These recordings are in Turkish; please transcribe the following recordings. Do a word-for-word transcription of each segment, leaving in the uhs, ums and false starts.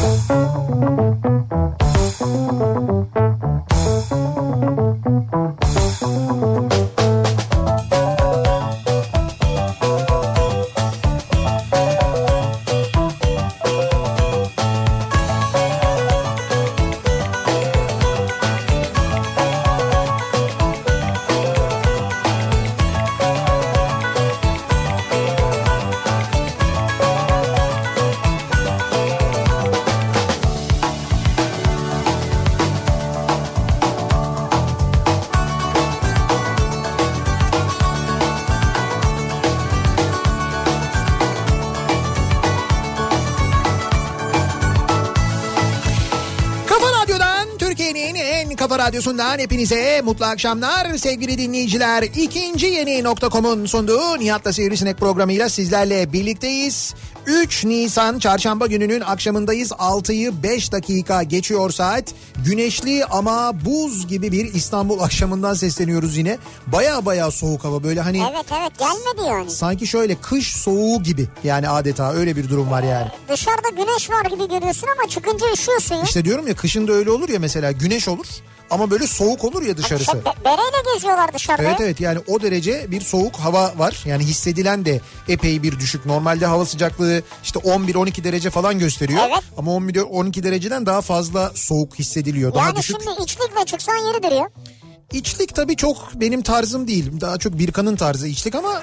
Radyosu'ndan hepinize mutlu akşamlar sevgili dinleyiciler. İkinci Yeni nokta com'un sunduğu Nihat'la Sivrisinek programıyla sizlerle birlikteyiz. üç Nisan çarşamba gününün akşamındayız. altıyı beş dakika geçiyor saat. Güneşli ama buz gibi bir İstanbul akşamından sesleniyoruz yine. Baya baya soğuk hava böyle hani. Evet evet gelmedi yani. Sanki şöyle kış soğuğu gibi yani adeta öyle bir durum var yani. Ee, dışarıda güneş var gibi görüyorsun ama çıkınca üşüyorsun ya. İşte diyorum ya kışın da öyle olur ya mesela güneş olur. Ama böyle soğuk olur ya dışarısı. Şey, bereyle geziyorlar dışarıda. Evet evet yani o derece bir soğuk hava var. Yani hissedilen de epey bir düşük. Normalde hava sıcaklığı işte on bir on iki derece falan gösteriyor. Evet. Ama on bir on iki dereceden daha fazla soğuk hissediliyor. Daha yani düşük. Şimdi içlikle çıksan yeridir ya. İçlik tabii çok benim tarzım değil. Daha çok Birkan'ın tarzı içlik ama...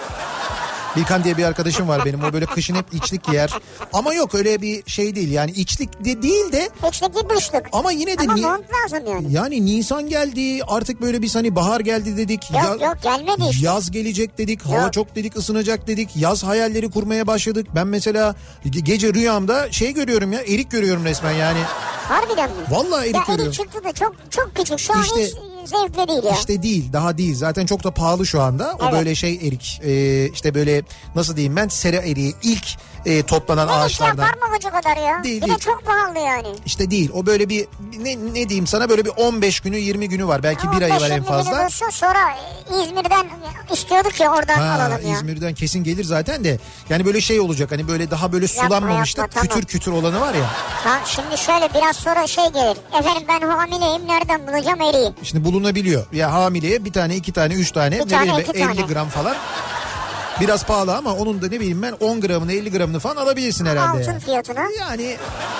Birkan diye bir arkadaşım var benim. O böyle kışın hep içlik giyer. Ama yok öyle bir şey değil. Yani içlik de değil de. İçlik değil dışlık. Ama yine de. Ama ni- mont lazım yani. Yani Nisan geldi artık böyle biz hani bahar geldi dedik. Yok ya- yok gelmedi işte. Yaz gelecek dedik. Hava Yok. çok dedik ısınacak dedik. Yaz hayalleri kurmaya başladık. Ben mesela ge- gece rüyamda şey görüyorum ya. Erik görüyorum resmen yani. Harbiden mi? Vallahi erik ya görüyorum. Erik çıktı da çok çok küçük. Şu İşte- an hiç zevkli değil ya. İşte değil daha değil zaten çok da pahalı şu anda. O Evet. böyle şey erik e, işte böyle nasıl diyeyim ben sera eriği ilk e, toplanan Erik ağaçlardan. yapar mı hoca kadar ya? Değil, bir değil. de çok pahalı yani. İşte değil o böyle bir ne, ne diyeyim sana böyle bir on beş günü yirmi günü var belki bir ayı var en fazla. Olsun, sonra İzmir'den istiyorduk ya oradan Ha, alalım ya. İzmir'den kesin gelir zaten de yani böyle şey olacak hani böyle daha böyle sulanmamış da yapma, kütür tamam. kütür olanı var ya. Ha, şimdi şöyle biraz sonra şey gelir. Efendim ben hamileyim nereden bulacağım eriği? Şimdi bulunabiliyor ya hamileye bir tane iki tane üç tane Bir ne tane, bileyim iki elli tane. gram falan. Biraz pahalı ama onun da ne bileyim ben on gramını elli gramını falan alabilirsin herhalde. Altın yani. fiyatına. Yani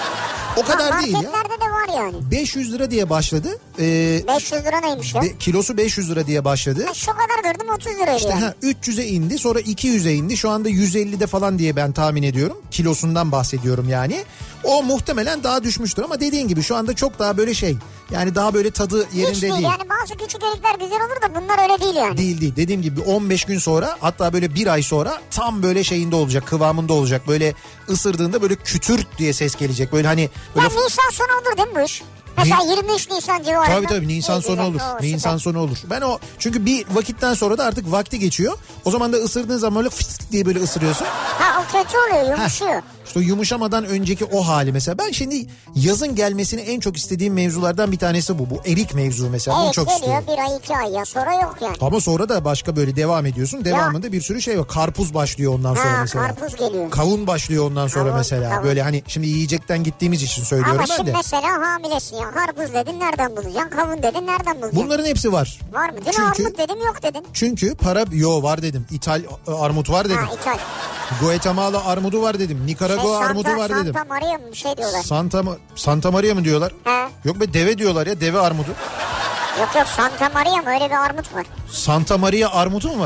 o kadar ha, değil ya. Marketlerde de var yani. beş yüz lira diye başladı. Ee, beş yüz lira neymiş ya? be, kilosu beş yüz lira diye başladı. Ha, şu kadar gördüm otuz liraydı İşte yani. ha, üç yüze indi sonra iki yüze indi. Şu anda yüz ellide falan diye ben tahmin ediyorum. Kilosundan bahsediyorum yani. O muhtemelen daha düşmüştür ama dediğin gibi şu anda çok daha böyle şey. Yani daha böyle tadı yerinde Hiç değil. değil. Yani bazı küçük erikler güzel olur da bunlar öyle değil yani. Değil değil. Dediğim gibi on beş gün sonra hatta böyle bir ay sonra tam böyle şeyinde olacak, kıvamında olacak. Böyle ısırdığında böyle kütürt diye ses gelecek. Böyle hani böyle... Ya Nisan sonu olur değil mi bu iş? Mesela yirmi üç Nisan civarında. Tabii tabii Nisan İyi, sonu güzel. olur. O, Nisan süper. sonu olur. Ben o çünkü bir vakitten sonra da artık vakti geçiyor. O zaman da ısırdığın zaman böyle fıt diye böyle ısırıyorsun. Ha o kötü oluyor yumuşuyor. Heh. İşte o yumuşamadan önceki o hali mesela. Ben şimdi yazın gelmesini en çok istediğim mevzulardan bir tanesi bu. Bu erik mevzu mesela. Bunu Evet çok geliyor istiyorum. bir ay iki ay ya sonra yok yani. Ama sonra da başka böyle devam ediyorsun. Devamında bir sürü şey var. Karpuz başlıyor ondan sonra Ha mesela. karpuz geliyor. Kavun başlıyor ondan sonra Kavun, mesela. kavun. Böyle hani şimdi yiyecekten gittiğimiz için söylüyorum Ama ben şimdi de. mesela hamilesin ya. Karpuz dedin nereden bulacaksın? Kavun dedin nereden bulacaksın? Bunların hepsi var. Var mı? Dün Çünkü- armut dedim yok dedin. Çünkü para yo var dedim. İthal e, armut var dedim. Ha İthal. Guatemala armudu var dedim. Nikaragua Şey, armudu Santa, var dedim. Santa Maria mı bir şey diyorlar. Santa Ma- Santa Maria mı diyorlar? He. Yok be deve diyorlar ya deve armudu. Yok yok Santa Maria mı öyle bir armut var. Santa Maria armudu mu var?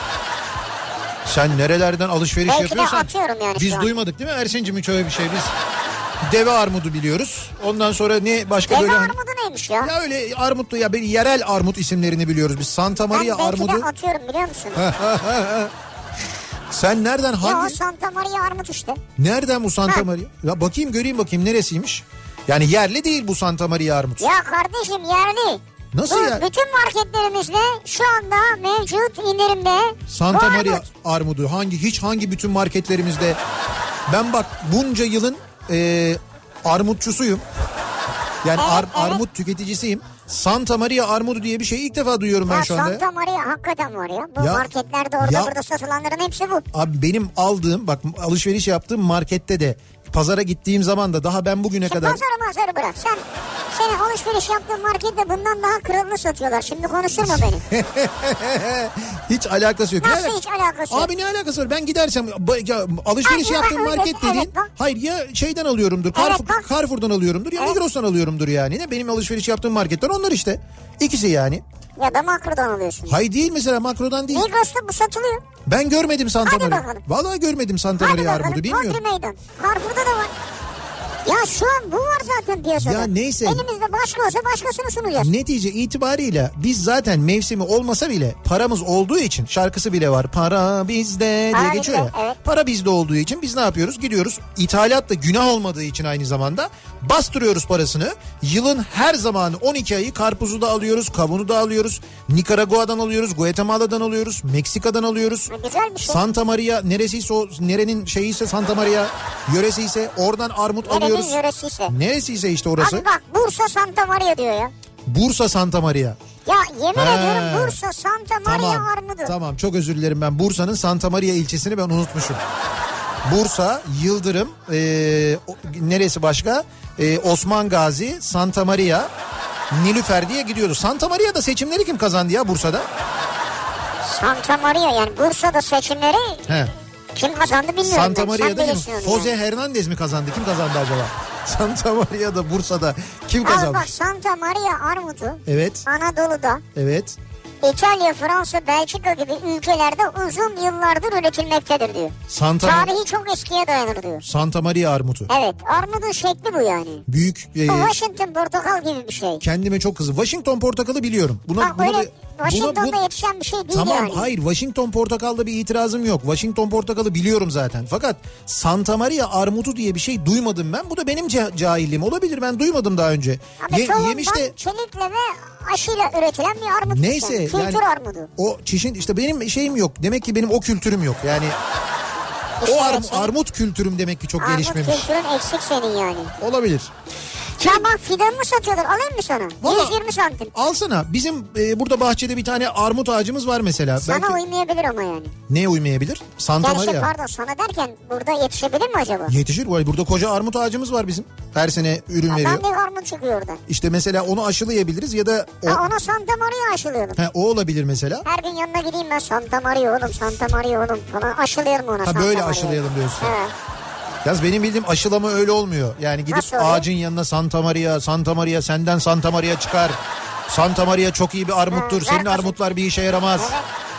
Sen nerelerden alışveriş Belki de yapıyorsan. atıyorum yani Biz şu an. duymadık değil mi Ersin'cim hiç öyle bir şey biz. Deve armudu biliyoruz. Ondan sonra ne başka Deve böyle. hani- armudu neymiş ya? Ya öyle armutlu ya böyle yerel armut isimlerini biliyoruz biz. Santa Ben Maria belki armudu. de atıyorum biliyor musun? Sen nereden Ya o hangi Santa Maria armut işte. nereden bu Santa Ha. Maria? Ya bakayım göreyim bakayım neresiymiş? Yani yerli değil bu Santa Maria armut. Ya kardeşim yerli. Nasıl Bu ya? bütün marketlerimizde şu anda mevcut indirimde. Santa bu Maria armut. armudu hangi hiç hangi bütün marketlerimizde ben bak bunca yılın e, armutçusuyum. Yani Evet, ar- evet. armut tüketicisiyim. Santa Maria armudu diye bir şeyi ilk defa duyuyorum ben Ya şu anda. Santa Maria hakikaten var ya. Bu Ya- marketlerde orada ya- burada satılanların hepsi bu. Abi benim aldığım bak alışveriş yaptığım markette de pazara gittiğim zaman da daha ben bugüne Şimdi kadar... Pazarı mazarı bırak. Sen senin alışveriş yaptığın markette bundan daha kralını satıyorlar. Şimdi konuşturma beni. Hiç alakası yok. Nasıl Yani, hiç alakası yok? abi ne alakası var? Ben gidersem ya, alışveriş Ay, yaptığım bak, market evet, dediğin... bak. Hayır ya şeyden alıyorumdur. Evet, Carrefour, bak. Carrefour'dan alıyorumdur ya Evet. Migros'tan alıyorumdur yani. Ne benim alışveriş yaptığım marketler onlar işte. İkisi yani. Ya da Makro'dan alıyorsun. Hayır değil mesela Makro'dan değil. Migros'ta bu satılıyor. Ben görmedim Santa Hadi Maria. bakalım. Vallahi görmedim Santa Hadi Maria bakalım. armudu bilmiyorum. Hodri meydan. Carrefour'da da var. Ya şu an bu var zaten piyasada. Ya neyse. Elimizde başka olsa başkasını sunacağız. Netice itibariyle biz zaten mevsimi olmasa bile paramız olduğu için şarkısı bile var. Para bizde diye Para geçiyor bizde, ya. evet. Para bizde olduğu için biz ne yapıyoruz? Gidiyoruz ithalat da günah olmadığı için aynı zamanda bastırıyoruz parasını. Yılın her zamanı on iki ayı karpuzu da alıyoruz, kavunu da alıyoruz. Nikaragua'dan alıyoruz, Guatemala'dan alıyoruz, Meksika'dan alıyoruz. Ha, güzel bir şey. Santa Maria neresiyse o nerenin şeyiyse Santa Maria yöresi ise oradan armut Nerenin alıyoruz. yöresiyse. Neresiyse işte orası. Abi bak Bursa Santa Maria diyor ya. Bursa Santa Maria. Ya yemin He. ediyorum Bursa Santa Maria Tamam, armudu. tamam çok özür dilerim ben Bursa'nın Santa Maria ilçesini ben unutmuşum. Bursa, Yıldırım, e, o- neresi başka? E, Osman Gazi, Santa Maria, Nilüfer diye gidiyordu. Santa Maria'da seçimleri kim kazandı ya Bursa'da? Santa Maria yani Bursa'da seçimleri He. kim kazandı bilmiyorum. Santa ben. Maria'da Sen kim? bilirsin onu Jose yani. Hernandez mi kazandı? Kim kazandı acaba? Santa Maria'da Bursa'da kim Al bak kazandı? Santa Maria armudu Evet, Anadolu'da evet. İtalya, Fransa, Belçika gibi ülkelerde uzun yıllardır üretilmektedir diyor. Santa, Tarihi çok eskiye dayanır diyor. Santa Maria armutu. Evet armudun şekli bu yani. Büyük. e, Bu Washington portakal gibi bir şey. kendime çok kızım. Washington portakalı biliyorum. Buna, Bak buna böyle bir- Washington'da buna- bu- yetişen bir şey değil Tamam yani. hayır Washington portakalda bir itirazım yok. Washington portakalı biliyorum zaten. Fakat Santa Maria armutu diye bir şey duymadım ben. Bu da benim ca- cahilliğim olabilir. Ben duymadım daha önce. Ama Ye- tohumdan yemiş de çelikle ve aşıyla üretilen bir armut. neyse yani. Kültür yani armudu. o çeşit işte benim şeyim yok. Demek ki benim o kültürüm yok. Yani İşte o ar- evet, senin armut kültürüm demek ki çok armut gelişmemiş. kültürün eksik senin yani. Olabilir. Ya bak fidanını satıyorlar alayım mı sana? Vallahi- yüz yirmi santim. Alsana bizim e, burada bahçede bir tane armut ağacımız var mesela. Sana Belki uymayabilir ama yani. neye uymayabilir? Santa Yani işte Maria. pardon sana derken burada yetişebilir mi acaba? Yetişir. Vay, burada koca armut ağacımız var bizim. Her sene ürün Ya veriyor. ben de armut çıkıyor oradan. İşte mesela onu aşılayabiliriz ya da o, Ha, ona Santa Maria aşılıyordum. he, o olabilir mesela. Her gün yanına gideyim ben Santa Maria oğlum Santa Maria oğlum falan aşılayalım ona Ha Santa böyle Maria'yı. aşılayalım diyorsun. Evet. Yalnız benim bildiğim aşılama öyle olmuyor. Yani gidip Nasıl oluyor? ağacın yanına Santa Maria, Santa Maria senden Santa Maria çıkar. Santa Maria çok iyi bir armuttur. Hı, Senin ver bakayım. armutlar bir işe yaramaz. Evet.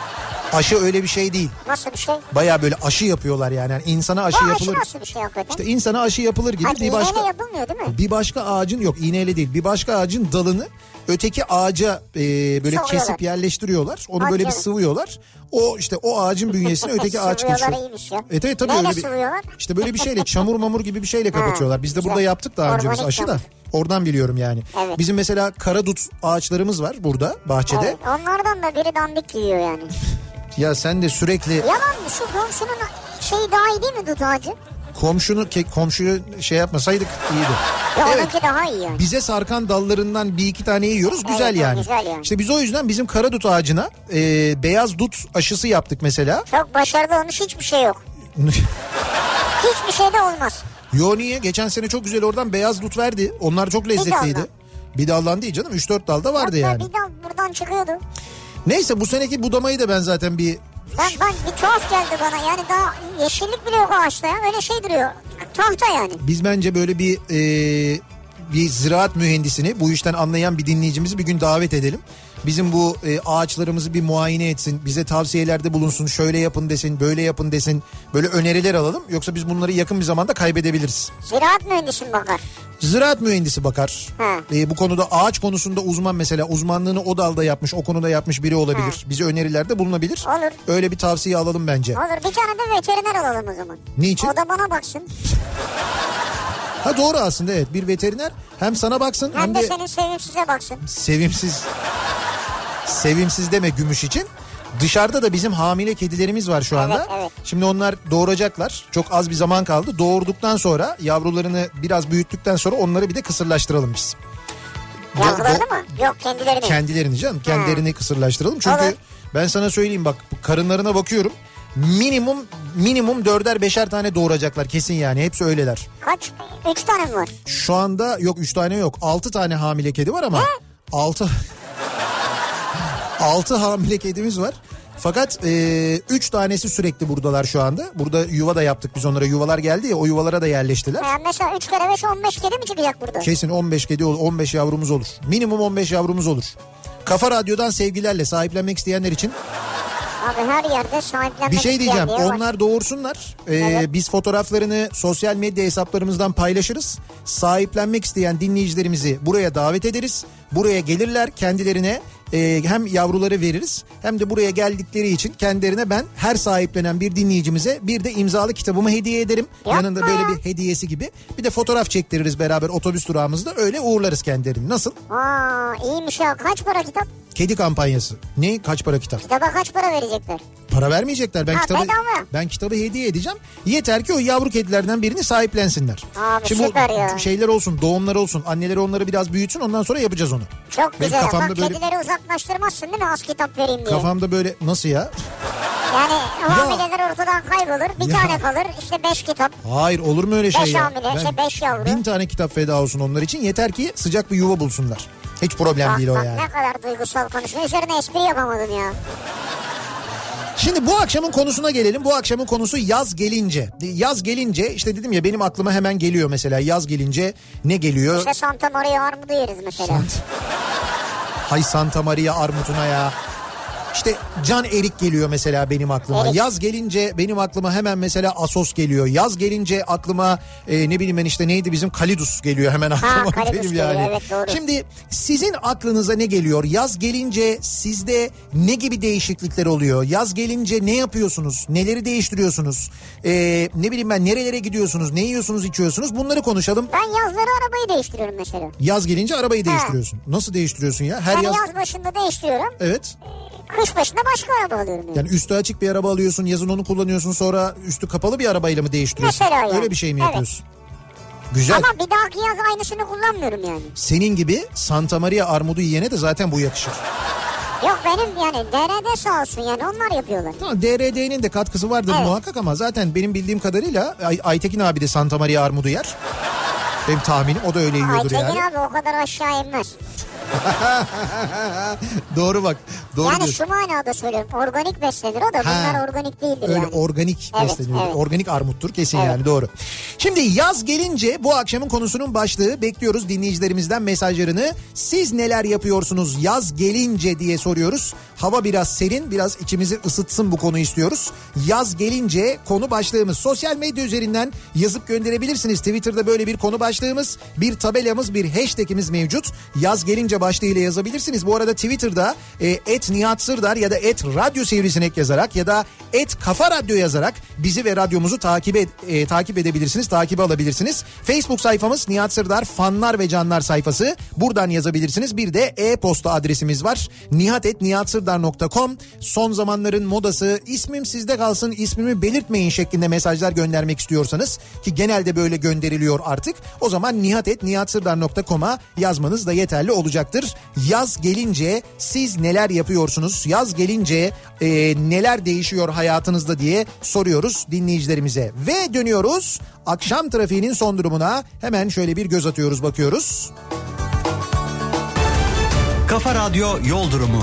Aşı öyle bir şey değil. Nasıl bir şey? Baya böyle aşı yapıyorlar yani. Yani insana aşı Bu aşı yapılır. nasıl bir şey hakikaten? İşte insana aşı yapılır gibi Hadi bir başka iğneyle yapılmıyor değil mi? bir başka ağacın yok iğneyle değil. Bir başka ağacın dalını öteki ağaca e, böyle Sıvıyorlar. kesip yerleştiriyorlar. Onu Hadi böyle bir canım. sıvıyorlar. O işte o ağacın bünyesine öteki ağaç Sıvıyorlar geçiyor. iyiymiş ya. Evet evet tabii Neyle öyle bir, sıvıyorlar? işte böyle bir şeyle çamur mamur gibi bir şeyle kapatıyorlar. Biz de güzel. burada yaptık daha önce biz Organik aşı da. çamur. Oradan biliyorum yani. Evet. Bizim mesela karadut ağaçlarımız var burada bahçede. Evet, onlardan da biri dandik gidiyor yani. Ya sen de sürekli Yalan mı? Şu komşunun şeyi daha iyi değil mi dut ağacı? komşunu ke- komşuyu şey yapmasaydık iyiydi. Ya Evet. onunki daha iyi yani. Bize sarkan dallarından bir iki tane yiyoruz. Güzel Evet, yani. güzel yani. İşte biz o yüzden bizim karadut ağacına e, beyaz dut aşısı yaptık mesela. Çok başarılı olmuş hiçbir şey yok. Hiçbir şey de olmaz. Yo niye? Geçen sene çok güzel oradan beyaz dut verdi. Onlar çok lezzetliydi. daldan. Bir daldan değil canım. üç dört dalda vardı Hatta yani. bir dal buradan çıkıyordu. Neyse bu seneki budamayı da ben zaten bir Ben, ben bir tuhaf geldi bana yani daha yeşillik bile yok ağaçta ya. Öyle şey duruyor. Tahta yani. biz bence böyle bir e, bir ziraat mühendisini bu işten anlayan bir dinleyicimizi bir gün davet edelim. Bizim bu e, ağaçlarımızı bir muayene etsin. Bize tavsiyelerde bulunsun. Şöyle yapın desin, böyle yapın desin. Böyle öneriler alalım. Yoksa biz bunları yakın bir zamanda kaybedebiliriz. Ziraat mühendisi mi bakar? Ziraat mühendisi bakar. Ha. E, bu konuda ağaç konusunda uzman mesela uzmanlığını o dalda yapmış, o konuda yapmış biri olabilir. Bize önerilerde bulunabilir. Olur. Öyle bir tavsiye alalım bence. Olur bir tane de veteriner alalım o zaman. Niçin? O da bana baksın. Ha doğru aslında evet. Bir veteriner hem sana baksın hem, Hem de de senin sevimsize baksın. sevimsiz sevimsiz deme gümüş için. Dışarıda da bizim hamile kedilerimiz var şu anda. Evet, evet. Şimdi onlar doğuracaklar. Çok az bir zaman kaldı. Doğurduktan sonra yavrularını biraz büyüttükten sonra onları bir de kısırlaştıralım biz. Do- Yavrularını do- mı? Yok kendilerini. Kendilerini canım. Kendilerini kısırlaştıralım. Çünkü Olur. ben sana söyleyeyim bak karınlarına bakıyorum. minimum minimum dörder beşer tane doğuracaklar kesin yani, hepsi öyleler. Kaç? Üç tane mi var? Şu anda yok, üç tane yok, altı tane hamile kedi var ama. Ne? Altı. Altı hamile kedimiz var. Fakat e, üç tanesi sürekli buradalar şu anda. Burada yuva da yaptık biz onlara, yuvalar geldi ya, o yuvalara da yerleştiler. Yani mesela üç kere beş on beş kedi mi çıkacak burada? Kesin on beş kedi olur, on beş yavrumuz olur. Minimum on beş yavrumuz olur. Kafa Radyo'dan sevgilerle, sahiplenmek isteyenler için. Abi her yerde sahiplenmek bir şey diyeceğim, onlar var. Doğursunlar. Ee, evet. Biz fotoğraflarını sosyal medya hesaplarımızdan paylaşırız. Sahiplenmek isteyen dinleyicilerimizi buraya davet ederiz. Buraya gelirler, kendilerine e, hem yavruları veririz hem de buraya geldikleri için kendilerine ben her sahiplenen bir dinleyicimize bir de imzalı kitabımı hediye ederim. Yapma. Yanında böyle bir hediyesi gibi. Bir de fotoğraf çektiririz beraber otobüs durağımızda, öyle uğurlarız kendilerini. Nasıl? Aa, iyiymiş ya. Kaç para kitap? Kedi kampanyası. Ne? Kaç para kitap? Kitaba kaç para verecekler? Para vermeyecekler. Ben ha, kitabı bedava. ben kitabı hediye edeceğim. Yeter ki o yavru kedilerden birini sahiplensinler. Abi Şimdi süper bu ya. şeyler olsun, doğumlar olsun. Anneleri onları biraz büyütsün, ondan sonra yapacağız onu. Çok Benim güzel. kafamda Bak böyle... kedileri uzaklaştırmazsın değil mi, az kitap vereyim diye. Kafamda böyle nasıl ya? Yani hamileler ortadan kaybolur. Bir ya. tane kalır. İşte beş kitap. Hayır, olur mu öyle şey beş ya? hamile, Ben, işte beş yavru. Bin tane kitap feda olsun onlar için. Yeter ki sıcak bir yuva bulsunlar. Hiç problem bak, değil o bak, yani. Ne kadar duygusal konuşuyor. Üzerine espri yapamadın ya. Şimdi bu akşamın konusuna gelelim. Bu akşamın konusu yaz gelince. Yaz gelince işte dedim ya, benim aklıma hemen geliyor mesela. Yaz gelince ne geliyor? İşte Santa Maria armudu yeriz mesela. Sant... Hay Santa Maria armutuna ya. İşte can erik geliyor mesela benim aklıma. Erik. Yaz gelince benim aklıma hemen mesela Asos geliyor. Yaz gelince aklıma e, ne bileyim ben işte neydi bizim Kalidus geliyor hemen aklıma. Ha, benim yani. Evet, doğru. Şimdi sizin aklınıza ne geliyor? Yaz gelince sizde ne gibi değişiklikler oluyor? Yaz gelince ne yapıyorsunuz? Neleri değiştiriyorsunuz? Ee, ne bileyim ben, nerelere gidiyorsunuz? Ne yiyorsunuz, içiyorsunuz? Bunları konuşalım. Ben yazları arabayı değiştiriyorum mesela. Yaz gelince arabayı ha. değiştiriyorsun. Nasıl değiştiriyorsun ya? Her ben yaz... yaz başında değiştiriyorum. Evet. Kış başında başka araba alıyorum yani. Yani üstü açık bir araba alıyorsun, yazın onu kullanıyorsun, sonra üstü kapalı bir arabayla mı değiştiriyorsun? Mesela yani. Öyle bir şey mi evet. yapıyorsun? Güzel. Ama bir dahaki yaz aynısını kullanmıyorum yani. Senin gibi Santa Maria armudu yiyene de zaten bu yakışır. Yok benim yani D R D sağ olsun yani, onlar yapıyorlar. Tamam, D R D'nin de katkısı vardır evet. muhakkak ama zaten benim bildiğim kadarıyla Ay- Aytekin abi de Santa Maria armudu yer. Benim tahminim o da öyle yiyordur Aytekin yani. Aytekin abi o kadar aşağı inmez. Doğru bak. Doğru yani diyorsun. şu manada söylüyorum, organik beslenir o da, bunlar ha, organik değildir öyle yani. Öyle organik evet, besleniyor. Evet. Organik armuttur kesin evet. yani, doğru. Şimdi yaz gelince bu akşamın konusunun başlığı, bekliyoruz dinleyicilerimizden mesajlarını. Siz neler yapıyorsunuz yaz gelince diye soruyoruz. Hava biraz serin, biraz içimizi ısıtsın, bu konu istiyoruz. Yaz gelince konu başlığımız. Sosyal medya üzerinden yazıp gönderebilirsiniz. Twitter'da böyle bir konu başlığımız, bir tabelamız, bir hashtagimiz mevcut. Yaz gelince başlığıyla yazabilirsiniz. Bu arada Twitter'da e, et Nihat Sırdar ya da et Radyo Sivrisinek yazarak ya da et Kafa Radyo yazarak bizi ve radyomuzu takip et, e, takip edebilirsiniz, takip alabilirsiniz. Facebook sayfamız Nihat Sırdar fanlar ve canlar sayfası. Buradan yazabilirsiniz. Bir de e-posta adresimiz var. nihat et nihat sırdar nokta com. Son zamanların modası ismim sizde kalsın, ismimi belirtmeyin şeklinde mesajlar göndermek istiyorsanız, ki genelde böyle gönderiliyor artık, o zaman nihat et nihat sırdar nokta com'a yazmanız da yeterli olacaktır. Yaz gelince siz neler yapıyorsunuz? Yaz gelince e, neler değişiyor hayatınızda diye soruyoruz dinleyicilerimize. Ve dönüyoruz akşam trafiğinin son durumuna. Hemen şöyle bir göz atıyoruz, bakıyoruz. Kafa Radyo Yol Durumu.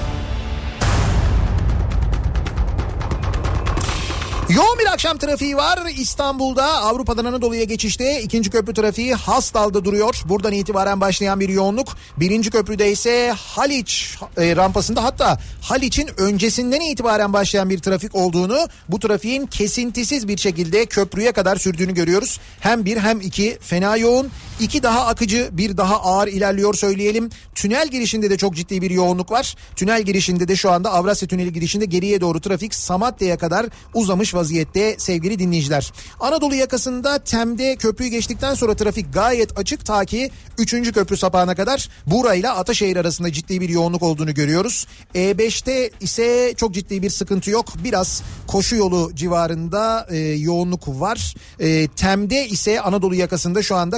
Yoğun bir akşam trafiği var İstanbul'da. Avrupa'dan Anadolu'ya geçişte ikinci köprü trafiği Hastal'da duruyor. Buradan itibaren başlayan bir yoğunluk. Birinci köprüde ise Haliç e, rampasında, hatta Haliç'in öncesinden itibaren başlayan bir trafik olduğunu, bu trafiğin kesintisiz bir şekilde köprüye kadar sürdüğünü görüyoruz. Hem bir hem iki fena yoğun. İki daha akıcı, bir daha ağır ilerliyor söyleyelim. Tünel girişinde de çok ciddi bir yoğunluk var. Tünel girişinde de şu anda Avrasya Tüneli girişinde geriye doğru trafik Samatya'ya kadar uzamış vaziyette sevgili dinleyiciler. Anadolu yakasında Tem'de köprüyü geçtikten sonra trafik gayet açık, ta ki üçüncü köprü sapağına kadar. Burayla Ataşehir arasında ciddi bir yoğunluk olduğunu görüyoruz. E beşte ise çok ciddi bir sıkıntı yok. Biraz koşu yolu civarında e, yoğunluk var. E, Tem'de ise Anadolu yakasında şu anda Kartal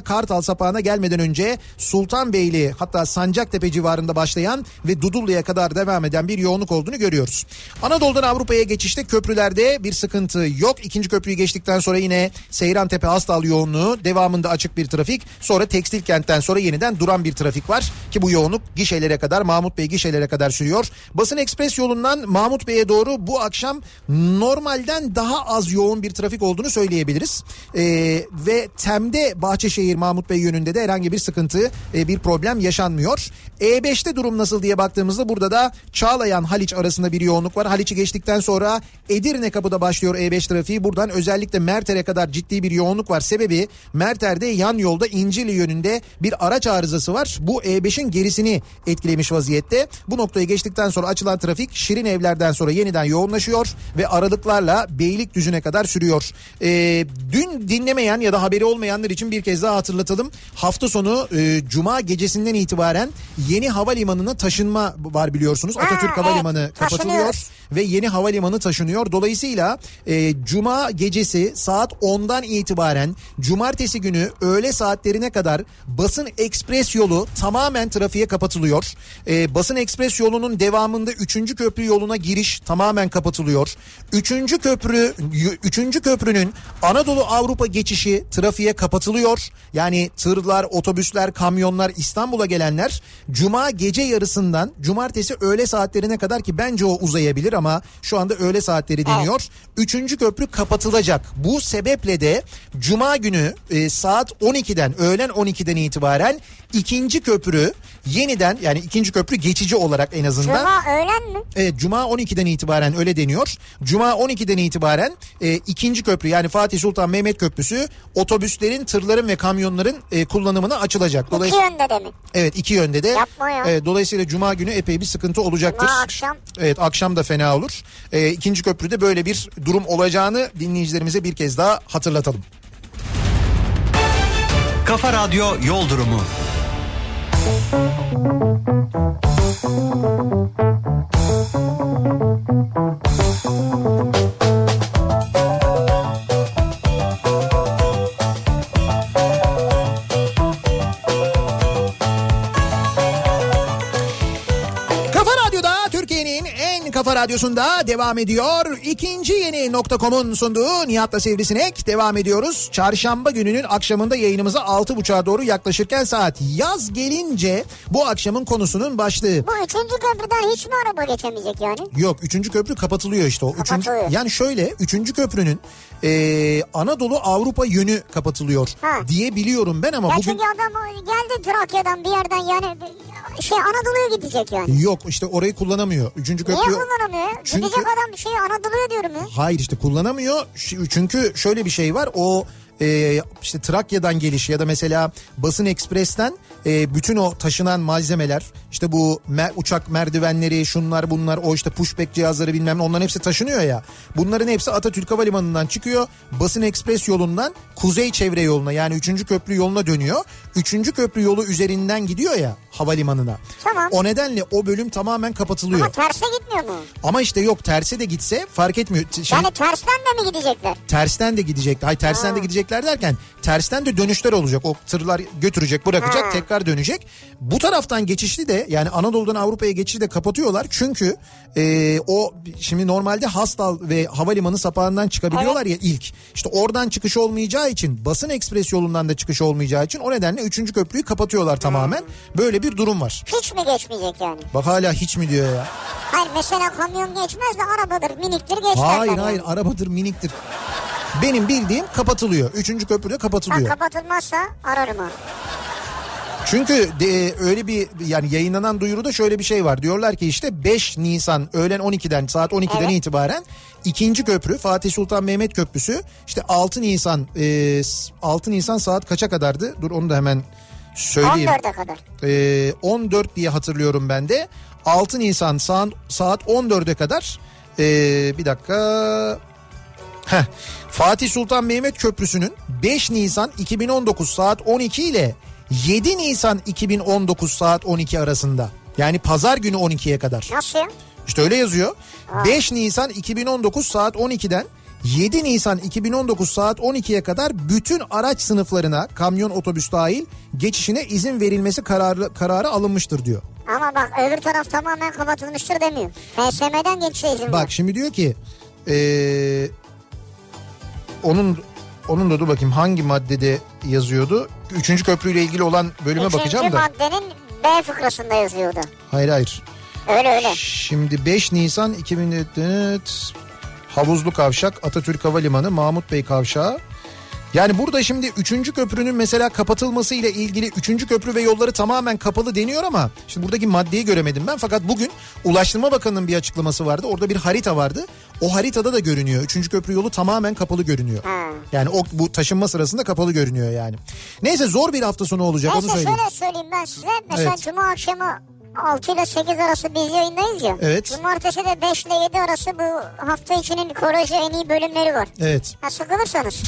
sapağına gelmeden önce Sultanbeyli hatta Sancaktepe civarında başlayan ve Dudullu'ya kadar devam eden bir yoğunluk olduğunu görüyoruz. Anadolu'dan Avrupa'ya geçişte köprülerde bir sıkıntı yok. İkinci köprüyü geçtikten sonra yine Seyrantepe Hastal yoğunluğu, devamında açık bir trafik, sonra Tekstil Kent'ten sonra yeniden duran bir trafik var ki bu yoğunluk gişelere kadar, Mahmut Bey gişelere kadar sürüyor. Basın Ekspres yolundan Mahmut Bey'e doğru bu akşam normalden daha az yoğun bir trafik olduğunu söyleyebiliriz. Ee, ve Tem'de Bahçeşehir Mahmut Bey yönünde de herhangi bir sıkıntı, e, bir problem yaşanmıyor. E beşte durum nasıl diye baktığımızda burada da Çağlayan Haliç arasında bir yoğunluk var. Haliç'i geçtikten sonra Edirne kapıda başlıyor E beş trafiği. Buradan özellikle Merter'e kadar ciddi bir yoğunluk var. Sebebi Merter'de yan yolda İncirli yönünde bir araç arızası var. Bu E beşin gerisini etkilemiş vaziyette. Bu noktayı geçtikten sonra açılan trafik Şirin Evler'den sonra yeniden yoğunlaşıyor ve aralıklarla Beylikdüzü'ne kadar sürüyor. Ee, dün dinlemeyen ya da haberi olmayanlar için bir kez daha hatırlatalım. Hafta sonu e, Cuma gecesinden itibaren yeni havalimanına taşınma var biliyorsunuz. Ha, Atatürk evet, Havalimanı kapatılıyor ve yeni havalimanı taşınıyor. Dolayısıyla e, Cuma gecesi saat ondan itibaren Cumartesi günü öğle saatlerine kadar Basın Ekspres yolu tamamen trafiğe kapatılıyor. E, Basın Ekspres yolunun devamında üçüncü köprü yoluna giriş tamamen kapatılıyor. üçüncü köprü üçüncü köprünün Anadolu Avrupa geçişi trafiğe kapatılıyor. Yani tırlar, otobüsler, kamyonlar, İstanbul'a gelenler Cuma gece yarısından Cumartesi öğle saatlerine kadar, ki bence o uzayabilir ama şu anda öğle saatleri deniyor. Üçüncü köprü kapatılacak. Bu sebeple de Cuma günü e, saat on ikiden öğlen on ikiden itibaren ikinci köprü yeniden, yani ikinci köprü geçici olarak en azından. Cuma öğlen mi? Evet, Cuma on ikiden itibaren öyle deniyor. Cuma on ikiden itibaren e, ikinci köprü, yani Fatih Sultan Mehmet Köprüsü otobüslerin, tırların ve kamyonların e, kullanımına açılacak. İki yönde de mi? Evet, iki yönde de. Yapma ya. E, dolayısıyla Cuma günü epey bir sıkıntı olacaktır. Cuma akşam. Evet, akşam da fena olur. E, ikinci köprüde böyle bir durum olacağını dinleyicilerimize bir kez daha hatırlatalım. Kafa Radyo Yol Durumu. Kafa Radyosu'nda devam ediyor. İkinci yeni nokta com'un sunduğu Nihat'la Sivrisinek devam ediyoruz. Çarşamba gününün akşamında yayınımıza altı buçuğa doğru yaklaşırken saat. Yaz gelince bu akşamın konusunun başlığı. Bu üçüncü köprüden hiç mi araba geçemeyecek yani? Yok, üçüncü köprü kapatılıyor işte. O kapatılıyor. Üçüncü, yani şöyle, üçüncü köprünün e, Anadolu Avrupa yönü kapatılıyor ha. diye biliyorum ben ama ya bugün... Çünkü adam geldi Trakya'dan bir yerden, yani şey Anadolu'ya gidecek yani. Yok, işte orayı kullanamıyor. Üçüncü köprü... Niye kullanamıyor? Çünkü... Gidecek adam şey Anadolu'ya diyorum ya. Hayır, işte kullanamıyor. Çünkü şöyle bir şey var. O e, işte Trakya'dan geliş ya da mesela Basın Ekspres'ten e, bütün o taşınan malzemeler, işte bu me- uçak merdivenleri, şunlar bunlar, o işte pushback cihazları bilmem ne, onların hepsi taşınıyor ya. Bunların hepsi Atatürk Havalimanı'ndan çıkıyor. Basın Ekspres yolundan Kuzey Çevre yoluna, yani üçüncü köprü yoluna dönüyor. üçüncü köprü yolu üzerinden gidiyor ya havalimanına. Tamam. O nedenle o bölüm tamamen kapatılıyor. Ama terse gitmiyor mu? Ama işte yok, terse de gitse fark etmiyor. Şimdi, yani tersten de mi gidecekler? Tersten de gidecekler. Hayır, tersten ha. de gidecekler derken tersten de dönüşler olacak. O tırlar götürecek, bırakacak, ha. tekrar dönecek. Bu taraftan geçişli de, yani Anadolu'dan Avrupa'ya geçişi de kapatıyorlar. Çünkü e, o şimdi normalde Hastal ve havalimanı sapağından çıkabiliyorlar evet. ya ilk. İşte oradan çıkış olmayacağı için, Basın Ekspres yolundan da çıkış olmayacağı için o nedenle üçüncü köprüyü kapatıyorlar hmm. tamamen. Böyle bir durum var. Hiç mi geçmeyecek yani? Bak hala hiç mi diyor ya. Hayır, mesela kamyon geçmez de arabadır, miniktir geçer. Hayır yani. hayır arabadır, miniktir. Benim bildiğim kapatılıyor. Üçüncü köprüde kapatılıyor. Ha, kapatılmazsa ararım ha. Çünkü de, öyle bir, yani yayınlanan duyuruda şöyle bir şey var. Diyorlar ki işte beş Nisan öğlen on ikiden, saat on ikiden evet. itibaren ikinci köprü Fatih Sultan Mehmet Köprüsü işte altı Nisan e, altı Nisan saat kaça kadardı? Dur onu da hemen söyleyeyim. on dörde kadar. E, on dört diye hatırlıyorum ben de. altı Nisan saat, saat on dörde kadar e, bir dakika... Heh, Fatih Sultan Mehmet Köprüsü'nün beş Nisan iki bin on dokuz saat on iki ile yedi Nisan iki bin on dokuz saat on iki arasında. Yani pazar günü on ikiye kadar. Nasıl? İşte öyle yazıyor. Aa. beş Nisan iki bin on dokuz saat on ikiden yedi Nisan iki bin on dokuz saat on ikiye kadar bütün araç sınıflarına, kamyon, otobüs dahil, geçişine izin verilmesi kararı, kararı alınmıştır diyor. Ama bak öbür taraf tamamen kapatılmıştır demiyor. F S M'den geçişe izin var. Bak şimdi diyor ki ee, onun onun da dur bakayım hangi maddede yazıyordu? Üçüncü köprüyle ilgili olan bölüme Üçüncü bakacağım da. Üçüncü maddenin B fıkrasında yazıyordu. Hayır hayır. Öyle öyle. Şimdi beş Nisan iki bin evet, Havuzlu Kavşak, Atatürk Havalimanı, Mahmut Bey Kavşağı. Yani burada şimdi üçüncü köprünün mesela kapatılması ile ilgili üçüncü köprü ve yolları tamamen kapalı deniyor ama şimdi buradaki maddeyi göremedim ben. Fakat bugün Ulaştırma Bakanı'nın bir açıklaması vardı. Orada bir harita vardı. O haritada da görünüyor. üçüncü köprü yolu tamamen kapalı görünüyor. Ha. Yani o bu taşınma sırasında kapalı görünüyor yani. Neyse zor bir hafta sonu olacak. Neyse onu söyleyeyim. şöyle söyleyeyim ben size. Mesela Evet. Cuma akşamı altı ile sekiz arası biz yayındayız ya. Evet. Cumartesi de beş ile yedi arası bu hafta içinin Korece en iyi bölümleri var. Evet. Ha, sıkılırsanız.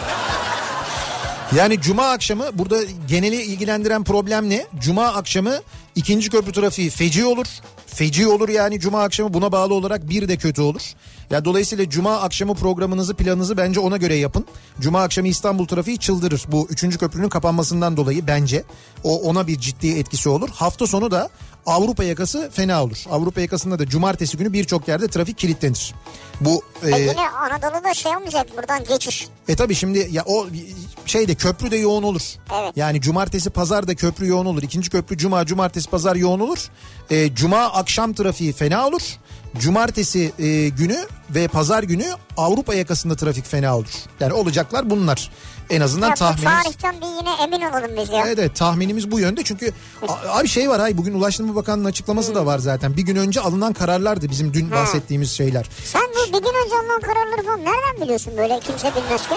Yani Cuma akşamı burada geneli ilgilendiren problem ne? Cuma akşamı ikinci köprü trafiği feci olur. Feci olur yani Cuma akşamı, buna bağlı olarak bir de kötü olur. Ya dolayısıyla Cuma akşamı programınızı, planınızı bence ona göre yapın. Cuma akşamı İstanbul trafiği çıldırır. Bu üçüncü köprünün kapanmasından dolayı bence o ona bir ciddi etkisi olur. Hafta sonu da Avrupa yakası fena olur. Avrupa yakasında da cumartesi günü birçok yerde trafik kilitlenir. Bu e, e yine Anadolu'da şey olmayacak buradan geçiş. E tabii şimdi ya o şeyde köprü de yoğun olur. Evet. Yani cumartesi pazar da köprü yoğun olur. İkinci köprü cuma, cumartesi pazar yoğun olur. E, cuma akşam trafiği fena olur. Cumartesi e, günü ve pazar günü Avrupa yakasında trafik fena olur. Yani olacaklar bunlar. En azından ya, tahminimiz. Tarihten bir yine emin olalım biz ya. Evet, evet tahminimiz bu yönde. Çünkü abi şey var, hay bugün Ulaştırma Bakanı'nın açıklaması hmm. da var zaten. Bir gün önce alınan kararlardı bizim dün ha. bahsettiğimiz şeyler. Sen bu bir gün önce alınan kararları falan nereden biliyorsun böyle kimse bilmezken?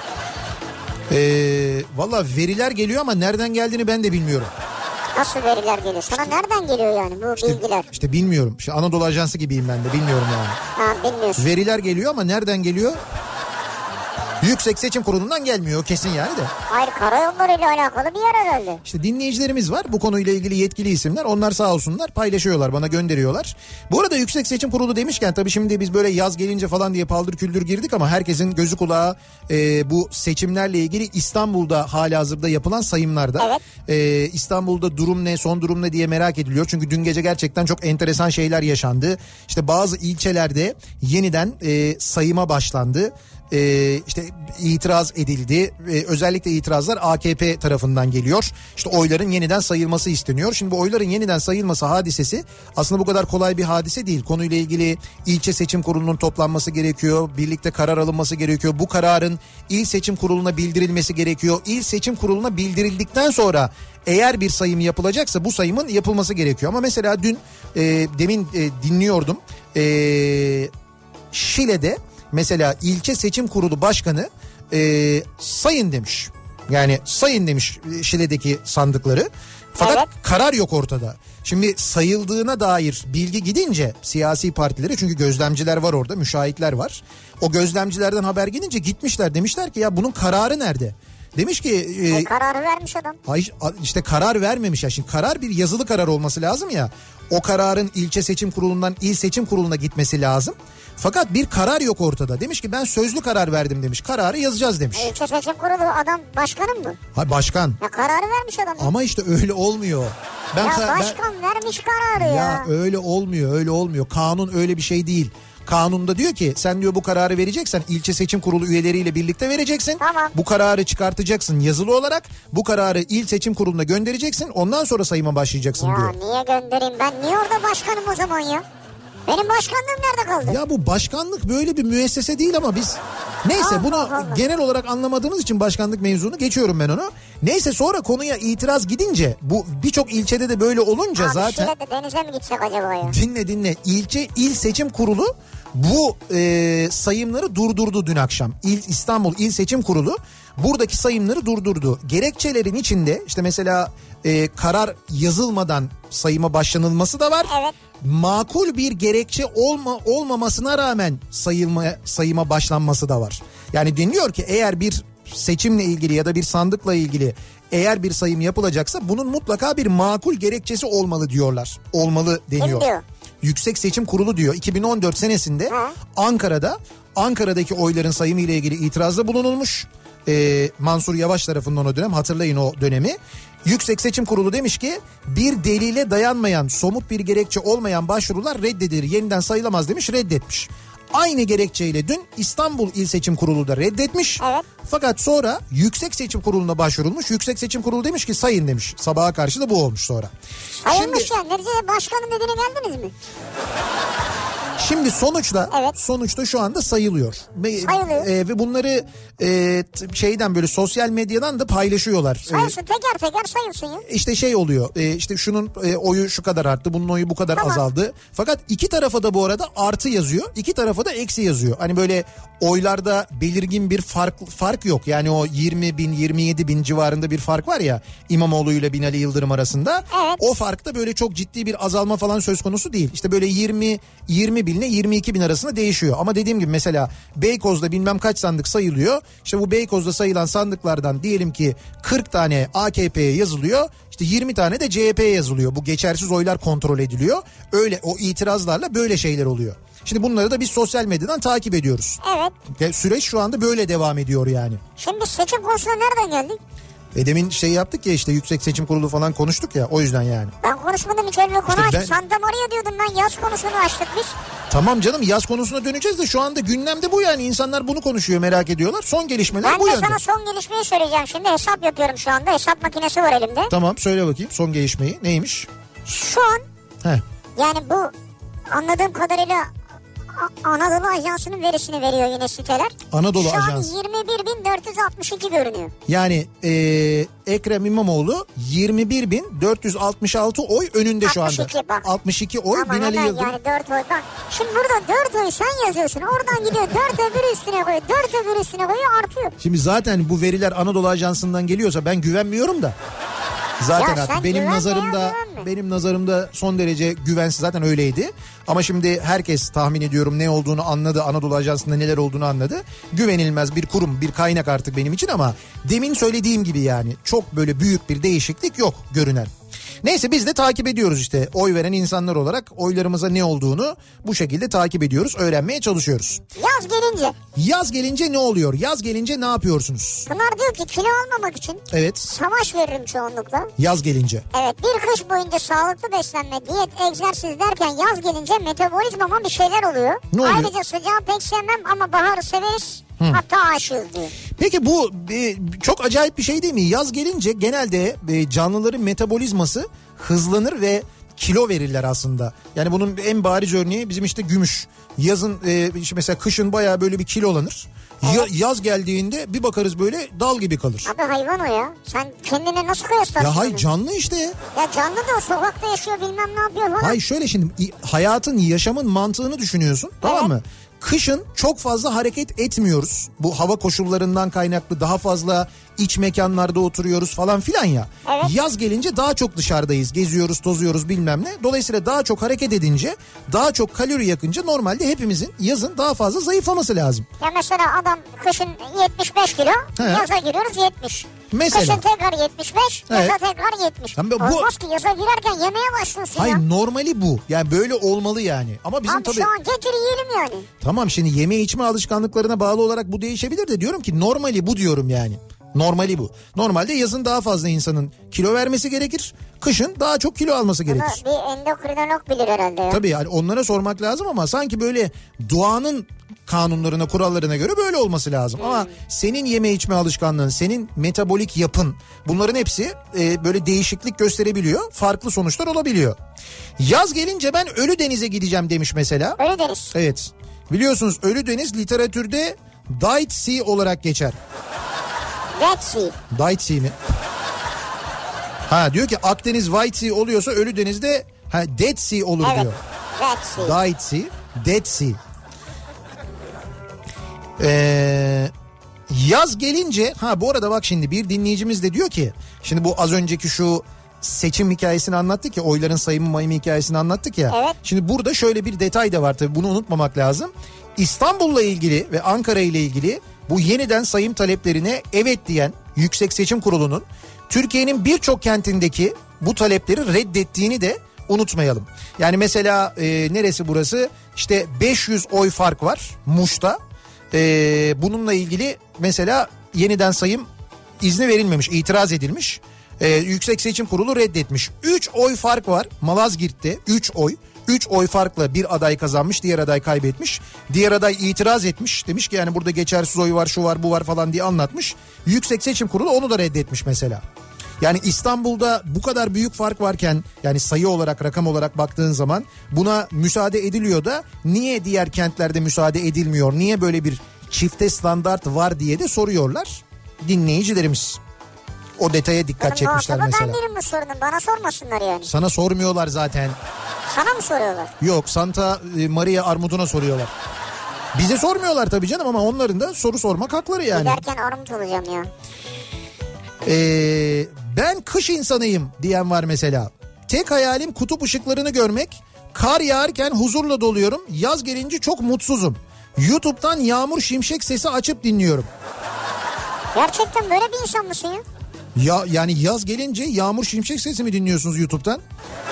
Ee, Valla veriler geliyor ama nereden geldiğini ben de bilmiyorum. Nasıl veriler geliyor? Sana işte, nereden geliyor yani bu işte, bilgiler? İşte bilmiyorum. İşte Anadolu Ajansı gibiyim ben de, bilmiyorum yani. Ha, bilmiyorsun. Veriler geliyor ama nereden geliyor? Yüksek Seçim Kurulu'ndan gelmiyor kesin yani de. Hayır, karayollarıyla alakalı bir yer herhalde. İşte dinleyicilerimiz var bu konuyla ilgili yetkili isimler. Onlar sağ olsunlar paylaşıyorlar, bana gönderiyorlar. Bu arada Yüksek Seçim Kurulu demişken tabii şimdi biz böyle yaz gelince falan diye paldır küldür girdik ama herkesin gözü kulağı e, bu seçimlerle ilgili İstanbul'da halihazırda yapılan sayımlarda. Evet. E, İstanbul'da durum ne, son durum ne diye merak ediliyor. Çünkü dün gece gerçekten çok enteresan şeyler yaşandı. İşte bazı ilçelerde yeniden e, sayıma başlandı. Ee, işte itiraz edildi. Ee, özellikle itirazlar A K P tarafından geliyor. İşte oyların yeniden sayılması isteniyor. Şimdi bu oyların yeniden sayılması hadisesi aslında bu kadar kolay bir hadise değil. Konuyla ilgili ilçe seçim kurulunun toplanması gerekiyor. Birlikte karar alınması gerekiyor. Bu kararın il seçim kuruluna bildirilmesi gerekiyor. İl seçim kuruluna bildirildikten sonra eğer bir sayım yapılacaksa bu sayımın yapılması gerekiyor. Ama mesela dün e, demin e, dinliyordum. E, Şile'de mesela ilçe seçim kurulu başkanı e, sayın demiş. Yani sayın demiş Şile'deki sandıkları. Fakat evet. karar yok ortada. Şimdi sayıldığına dair bilgi gidince siyasi partilere, çünkü gözlemciler var orada, müşahitler var. O gözlemcilerden haber gidince gitmişler, demişler ki ya bunun kararı nerede? Demiş ki... E, e, kararı vermiş adam. Hayır, işte karar vermemiş ya. Şimdi karar bir yazılı karar olması lazım ya. O kararın ilçe seçim kurulundan il seçim kuruluna gitmesi lazım. Fakat bir karar yok ortada. Demiş ki ben sözlü karar verdim demiş. Kararı yazacağız demiş. İlçe seçim kurulu adam başkanım mı? Hayır, başkan. Ya kararı vermiş adam. Ama işte öyle olmuyor. Ben ya ka- başkan ben... vermiş kararı ya. Ya öyle olmuyor, öyle olmuyor. Kanun öyle bir şey değil. Kanunda diyor ki sen diyor bu kararı vereceksen ilçe seçim kurulu üyeleriyle birlikte vereceksin. Tamam. Bu kararı çıkartacaksın yazılı olarak. Bu kararı il seçim kuruluna göndereceksin. Ondan sonra sayıma başlayacaksın ya diyor. Ya niye göndereyim ben? Niye orada başkanım o zaman ya? Benim başkanlığım nerede kaldı? Ya bu başkanlık böyle bir müessese değil ama biz... Neyse Allah bunu Allah. genel olarak anlamadığımız için başkanlık mevzunu geçiyorum ben onu. Neyse sonra konuya itiraz gidince, bu birçok ilçede de böyle olunca abi zaten... Abi Şile'de denize mi gitsek acaba ya? Dinle dinle. İlçe il seçim kurulu bu e, sayımları durdurdu dün akşam. İl, İstanbul İl Seçim Kurulu buradaki sayımları durdurdu. Gerekçelerin içinde işte mesela e, karar yazılmadan sayıma başlanılması da var. Evet. Makul bir gerekçe olma olmamasına rağmen sayılma sayıma başlanması da var. Yani deniliyor ki eğer bir seçimle ilgili ya da bir sandıkla ilgili eğer bir sayım yapılacaksa bunun mutlaka bir makul gerekçesi olmalı diyorlar. Olmalı deniyor. Kim diyor? Yüksek Seçim Kurulu diyor. iki bin on dört senesinde ha. Ankara'da Ankara'daki oyların sayımı ile ilgili itirazda bulunulmuş. Ee, Mansur Yavaş tarafından o dönem, hatırlayın o dönemi. Yüksek Seçim Kurulu demiş ki bir delile dayanmayan, somut bir gerekçe olmayan başvurular reddedilir, yeniden sayılamaz demiş, reddetmiş. Aynı gerekçeyle dün İstanbul İl Seçim Kurulu da reddetmiş. Evet. Fakat sonra Yüksek Seçim Kurulu'na başvurulmuş. Yüksek Seçim Kurulu demiş ki sayın demiş. Sabaha karşı da bu olmuş sonra. Sayılmış Şimdi, ya. Neticede başkanın dediğine geldiniz mi? Şimdi sonuçta evet. sonuçta şu anda sayılıyor. Sayılıyor. E, ve bunları e, şeyden böyle sosyal medyadan da paylaşıyorlar. Sayılsın, teker teker sayılsın ya. İşte şey oluyor, e, işte şunun e, oyu şu kadar arttı, bunun oyu bu kadar tamam. azaldı. Fakat iki tarafa da bu arada artı yazıyor, iki tarafa da eksi yazıyor. Hani böyle oylarda belirgin bir fark fark yok. Yani o yirmi bin yirmi yedi bin civarında bir fark var ya İmamoğlu ile Binali Yıldırım arasında. Evet. O farkta böyle çok ciddi bir azalma falan söz konusu değil. İşte böyle yirmi yirmi bin ile yirmi iki bin arasında değişiyor. Ama dediğim gibi mesela Beykoz'da bilmem kaç sandık sayılıyor. İşte bu Beykoz'da sayılan sandıklardan diyelim ki kırk tane A K P'ye yazılıyor. İşte yirmi tane de C H P'ye yazılıyor. Bu geçersiz oylar kontrol ediliyor. Öyle o itirazlarla böyle şeyler oluyor. Şimdi bunları da biz sosyal medyadan takip ediyoruz. Evet. Ve süreç şu anda böyle devam ediyor yani. Şimdi seçim konusuna nereden geldik? E demin şey yaptık ya, işte Yüksek Seçim Kurulu falan konuştuk ya, o yüzden yani. Ben konuşmadım hiç, öyle bir konu İşte açtık. ben... Santa Maria diyordum ben, yaz konusunu açtık biz. Tamam canım, yaz konusuna döneceğiz de şu anda gündemde bu yani. İnsanlar bunu konuşuyor, merak ediyorlar. Son gelişmeler ben bu de yönde. sana son gelişmeyi söyleyeceğim. Şimdi hesap yapıyorum şu anda. Hesap makinesi var elimde. Tamam, söyle bakayım son gelişmeyi. Neymiş? Şu an Heh. yani bu anladığım kadarıyla Anadolu Ajansı'nın verisini veriyor yine siteler. Anadolu Şu Ajansı. an yirmi bir bin dört yüz altmış iki görünüyor. Yani e, Ekrem İmamoğlu yirmi bir bin dört yüz altmış altı oy önünde şu anda. altmış iki bak. altmış iki oy ama Binali neden Yıldırım. yani dört oy bak. Şimdi burada dört oy sen yazıyorsun. Oradan gidiyor dört öbürü üstüne koyuyor. dört öbürü üstüne koyuyor, artıyor. Şimdi zaten bu veriler Anadolu Ajansı'ndan geliyorsa ben güvenmiyorum da. Zaten ya artık benim nazarımda benim nazarımda son derece güvensiz, zaten öyleydi. Ama şimdi herkes tahmin ediyorum ne olduğunu anladı. Anadolu Ajansı'nda neler olduğunu anladı. Güvenilmez bir kurum, bir kaynak artık benim için, ama demin söylediğim gibi yani çok böyle büyük bir değişiklik yok görünen. Neyse, biz de takip ediyoruz işte, oy veren insanlar olarak oylarımıza ne olduğunu bu şekilde takip ediyoruz, öğrenmeye çalışıyoruz. Yaz gelince. Yaz gelince ne oluyor? Yaz gelince ne yapıyorsunuz? Pınar diyor ki kilo almamak için evet. savaş veririm çoğunlukla. Yaz gelince. Evet, bir kış boyunca sağlıklı beslenme, diyet, egzersiz derken yaz gelince metabolizmama bir şeyler oluyor. Ne oluyor? Ayrıca sıcağı pek sevmem ama baharı severiz. Hı. Hatta aşığız diyor. Peki bu e, çok acayip bir şey değil mi? Yaz gelince genelde e, canlıların metabolizması hızlanır ve kilo verirler aslında. Yani bunun en bariz örneği bizim işte gümüş. Yazın e, işte mesela kışın bayağı böyle bir kilolanır. Evet. Ya, yaz geldiğinde bir bakarız böyle dal gibi kalır. Abi hayvan o ya. Sen kendine nasıl kıyaslarsın? Ya hayır, canlı işte. Ya canlı da o sokakta yaşıyor, bilmem ne yapıyor falan. Hayır şöyle, şimdi hayatın, yaşamın mantığını düşünüyorsun, tamam evet. mı? Kışın çok fazla hareket etmiyoruz. Bu hava koşullarından kaynaklı daha fazla iç mekanlarda oturuyoruz falan filan ya. Evet. Yaz gelince daha çok dışarıdayız, geziyoruz, tozuyoruz bilmem ne. Dolayısıyla daha çok hareket edince, daha çok kalori yakınca normalde hepimizin yazın daha fazla zayıflaması lazım. Ya mesela adam kışın yetmiş beş kilo, He. yaza giriyoruz yetmiş. Mesela. Kışın tekrar yetmiş beş, yaza evet. tekrar yetmiş. Tamam, bu... Olmaz ki, yaza girerken yemeye başlıyorsun. Hayır, ya. normali bu. Yani böyle olmalı yani. Ama bizim abi tabii... şu an getir yiyelim yani. Tamam, şimdi yeme içme alışkanlıklarına bağlı olarak bu değişebilir de diyorum ki normali bu diyorum yani. Normali bu. Normalde yazın daha fazla insanın kilo vermesi gerekir. Kışın daha çok kilo alması Bunu gerekir. bir endokrinolog bilir herhalde ya. Tabii yani onlara sormak lazım ama sanki böyle doğanın kanunlarına, kurallarına göre böyle olması lazım. Hmm. Ama senin yeme içme alışkanlığın, senin metabolik yapın, bunların hepsi e, böyle değişiklik gösterebiliyor. Farklı sonuçlar olabiliyor. Yaz gelince ben Ölüdeniz'e gideceğim demiş mesela. Ölüdeniz. Evet. Biliyorsunuz Ölüdeniz literatürde Dead Sea olarak geçer. Dead Sea. Dead Sea mi? Ha, diyor ki Akdeniz White Sea oluyorsa Ölüdeniz'de ha, Dead Sea olur evet. diyor. Dead Sea. Dead Sea. Dead Sea. Ee, yaz gelince, ha bu arada bak şimdi bir dinleyicimiz de diyor ki, şimdi bu az önceki şu seçim hikayesini anlattık ya, oyların sayımı mayımı hikayesini anlattık ya. Evet. Şimdi burada şöyle bir detay da var tabii, bunu unutmamak lazım. İstanbul'la ilgili ve Ankara ile ilgili bu yeniden sayım taleplerine evet diyen Yüksek Seçim Kurulu'nun Türkiye'nin birçok kentindeki bu talepleri reddettiğini de unutmayalım. Yani mesela e, neresi burası? İşte beş yüz oy fark var Muş'ta. Ee, bununla ilgili mesela yeniden sayım izni verilmemiş, itiraz edilmiş. Ee, Yüksek Seçim Kurulu reddetmiş. üç oy fark var Malazgirt'te, üç oy. üç oy farkla bir aday kazanmış, diğer aday kaybetmiş. Diğer aday itiraz etmiş. Demiş ki yani burada geçersiz oy var, şu var, bu var falan diye anlatmış. Yüksek Seçim Kurulu onu da reddetmiş mesela. Yani İstanbul'da bu kadar büyük fark varken, yani sayı olarak, rakam olarak baktığın zaman buna müsaade ediliyor da niye diğer kentlerde müsaade edilmiyor? Niye böyle bir çifte standart var diye de soruyorlar dinleyicilerimiz. O detaya dikkat çekmişler mesela. mesela. Ben değilim bu sorunun, bana sormasınlar yani. Sana sormuyorlar zaten. Sana mı soruyorlar? Yok, Santa Maria Armud'una soruyorlar. Bize sormuyorlar tabii canım ama onların da soru sormak hakları yani. Giderken armut olacağım ya. Ee, ben kış insanıyım diyen var mesela. Tek hayalim kutup ışıklarını görmek. Kar yağarken huzurla doluyorum. Yaz gelince çok mutsuzum. YouTube'dan yağmur şimşek sesi açıp dinliyorum. Gerçekten böyle bir insan mısın ya? Ya yani yaz gelince yağmur şimşek sesi mi dinliyorsunuz YouTube'dan?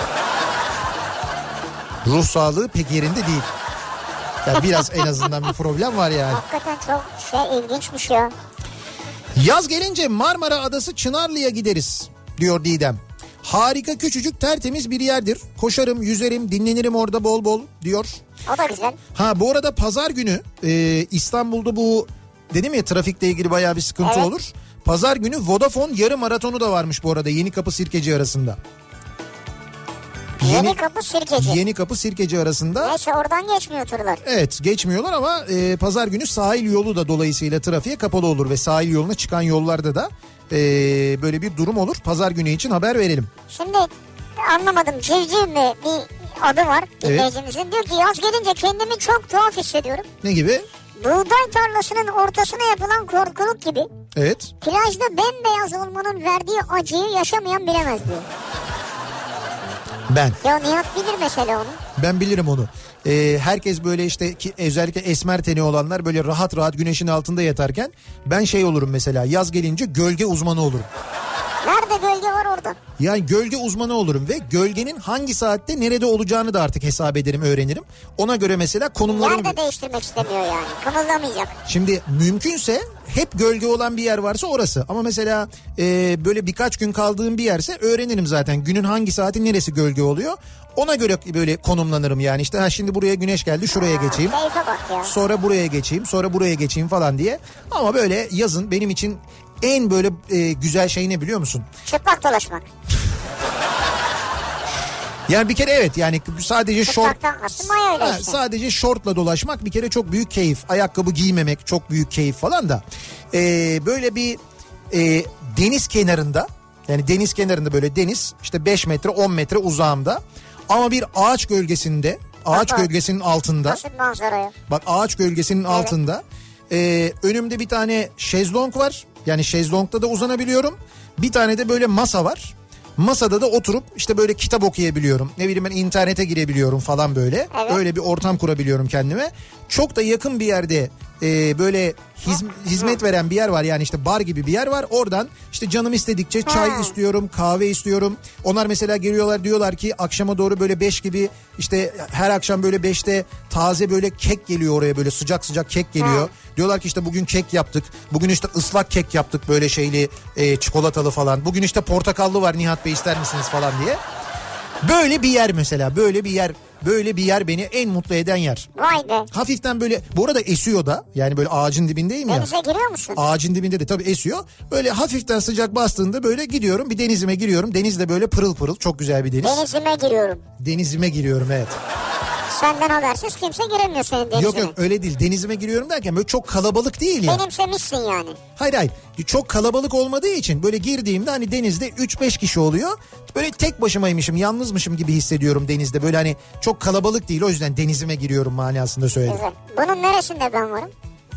Ruh sağlığı pek yerinde değil. Yani biraz en azından bir problem var yani. Hakikaten çok şey ilginçmiş ya. Yaz gelince Marmara Adası Çınarlı'ya gideriz diyor Didem. Harika, küçücük, tertemiz bir yerdir. Koşarım, yüzerim, dinlenirim orada bol bol diyor. O da güzel. Ha bu arada pazar günü e, İstanbul'da bu dedim ya trafikle ilgili bayağı bir sıkıntı evet. olur. Pazar günü Vodafone yarı maratonu da varmış bu arada Yenikapı Sirkeci arasında. Yeni, Yenikapı Sirkeci. Yenikapı Sirkeci arasında. Neyse oradan geçmiyor turlar. Evet geçmiyorlar ama e, pazar günü sahil yolu da dolayısıyla trafiğe kapalı olur ve sahil yoluna çıkan yollarda da e, böyle bir durum olur. Pazar günü için haber verelim. Şimdi anlamadım, civciv mi bir adı var dinleyicimizin. Evet. Diyor ki yaz gelince kendimi çok tuhaf hissediyorum. Ne gibi? Buğday tarlasının ortasına yapılan korkuluk gibi. Evet. Plajda bembeyaz olmanın verdiği acıyı yaşamayan bilemez diyor. Ben. Ya Nihat bilir mesela onu. Ben bilirim onu. Ee, herkes böyle işte ki özellikle esmer teni olanlar böyle rahat rahat güneşin altında yatarken ben şey olurum mesela yaz gelince gölge uzmanı olurum. Nerede gölge var orada? Yani gölge uzmanı olurum ve gölgenin hangi saatte nerede olacağını da artık hesap ederim, öğrenirim. Ona göre mesela konumlarını... Yer de değiştirmek istemiyor yani. Kımıldamayacak. Şimdi mümkünse hep gölge olan bir yer varsa orası. Ama mesela e, böyle birkaç gün kaldığım bir yerse öğrenirim zaten. Günün hangi saati neresi gölge oluyor. Ona göre böyle konumlanırım yani. İşte ha şimdi buraya güneş geldi, şuraya ha, geçeyim. Bak ya. Sonra buraya geçeyim, sonra buraya geçeyim falan diye. Ama böyle yazın benim için... En böyle e, güzel şey ne biliyor musun? Çıplak dolaşmak. Yani bir kere evet yani sadece şort, ha, işte. sadece şortla dolaşmak bir kere çok büyük keyif. Ayakkabı giymemek çok büyük keyif falan da. Ee, böyle bir e, deniz kenarında, yani deniz kenarında böyle deniz işte beş metre on metre uzağımda ama bir ağaç gölgesinde, ağaç Aha. gölgesinin altında. Nasıl manzaraya? Bak ağaç gölgesinin evet. altında e, önümde bir tane şezlong var. Yani şezlongda da uzanabiliyorum. Bir tane de böyle masa var. Masada da oturup işte böyle kitap okuyabiliyorum. Ne bileyim ben internete girebiliyorum falan böyle. Evet. Öyle bir ortam kurabiliyorum kendime. Çok da yakın bir yerde e, böyle hizm- hizmet veren bir yer var. Yani işte bar gibi bir yer var. Oradan işte canım istedikçe çay ha. istiyorum, kahve istiyorum. Onlar mesela geliyorlar diyorlar ki akşama doğru böyle beş gibi işte her akşam böyle beşte taze böyle kek geliyor oraya, böyle sıcak sıcak kek geliyor. Ha. Diyorlar ki işte bugün kek yaptık. Bugün işte ıslak kek yaptık böyle şeyli e, çikolatalı falan. Bugün işte portakallı var, Nihat Bey ister misiniz falan diye. Böyle bir yer mesela, böyle bir yer. Böyle bir yer beni en mutlu eden yer. Vay be. Hafiften böyle, bu arada esiyor da, yani böyle ağacın dibindeyim ya. Denize giriyor musun? Ağacın dibinde de tabii esiyor. Böyle hafiften sıcak bastığında böyle gidiyorum, bir denizime giriyorum. Deniz de böyle pırıl pırıl, çok güzel bir deniz. Denizime giriyorum. Denizime giriyorum, evet. Senden habersiz kimse giremiyor senin denizine. Yok yok öyle değil, denizime giriyorum derken böyle çok kalabalık değil ya. Benimsemişsin yani. Hayır hayır, çok kalabalık olmadığı için böyle girdiğimde hani denizde üç beş kişi oluyor. Böyle tek başımaymışım, yalnızmışım gibi hissediyorum denizde. Böyle hani çok kalabalık değil, o yüzden denizime giriyorum manasında söyledim. Güzel. Bunun neresinde ben varım?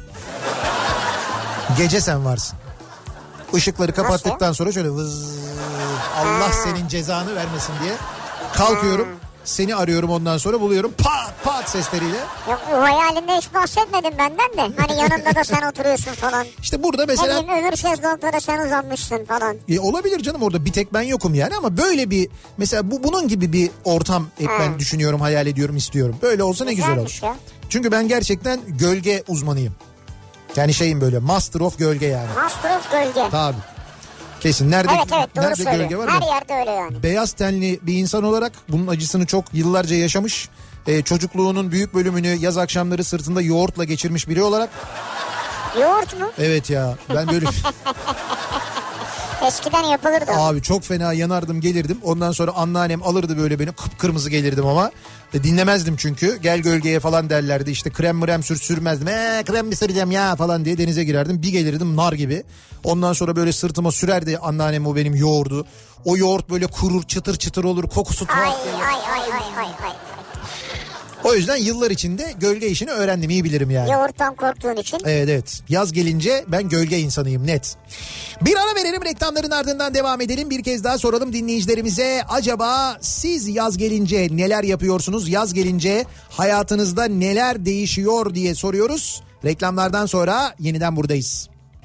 Gece sen varsın. Işıkları kapattıktan sonra şöyle vız, Allah ha. senin cezanı vermesin diye kalkıyorum. Ha. Seni arıyorum, ondan sonra buluyorum, pat pat sesleriyle. Yok, o hayalinde hiç bahsetmedin benden de. Hani yanımda da sen oturuyorsun falan. İşte burada mesela. Hem öbür şezlongda da sen uzanmışsın falan. E, olabilir canım, orada bir tek ben yokum yani, ama böyle bir mesela bu bunun gibi bir ortam hep ha. ben düşünüyorum, hayal ediyorum, istiyorum. Böyle olsa ne güzel olur. Ya. Çünkü ben gerçekten gölge uzmanıyım. Yani şeyin böyle Master of Gölge yani. Master of Gölge. Tabii. Kesin. Nerede, evet evet doğru nerede söylüyor. gölge var Her mı? yerde öyle yani. Beyaz tenli bir insan olarak bunun acısını çok yıllarca yaşamış. Ee, çocukluğunun büyük bölümünü yaz akşamları sırtında yoğurtla geçirmiş biri olarak. Yoğurt mu? Evet ya ben böyle... Eskiden yapılırdı. Abi çok fena yanardım gelirdim. Ondan sonra anneannem alırdı böyle beni, kıpkırmızı gelirdim ama e, dinlemezdim çünkü. Gel gölgeye falan derlerdi, işte krem mrem sür sürmezdim. Eee krem mi süreceğim ya falan diye denize girerdim. Bir gelirdim nar gibi. Ondan sonra böyle sırtıma sürerdi anneannem o benim yoğurdu. O yoğurt böyle kurur, çıtır çıtır olur, kokusu tuhaf. Ay ay ay ay ay ay. O yüzden yıllar içinde gölge işini öğrendim, iyi bilirim yani. Yoğurttan korktuğun için. Evet evet. Yaz gelince ben gölge insanıyım net. Bir ara verelim, reklamların ardından devam edelim. Bir kez daha soralım dinleyicilerimize. Acaba siz yaz gelince neler yapıyorsunuz? Yaz gelince hayatınızda neler değişiyor diye soruyoruz. Reklamlardan sonra yeniden buradayız.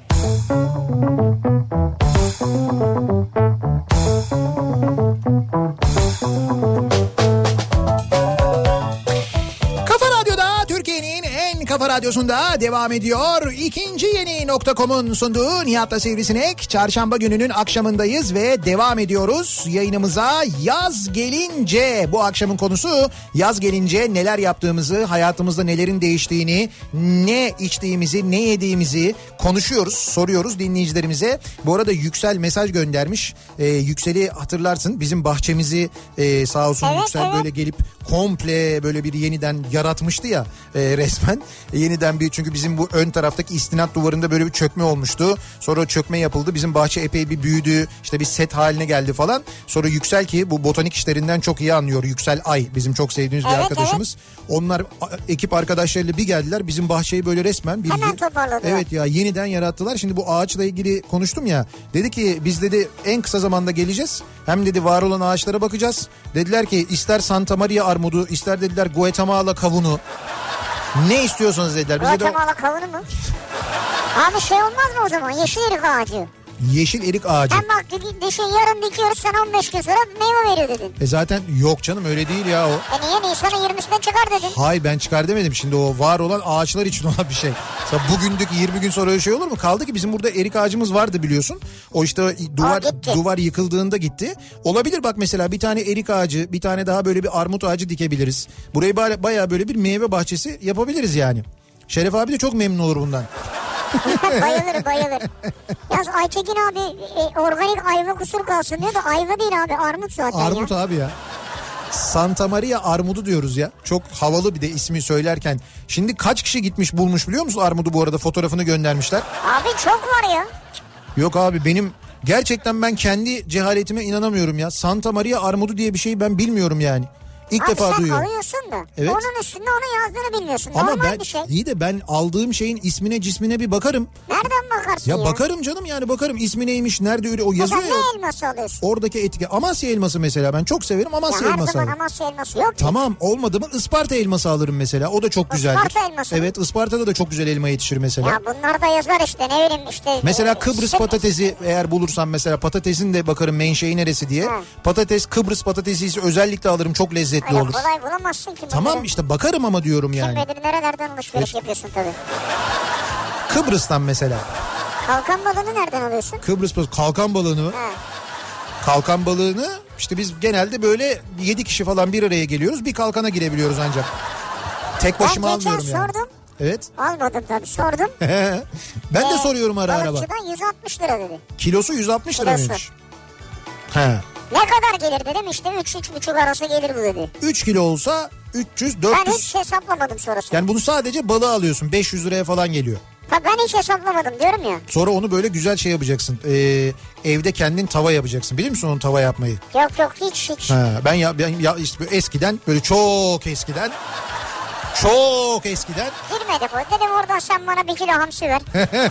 Kafa Radyosu'nda devam ediyor. İkinci yeni nokta com'un sunduğu Nihat'la Sivrisinek. Çarşamba gününün akşamındayız ve devam ediyoruz yayınımıza. Yaz gelince, bu akşamın konusu yaz gelince neler yaptığımızı, hayatımızda nelerin değiştiğini, ne içtiğimizi, ne yediğimizi konuşuyoruz, soruyoruz dinleyicilerimize. Bu arada Yüksel mesaj göndermiş. Ee, Yüksel'i hatırlarsın, bizim bahçemizi e, sağ olsun evet, Yüksel evet. böyle gelip komple böyle bir yeniden yaratmıştı ya e, resmen. E, yeniden bir, çünkü bizim bu ön taraftaki istinat duvarında böyle bir çökme olmuştu. Sonra o çökme yapıldı. Bizim bahçe epey bir büyüdü. İşte bir set haline geldi falan. Sonra Yüksel, ki bu botanik işlerinden çok iyi anlıyor. Yüksel Ay bizim çok sevdiğimiz evet, bir arkadaşımız. Evet. Onlar ekip arkadaşlarıyla bir geldiler. Bizim bahçeyi böyle resmen bir hemen toparladılar. Evet ya, yeniden yarattılar. Şimdi bu ağaçla ilgili konuştum ya. Dedi ki biz dedi en kısa zamanda geleceğiz. Hem dedi var olan ağaçlara bakacağız. Dediler ki ister Santa Maria armudu, ister dediler Guatemala kavunu. Ne istiyorsanız dediler. Guatemala de... kavunu mu? Abi şey olmaz mı o zaman? Yeşil erik ağacı. Yeşil erik ağacı. Hem bak düşün, yarın dikiyoruz, sen on beş gün sonra meyve veriyor dedin. E zaten yok canım, öyle değil ya o. E niye, Nisan'ın yirmisinde çıkar dedin. Hayır, ben çıkar demedim, şimdi o var olan ağaçlar için olan bir şey. Mesela bugündük yirmi gün sonra öyle şey olur mu? Kaldı ki bizim burada erik ağacımız vardı biliyorsun. O işte duvar duvar yıkıldığında gitti. Olabilir bak, mesela bir tane erik ağacı, bir tane daha böyle bir armut ağacı dikebiliriz. Burayı baya, baya böyle bir meyve bahçesi yapabiliriz yani. Şeref abi de çok memnun olur bundan. bayılır bayılır. Yaz Aytekin abi e, organik ayva kusur kalsın diyor da ayva değil abi, armut zaten armut ya. Armut abi ya. Santa Maria armudu diyoruz ya. Çok havalı bir de ismi söylerken. Şimdi kaç kişi gitmiş bulmuş biliyor musun armudu, bu arada fotoğrafını göndermişler. Abi çok var ya. Yok abi, benim gerçekten ben kendi cehaletime inanamıyorum ya. Santa Maria armudu diye bir şeyi ben bilmiyorum yani. İlk abi defa sen duyuyorum. alıyorsun da evet. onun üstünde onu yazdığını bilmiyorsun. Ama normal ben, bir şey. İyi de ben aldığım şeyin ismine cismine bir bakarım. Nereden bakarsın ya? Ya bakarım canım, yani bakarım ismi neymiş, nerede öyle o yazıyor mesela ya. ne elması alıyorsun? Oradaki etiket. Amasya elması mesela, ben çok severim Amasya ya elması. Her zaman alırım. Amasya elması yok ki. Tamam, olmadı mı Isparta elması alırım mesela, o da çok güzeldir. Isparta elması. Evet, Isparta'da da çok güzel elma yetişir mesela. Ya bunlar da yazar işte, ne bileyim işte. Mesela Kıbrıs şey... patatesi eğer bulursam, mesela patatesin de bakarım menşei neresi diye. Ha. Patates Kıbrıs patatesi ise özellikle alırım, çok lezzetli öyle olur. Kolay bulamazsın ki. Tamam bunları. işte bakarım ama diyorum yani. Kim bilir nerelerden alışveriş evet. yapıyorsun tabii. Kıbrıs'tan mesela. Kalkan balığını nereden alıyorsun? Kıbrıs kalkan balığını mı? Ha. Kalkan balığını işte biz genelde böyle yedi kişi falan bir araya geliyoruz. Bir kalkana girebiliyoruz ancak. Tek başıma almıyorum yani. Ben sordum. Evet. Almadım tabii, sordum. ben ee, de soruyorum ara ara. Balıkçıdan yüz altmış lira dedi. Kilosu yüz altmış lira mıymış? He. Ne kadar gelir dedim, işte üç üç buçuk arası gelir bu dedi. üç kilo olsa üç yüz dört yüz. Ben hiç hesaplamadım sonrasında. Yani bunu sadece balığı alıyorsun, beş yüz liraya falan geliyor. Tabii ben hiç hesaplamadım diyorum ya. Sonra onu böyle güzel şey yapacaksın. Ee, evde kendin tava yapacaksın. Bilir misin onu tava yapmayı? Yok yok hiç hiç. Ha, ben ya, ben ya işte böyle eskiden, böyle çok eskiden. Çok eskiden. Girmedik o. Dedim oradan sen bana bir kilo hamsi ver.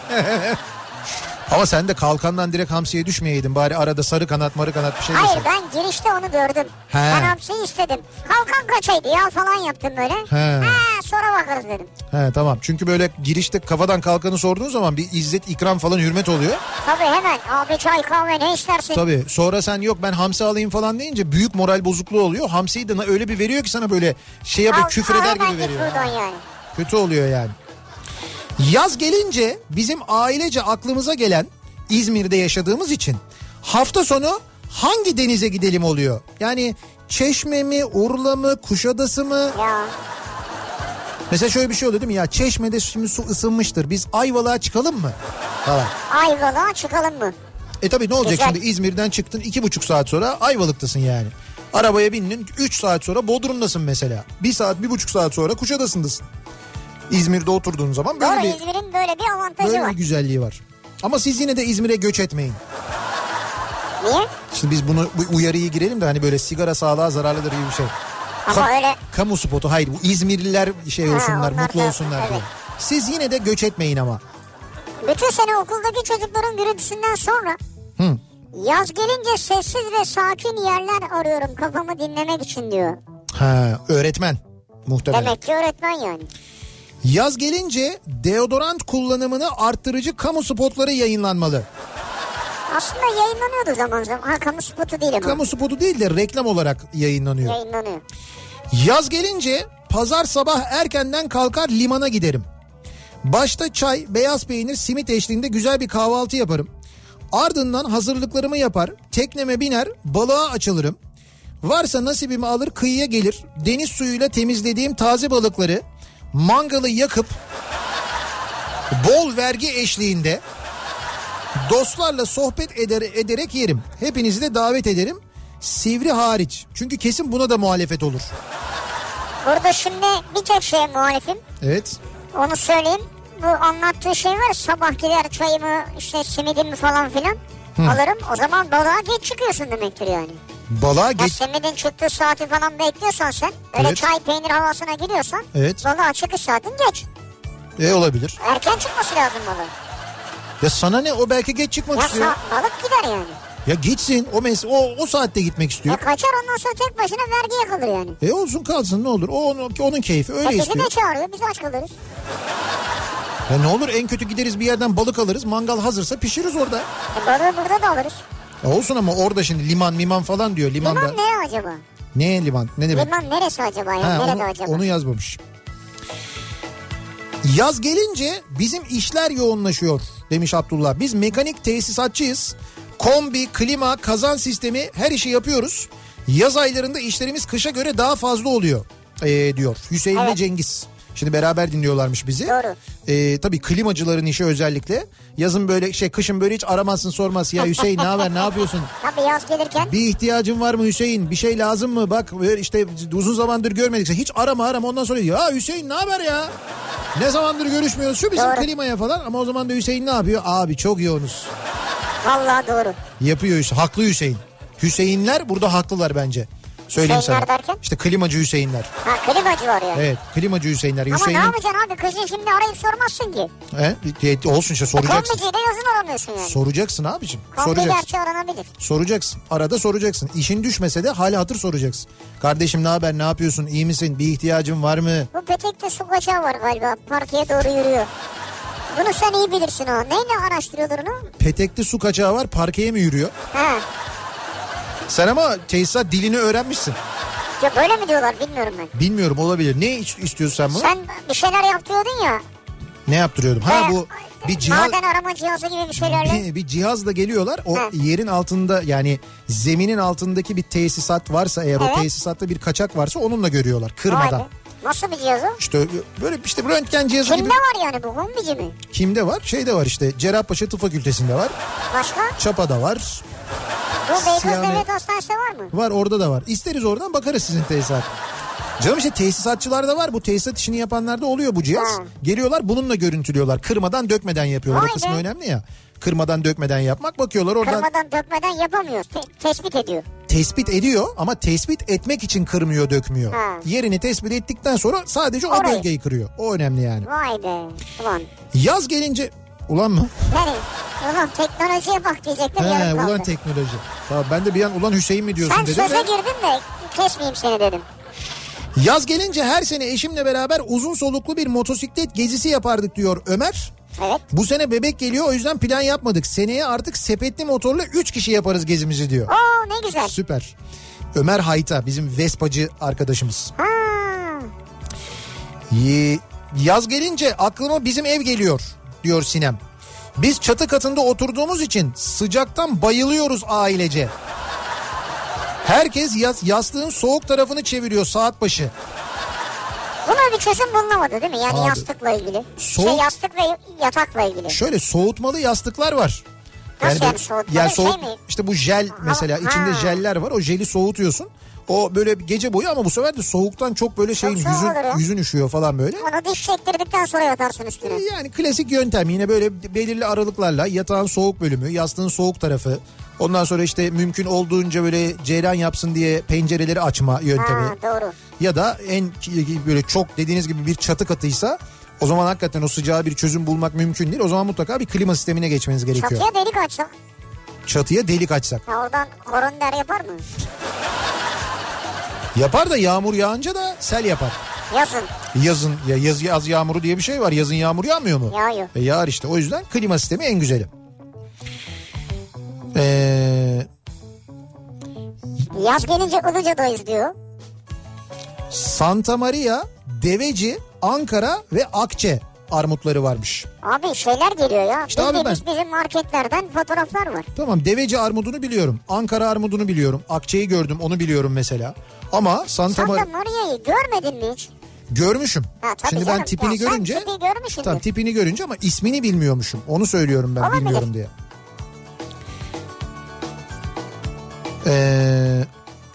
Ama sen de kalkandan direkt hamsiye düşmeyeydin. Bari arada sarı kanat marı kanat bir şey Hayır desin. ben girişte onu gördüm. He. Ben hamsiyi istedim. Kalkan kaçaydı ya falan yaptım böyle. He. He, sonra bakarız dedim. He tamam, çünkü böyle girişte kafadan kalkanı sorduğun zaman bir izzet ikram falan hürmet oluyor. Tabii hemen abi çay kahve ne istersin? Tabii sonra sen yok ben hamsi alayım falan deyince büyük moral bozukluğu oluyor. Hamsiyi de öyle bir veriyor ki sana böyle şeye bir küfür eder gibi veriyor. Yani. Kötü oluyor yani. Yaz gelince bizim ailece aklımıza gelen, İzmir'de yaşadığımız için hafta sonu hangi denize gidelim oluyor? Yani Çeşme mi, Urla mı, Kuşadası mı? Ya. Mesela şöyle bir şey oluyor değil mi? Ya Çeşme'de şimdi su ısınmıştır. Biz Ayvalık'a çıkalım mı? Falan. Ayvalık'a çıkalım mı? E tabii ne olacak Güzel. şimdi, İzmir'den çıktın iki buçuk saat sonra Ayvalık'tasın yani. Arabaya bindin üç saat sonra Bodrum'dasın mesela. Bir saat bir buçuk saat sonra Kuşadası'ndasın. İzmir'de oturduğun zaman böyle Doğru, bir, İzmir'in böyle bir avantajı böyle var. bir güzelliği var. Ama siz yine de İzmir'e göç etmeyin. Niye? Şimdi biz bunu bu uyarıyı girelim de hani böyle sigara sağlığa zararlıdır gibi bir şey. Ama Ka- öyle. Kamu spotu, hayır, bu İzmirliler şey Ha, olsunlar, onlar mutlu da- olsunlar evet. diye. Siz yine de göç etmeyin ama. Bütün sene okuldaki çocukların gürültüsünden sonra Hı. yaz gelince sessiz ve sakin yerler arıyorum kafamı dinlemek için diyor. Ha, öğretmen muhtemelen. Demek ki öğretmen yani. Yaz gelince deodorant kullanımını arttırıcı kamu spotları yayınlanmalı. Aslında yayınlanıyordu zaman zaman. Ha, kamu spotu değil ama. Kamu spotu değil de reklam olarak yayınlanıyor. Yayınlanıyor. Yaz gelince pazar sabah erkenden kalkar limana giderim. Başta çay, beyaz peynir, simit eşliğinde güzel bir kahvaltı yaparım. Ardından hazırlıklarımı yapar, tekneme biner, balığa açılırım. Varsa nasibimi alır kıyıya gelir. Deniz suyuyla temizlediğim taze balıkları mangalı yakıp bol vergi eşliğinde dostlarla sohbet eder, ederek yerim. Hepinizi de davet ederim. Sivri hariç. Çünkü kesin buna da muhalefet olur. Burada şimdi bir tek şeye muhalifim. Evet. Onu söyleyeyim. Bu anlattığı şey var. Sabah gider çayımı işte simidimi falan filan Hı. alırım. O zaman balığa geç çıkıyorsun demektir yani. Balığa Ya geç... simidin çıktığı saati falan bekliyorsan sen. Öyle Evet. çay peynir havasına giriyorsan. Evet. Balığa çıkış saatin geç. E olabilir. Erken çıkması lazım balığın. Ya sana ne, o belki geç çıkmak Ya istiyor. sa- balık gider yani. Ya gitsin o mes o o saatte gitmek istiyor. Ya kaçar ondan sonra tek başına vergiye kalır yani. E olsun kalsın ne olur. O onun, onun keyfi öyle Ya bizi istiyor. de çağırıyor biz aç kalırız. Ya ne olur, en kötü gideriz bir yerden balık alırız. Mangal hazırsa pişiririz orada. E balığı burada da alırız. Ya olsun ama orada şimdi liman miman falan diyor. Limanda... Liman nere acaba? Ne liman? Ne demek? Liman neresi acaba ya? Ha, Nerede onu, acaba? onu yazmamış. Yaz gelince bizim işler yoğunlaşıyor demiş Abdullah. Biz mekanik tesisatçıyız. Kombi, klima, kazan sistemi her işi yapıyoruz. Yaz aylarında işlerimiz kışa göre daha fazla oluyor ee, diyor Hüseyin Evet. ve Cengiz. Şimdi beraber dinliyorlarmış bizi. Doğru. Ee, tabii klimacıların işi özellikle. Yazın böyle şey, kışın böyle hiç aramazsın sormazsın. Ya Hüseyin ne haber, ne yapıyorsun? Tabii yaz gelirken. Bir ihtiyacın var mı Hüseyin? Bir şey lazım mı? Bak işte uzun zamandır görmedik. Hiç arama arama, ondan sonra diyor. Ya Hüseyin ne haber ya? Ne zamandır görüşmüyoruz şu bizim Doğru. klimaya falan. Ama o zaman da Hüseyin ne yapıyor? Abi çok yoğunuz. Vallahi doğru. Yapıyor Hüseyin. Haklı Hüseyin. Hüseyinler burada haklılar bence. Söyleyeyim Hüseyinler sana. derken? İşte klimacı Hüseyinler. Ha klimacı var yani. Evet, klimacı Hüseyinler. Ama Hüseyin'in... ne yapacaksın abi, kışın şimdi arayıp sormazsın ki. He? Olsun işte, soracaksın. Kombiciyi de yazın aramıyorsun yani. Soracaksın abicim. Kombi Soracaksın. gerçi aranabilir. Soracaksın. Arada soracaksın. İşin düşmese de hali hatır soracaksın. Kardeşim ne haber, ne yapıyorsun, iyi misin, bir ihtiyacın var mı? Bu petekte su kaçağı var galiba, parkeye doğru yürüyor. Bunu sen iyi bilirsin o. Neyle araştırıyordur onu? Petekte su kaçağı var, parkeye mi yürüyor? Ha. Sen ama tesisat dilini öğrenmişsin. Ya böyle mi diyorlar bilmiyorum ben. Bilmiyorum, olabilir. Ne istiyorsun sen bunu? Sen bir şeyler yaptırıyordun ya. Ne yaptırıyordum? Ha Ee, bu bir cihaz... Maden arama cihazı gibi bir şeylerle. Bir, bir cihazla geliyorlar. O Ha. yerin altında, yani zeminin altındaki bir tesisat varsa eğer, Evet. o tesisatta bir kaçak varsa onunla görüyorlar Vay kırmadan. be. Nasıl bir cihaz o? İşte böyle işte röntgen cihazı Kimde gibi. var yani bu, kombici mi? Kimde var? Şeyde var işte, Cerrahpaşa Tıp Fakültesi'nde var. Başka? Çapa'da var. Bu Beykoz Siyah- Devlet Hastanesi'nde var mı? Var, orada da var. İsteriz, oradan bakarız sizin tesisat. Canım işte tesisatçılarda var, bu tesisat işini yapanlarda oluyor bu cihaz. Ha. Geliyorlar bununla görüntülüyorlar. Kırmadan dökmeden yapıyorlar. Vay O kısmı be. önemli ya. Kırmadan dökmeden yapmak, bakıyorlar oradan Kırmadan dökmeden yapamıyoruz. Te- tespit ediyor. tespit ediyor ama tespit etmek için kırmıyor, dökmüyor. Ha. Yerini tespit ettikten sonra sadece o Orayı. bölgeyi kırıyor. O önemli yani. Vay be. Ulan. Yaz gelince ulan mı? Yani ulan teknolojiye bak diyecektim, He, yarım kaldı. ulan teknoloji. Tamam, ben de bir an ulan Hüseyin mi diyorsun Sen dedim. söze de- girdin de kesmeyeyim seni dedim. Yaz gelince her sene eşimle beraber uzun soluklu bir motosiklet gezisi yapardık diyor Ömer. Evet. Bu sene bebek geliyor, o yüzden plan yapmadık. Seneye artık sepetli motorla üç kişi yaparız gezimizi diyor. Oo ne güzel. Süper. Ömer Hayta bizim Vespacı arkadaşımız. Ha. Ye- Yaz gelince aklıma bizim ev geliyor diyor Sinem. Biz çatı katında oturduğumuz için sıcaktan bayılıyoruz ailece. Herkes yas, yastığın soğuk tarafını çeviriyor saat başı. Buna bir çözüm bulunamadı değil mi? Yani Abi, yastıkla ilgili. soğuk, şey yastık ve yatakla ilgili. Şöyle soğutmalı yastıklar var. Nasıl yani, yani soğutmalı yani soğut, şey mi? İşte bu jel mesela, ha, içinde ha. jeller var, o jeli soğutuyorsun. O böyle gece boyu ama bu sefer de soğuktan çok böyle şeyin çok yüzün, yüzün üşüyor falan böyle. Onu diş çektirdikten sonra yatarsın üstüne. Yani klasik yöntem yine böyle belirli aralıklarla yatağın soğuk bölümü, yastığın soğuk tarafı. Ondan sonra işte mümkün olduğunca böyle cereyan yapsın diye pencereleri açma yöntemi. Ha, doğru. Ya da en böyle çok dediğiniz gibi bir çatı katıysa o zaman hakikaten o sıcağa bir çözüm bulmak mümkün değil. O zaman mutlaka bir klima sistemine geçmeniz gerekiyor. Çatıya delik açsak. Çatıya delik açsak. Ha, oradan koronder yapar mı? Yapar da yağmur yağınca da sel yapar. Yazın. Yazın ya yaz yaz yağmuru diye bir şey var. Yazın yağmur yağmıyor mu? Yağıyor. E yağar işte. O yüzden klima sistemi en güzeli. Ee... Yaz gelince Ilıca'dayız diyor. Santa Maria, Deveci, Ankara ve Akçe armutları varmış. Abi şeyler geliyor ya. İşte abi ben... bizim marketlerden fotoğraflar var. Tamam, Deveci armudunu biliyorum. Ankara armudunu biliyorum. Akçe'yi gördüm, onu biliyorum mesela. Ama Santa, Mar- Santa Maria'yı görmedin mi hiç? Görmüşüm. Ha, Şimdi canım. ben tipini ya görünce... Tipi görmüşsündür. Tamam, tipini görünce ama ismini bilmiyormuşum. Onu söylüyorum ben. Olabilir. Bilmiyorum diye. Ee,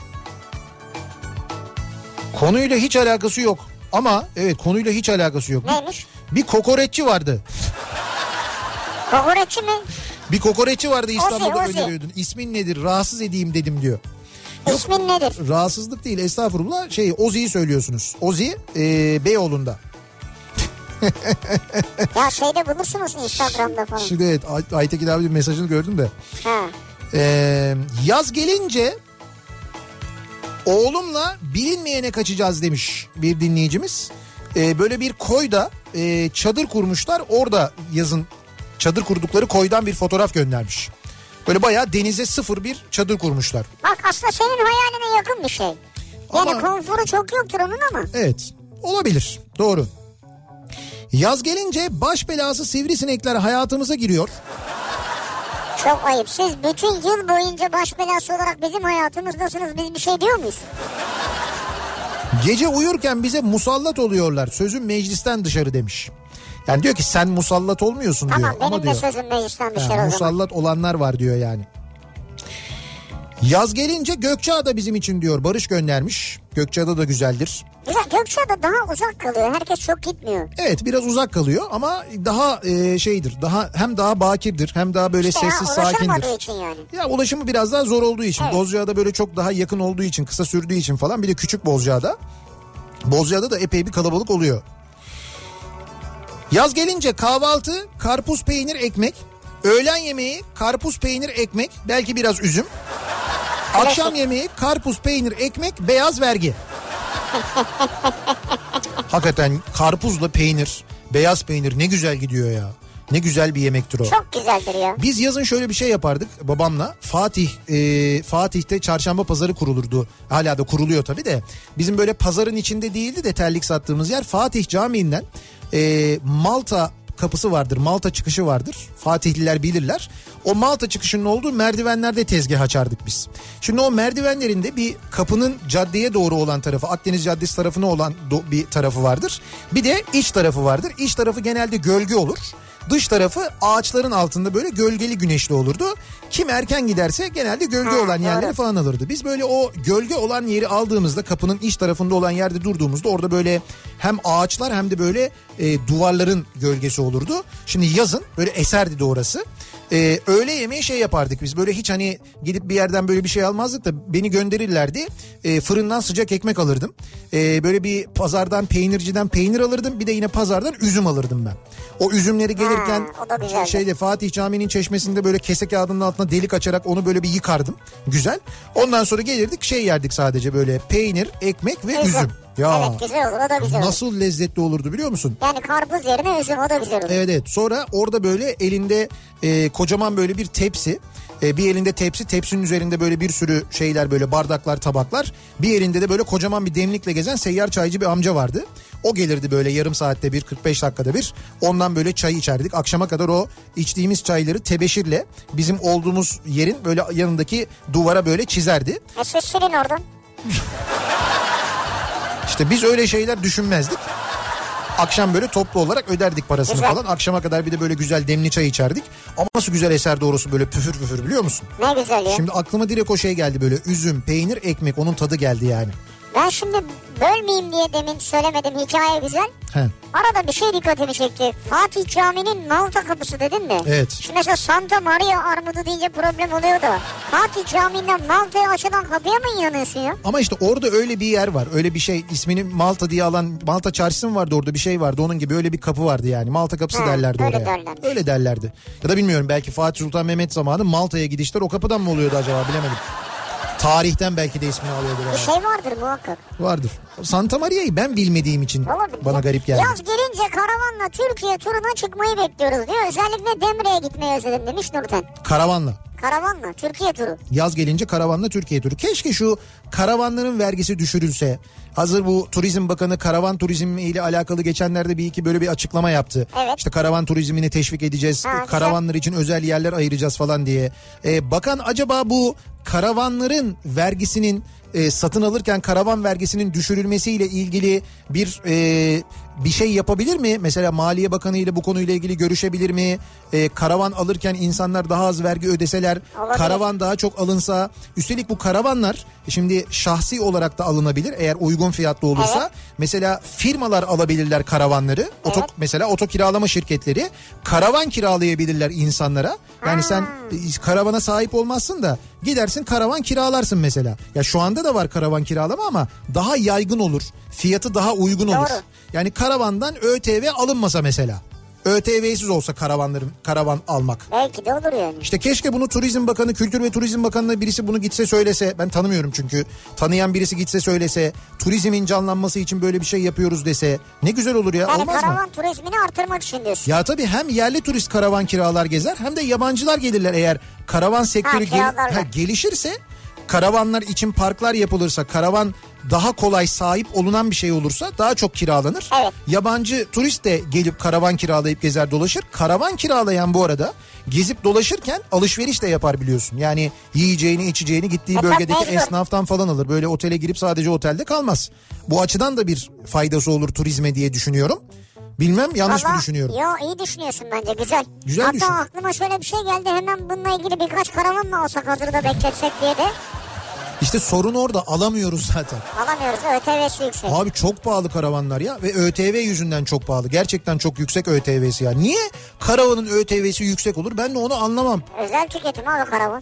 konuyla hiç alakası yok. Ama evet, konuyla hiç alakası yok. Neymiş? Bir kokoreççi vardı. Kokoreççi mi? Bir kokoreççi vardı İstanbul'da, Ozi, öneriyordun. İsmin nedir? Rahatsız edeyim dedim diyor. İsmin nedir? Rahatsızlık değil, estağfurullah. Şey, Ozi'yi söylüyorsunuz. Ozi e, Beyoğlu'nda. Ya şeyde bulursunuz Instagram'da falan. Şimdi evet, Ay- Aytekin abi bir mesajını gördüm de. Ha. Ee, yaz gelince oğlumla bilinmeyene kaçacağız demiş bir dinleyicimiz. Ee, böyle bir koyda e, çadır kurmuşlar. Orada yazın çadır kurdukları koydan bir fotoğraf göndermiş. Böyle bayağı denize sıfır bir çadır kurmuşlar. Bak aslında senin hayaline yakın bir şey. Yani ama, konforu çok yoktur onun ama. Evet, olabilir, doğru. Yaz gelince baş belası sivrisinekler hayatımıza giriyor. Çok ayıp. Siz bütün yıl boyunca baş belası olarak bizim hayatımızdasınız. Biz bir şey diyor muyuz? Gece uyurken bize musallat oluyorlar. Sözüm meclisten dışarı demiş. Yani diyor ki sen musallat olmuyorsun tamam, diyor. Ama benim diyor, de sözüm meclisten dışarı yani o musallat zaman. olanlar var diyor yani. Yaz gelince Gökçeada bizim için diyor. Barış göndermiş. Gökçeada da güzeldir. Güzel, Gökçeada daha uzak kalıyor. Herkes çok gitmiyor. Evet, biraz uzak kalıyor ama daha e, şeydir. Daha hem daha bakirdir, hem daha böyle işte sessiz, ya, sakindir. Için yani. Ya ulaşımı biraz daha zor olduğu için, evet. Bozcaada böyle çok daha yakın olduğu için, kısa sürdüğü için falan, bir de küçük Bozcaada. Bozcaada da epey bir kalabalık oluyor. Yaz gelince kahvaltı karpuz peynir ekmek, öğlen yemeği karpuz peynir ekmek, belki biraz üzüm. Akşam yemeği karpuz peynir ekmek, beyaz vergi. Hakikaten karpuzla peynir, beyaz peynir ne güzel gidiyor ya. Ne güzel bir yemektir o. Çok güzeldir ya. Biz yazın şöyle bir şey yapardık babamla. Fatih, e, Fatih'te çarşamba pazarı kurulurdu. Hala da kuruluyor tabii de. Bizim böyle pazarın içinde değildi de terlik sattığımız yer. Fatih Camii'nden e, Malta kapısı vardır. Malta çıkışı vardır. Fatihliler bilirler. O Malta çıkışının olduğu merdivenlerde tezgah açardık biz. Şimdi o merdivenlerinde bir kapının caddeye doğru olan tarafı, Akdeniz Caddesi tarafına olan bir tarafı vardır. Bir de iç tarafı vardır. İç tarafı genelde gölge olur. Dış tarafı ağaçların altında böyle gölgeli güneşli olurdu. Kim erken giderse genelde gölge ha, olan yerleri doğru. falan alırdı. Biz böyle o gölge olan yeri aldığımızda, kapının iç tarafında olan yerde durduğumuzda orada böyle hem ağaçlar hem de böyle e, duvarların gölgesi olurdu. Şimdi yazın böyle eserdi de orası. Ee, öğle yemeği şey yapardık biz, böyle hiç hani gidip bir yerden böyle bir şey almazdık da beni gönderirlerdi. Ee, fırından sıcak ekmek alırdım. Ee, böyle bir pazardan, peynirciden peynir alırdım, bir de yine pazardan üzüm alırdım ben. O üzümleri gelirken ha, şeyde Fatih Camii'nin çeşmesinde böyle kese kağıdının altına delik açarak onu böyle bir yıkardım. Güzel. Ondan sonra gelirdik şey yerdik, sadece böyle peynir, ekmek ve üzüm. Ya, evet güzel olur, o da güzel olur. Nasıl lezzetli olurdu biliyor musun? Yani karpuz yerine üzüm, o da güzel olur. Evet evet, sonra orada böyle elinde e, kocaman böyle bir tepsi. E, bir elinde tepsi, tepsinin üzerinde böyle bir sürü şeyler, böyle bardaklar, tabaklar. Bir elinde de böyle kocaman bir demlikle gezen seyyar çaycı bir amca vardı. O gelirdi böyle yarım saatte bir, kırk beş dakikada bir. Ondan böyle çay içerdik. Akşama kadar o içtiğimiz çayları tebeşirle bizim olduğumuz yerin böyle yanındaki duvara böyle çizerdi. E siz silin oradan. İşte biz öyle şeyler düşünmezdik. Akşam böyle toplu olarak öderdik parasını güzel. Falan. Akşama kadar bir de böyle güzel demli çay içerdik. Ama nasıl güzel eser doğrusu, böyle püfür püfür, biliyor musun? Ne güzel ya. Şimdi aklıma direkt o şey geldi, böyle üzüm, peynir, ekmek, onun tadı geldi yani. Ben şimdi bölmeyeyim diye demin söylemedim, hikaye güzel. He. Arada bir şey dikkatimi çekti. Fatih Camii'nin Malta kapısı dedin mi? Evet. Şimdi mesela Santa Maria armudu deyince problem oluyor da. Fatih Camii'nden Malta'ya açılan kapıya mı inanıyorsun ya? Ama işte orada öyle bir yer var. Öyle bir şey, ismini Malta diye alan, Malta çarşısı mı vardı orada, bir şey vardı. Onun gibi öyle bir kapı vardı yani. Malta kapısı ha, derlerdi öyle oraya. Derlermiş. Öyle derlerdi. Ya da bilmiyorum, belki Fatih Sultan Mehmet zamanı Malta'ya gidişler o kapıdan mı oluyordu acaba, bilemedim. Tarihten belki de ismini alıyordur. Bir şey vardır muhakkak. Vardır. Santa Maria'yı ben bilmediğim için olabilir. Bana garip geldi. Yaz gelince karavanla Türkiye turuna çıkmayı bekliyoruz diyor. Özellikle Demre'ye gitmeyi özledim demiş Nurten. Karavanla. Karavanla Türkiye turu. Yaz gelince karavanla Türkiye turu. Keşke şu karavanların vergisi düşürülse. Hazır bu Turizm Bakanı karavan turizmi ile alakalı geçenlerde bir iki böyle bir açıklama yaptı. Evet. İşte karavan turizmini teşvik edeceğiz. Ha, karavanlar için özel yerler ayıracağız falan diye. Ee, bakan acaba bu karavanların vergisinin e, satın alırken karavan vergisinin düşürülmesiyle ilgili bir e, bir şey yapabilir mi? Mesela Maliye Bakanı ile bu konuyla ilgili görüşebilir mi? E, karavan alırken insanlar daha az vergi ödeseler, olabilir. Karavan daha çok alınsa. Üstelik bu karavanlar şimdi şahsi olarak da alınabilir eğer uygun fiyatlı olursa. Evet. Mesela firmalar alabilirler karavanları. Evet. Oto, mesela oto kiralama şirketleri karavan kiralayabilirler insanlara. Yani ha. sen karavana sahip olmazsın da gidersin karavan kiralarsın mesela. Ya şu anda da var karavan kiralama ama daha yaygın olur. Fiyatı daha uygun olur. Doğru. Yani karavandan ÖTV alınmasa mesela. ÖTV'siz olsa karavanların karavan almak. Belki de olur yani. İşte keşke bunu Turizm Bakanı, Kültür ve Turizm Bakanı'na birisi bunu gitse söylese. Ben tanımıyorum çünkü. Tanıyan birisi gitse söylese. Turizmin canlanması için böyle bir şey yapıyoruz dese. Ne güzel olur ya, yani olmaz mı? Yani karavan turizmini artırmak için diyorsun. Ya tabii hem yerli turist karavan kiralar gezer hem de yabancılar gelirler eğer karavan sektörü ha, gel- ha, gelişirse. Karavanlar için parklar yapılırsa, karavan daha kolay sahip olunan bir şey olursa daha çok kiralanır. Evet. Yabancı turist de gelip karavan kiralayıp gezer dolaşır. Karavan kiralayan bu arada gezip dolaşırken alışveriş de yapar biliyorsun. Yani yiyeceğini içeceğini gittiği e, bölgedeki esnaftan falan alır. Böyle otele girip sadece otelde kalmaz. Bu açıdan da bir faydası olur turizme diye düşünüyorum. Bilmem yanlış Vallahi, mı düşünüyorum? Yo iyi düşünüyorsun bence, güzel. Güzel Hatta düşün. aklıma şöyle bir şey geldi, hemen bununla ilgili birkaç karavan mı alsak hazırda bekletsek diye de. İşte sorun orada, alamıyoruz zaten. Alamıyoruz, ÖTV'si yüksek. Abi çok pahalı karavanlar ya ve ÖTV yüzünden çok pahalı. Gerçekten çok yüksek ÖTV'si ya. Niye karavanın ÖTV'si yüksek olur? Ben de onu anlamam. Özel tüketim abi karavan.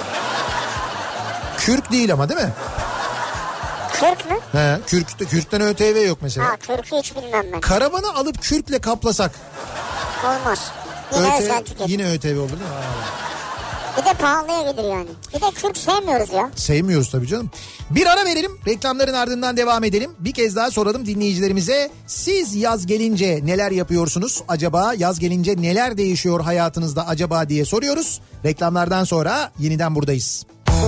Kürk değil ama değil mi? Kürk mü? He, kürkte, kürkten ÖTV yok mesela. Ha, kürkü hiç bilmem ben. Karavanı alıp kürkle kaplasak. Olmaz. Yine ÖTV, özel tüketim. Yine ÖTV olur değil mi? Ha. Bir de pahalıya gelir yani. Bir de kürk sevmiyoruz ya. Sevmiyoruz tabii canım. Bir ara verelim. Reklamların ardından devam edelim. Bir kez daha soralım dinleyicilerimize. Siz yaz gelince neler yapıyorsunuz? Acaba yaz gelince neler değişiyor hayatınızda acaba diye soruyoruz. Reklamlardan sonra yeniden buradayız.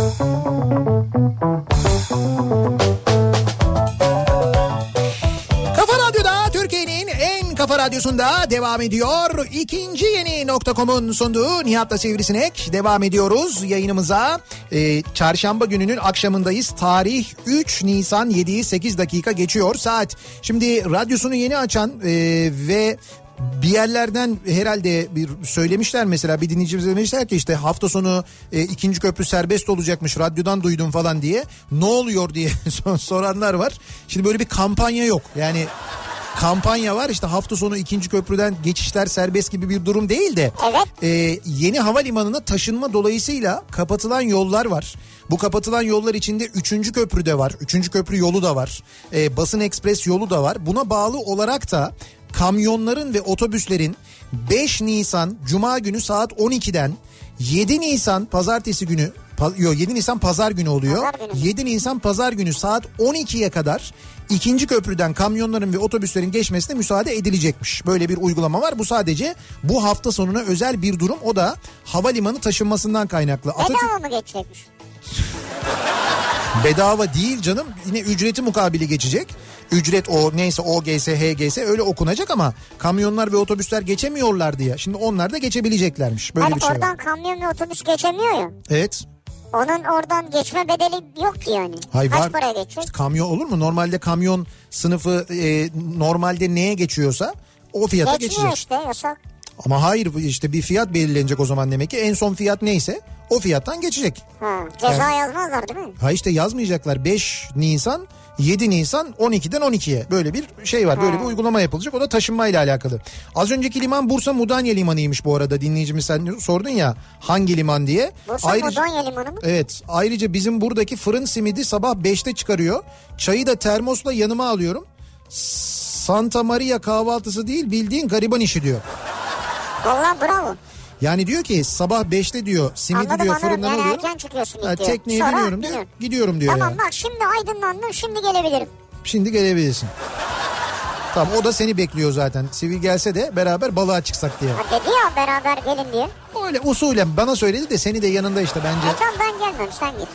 Kafa Radyo'da, Türkiye'nin en kafa radyosunda devam ediyor. İkinci yeni nokta com'un sunduğu Nihat'la Sivrisinek devam ediyoruz yayınımıza. Ee, çarşamba gününün akşamındayız. Tarih üç Nisan, yedi sekiz dakika geçiyor saat. Şimdi radyosunu yeni açan e, ve bir yerlerden herhalde bir söylemişler, mesela bir dinleyicimiz demişler ki işte hafta sonu e, ikinci köprü serbest olacakmış, radyodan duydum falan diye. Ne oluyor diye soranlar var. Şimdi böyle bir kampanya yok yani. Kampanya var işte, hafta sonu ikinci köprüden geçişler serbest gibi bir durum değil de evet. e, yeni havalimanına taşınma dolayısıyla kapatılan yollar var. Bu kapatılan yollar içinde üçüncü köprü de var. üçüncü köprü yolu da var. E, Basın Ekspres yolu da var. Buna bağlı olarak da kamyonların ve otobüslerin beş Nisan Cuma günü saat on ikiden yedi Nisan Pazartesi günü Pa- Yok yedi Nisan pazar günü oluyor. Pazar günü. yedi Nisan pazar günü saat on ikiye kadar ikinci köprüden kamyonların ve otobüslerin geçmesine müsaade edilecekmiş. Böyle bir uygulama var. Bu sadece bu hafta sonuna özel bir durum. O da havalimanı taşınmasından kaynaklı. Bedava Atatürk... mı geçecekmiş? Bedava değil canım. Yine ücreti mukabili geçecek. Ücret o neyse O G S, H G S öyle okunacak ama kamyonlar ve otobüsler geçemiyorlar diye. Şimdi onlar da geçebileceklermiş. Böyle yani bir şey oradan var. kamyon ve otobüs geçemiyor ya. Evet. Onun oradan geçme bedeli yok ki yani. Hayır, Kaç var. paraya geçecek? İşte kamyon olur mu? Normalde kamyon sınıfı e, normalde neye geçiyorsa o fiyata Geçmiyor geçecek. işte yasak. Ama hayır işte bir fiyat belirlenecek o zaman demek ki. En son fiyat neyse o fiyattan geçecek. Ha, ceza yani, yazmazlar değil mi? Ha işte yazmayacaklar. beş Nisan, yedi Nisan on ikiden on ikiye böyle bir şey var. Böyle ha. bir uygulama yapılacak. O da taşınmayla alakalı. Az önceki liman Bursa Mudanya Limanı'ymış bu arada. Dinleyicimiz sen sordun ya hangi liman diye. Bursa ayrıca, Mudanya Limanı mı? Evet. Ayrıca bizim buradaki fırın simidi sabah beşte çıkarıyor. Çayı da termosla yanıma alıyorum. Santa Maria kahvaltısı değil bildiğin gariban işi diyor. Vallahi bravo. Yani diyor ki sabah beşte diyor simidi anladım, diyor anladım. fırından yani alıyor. erken çıkıyorsun yani diyor. Tekneye Sonra biniyorum diyor. Gidiyorum diyor. Tamam yani. bak şimdi aydınlandım şimdi gelebilirim. Şimdi gelebilirsin. Tamam o da seni bekliyor zaten. Sivil gelse de beraber balığa çıksak diye. Ha dedi ya beraber gelin diye. Öyle usulen bana söyledi de seni de yanında işte bence. E tamam ben gelmem sen git.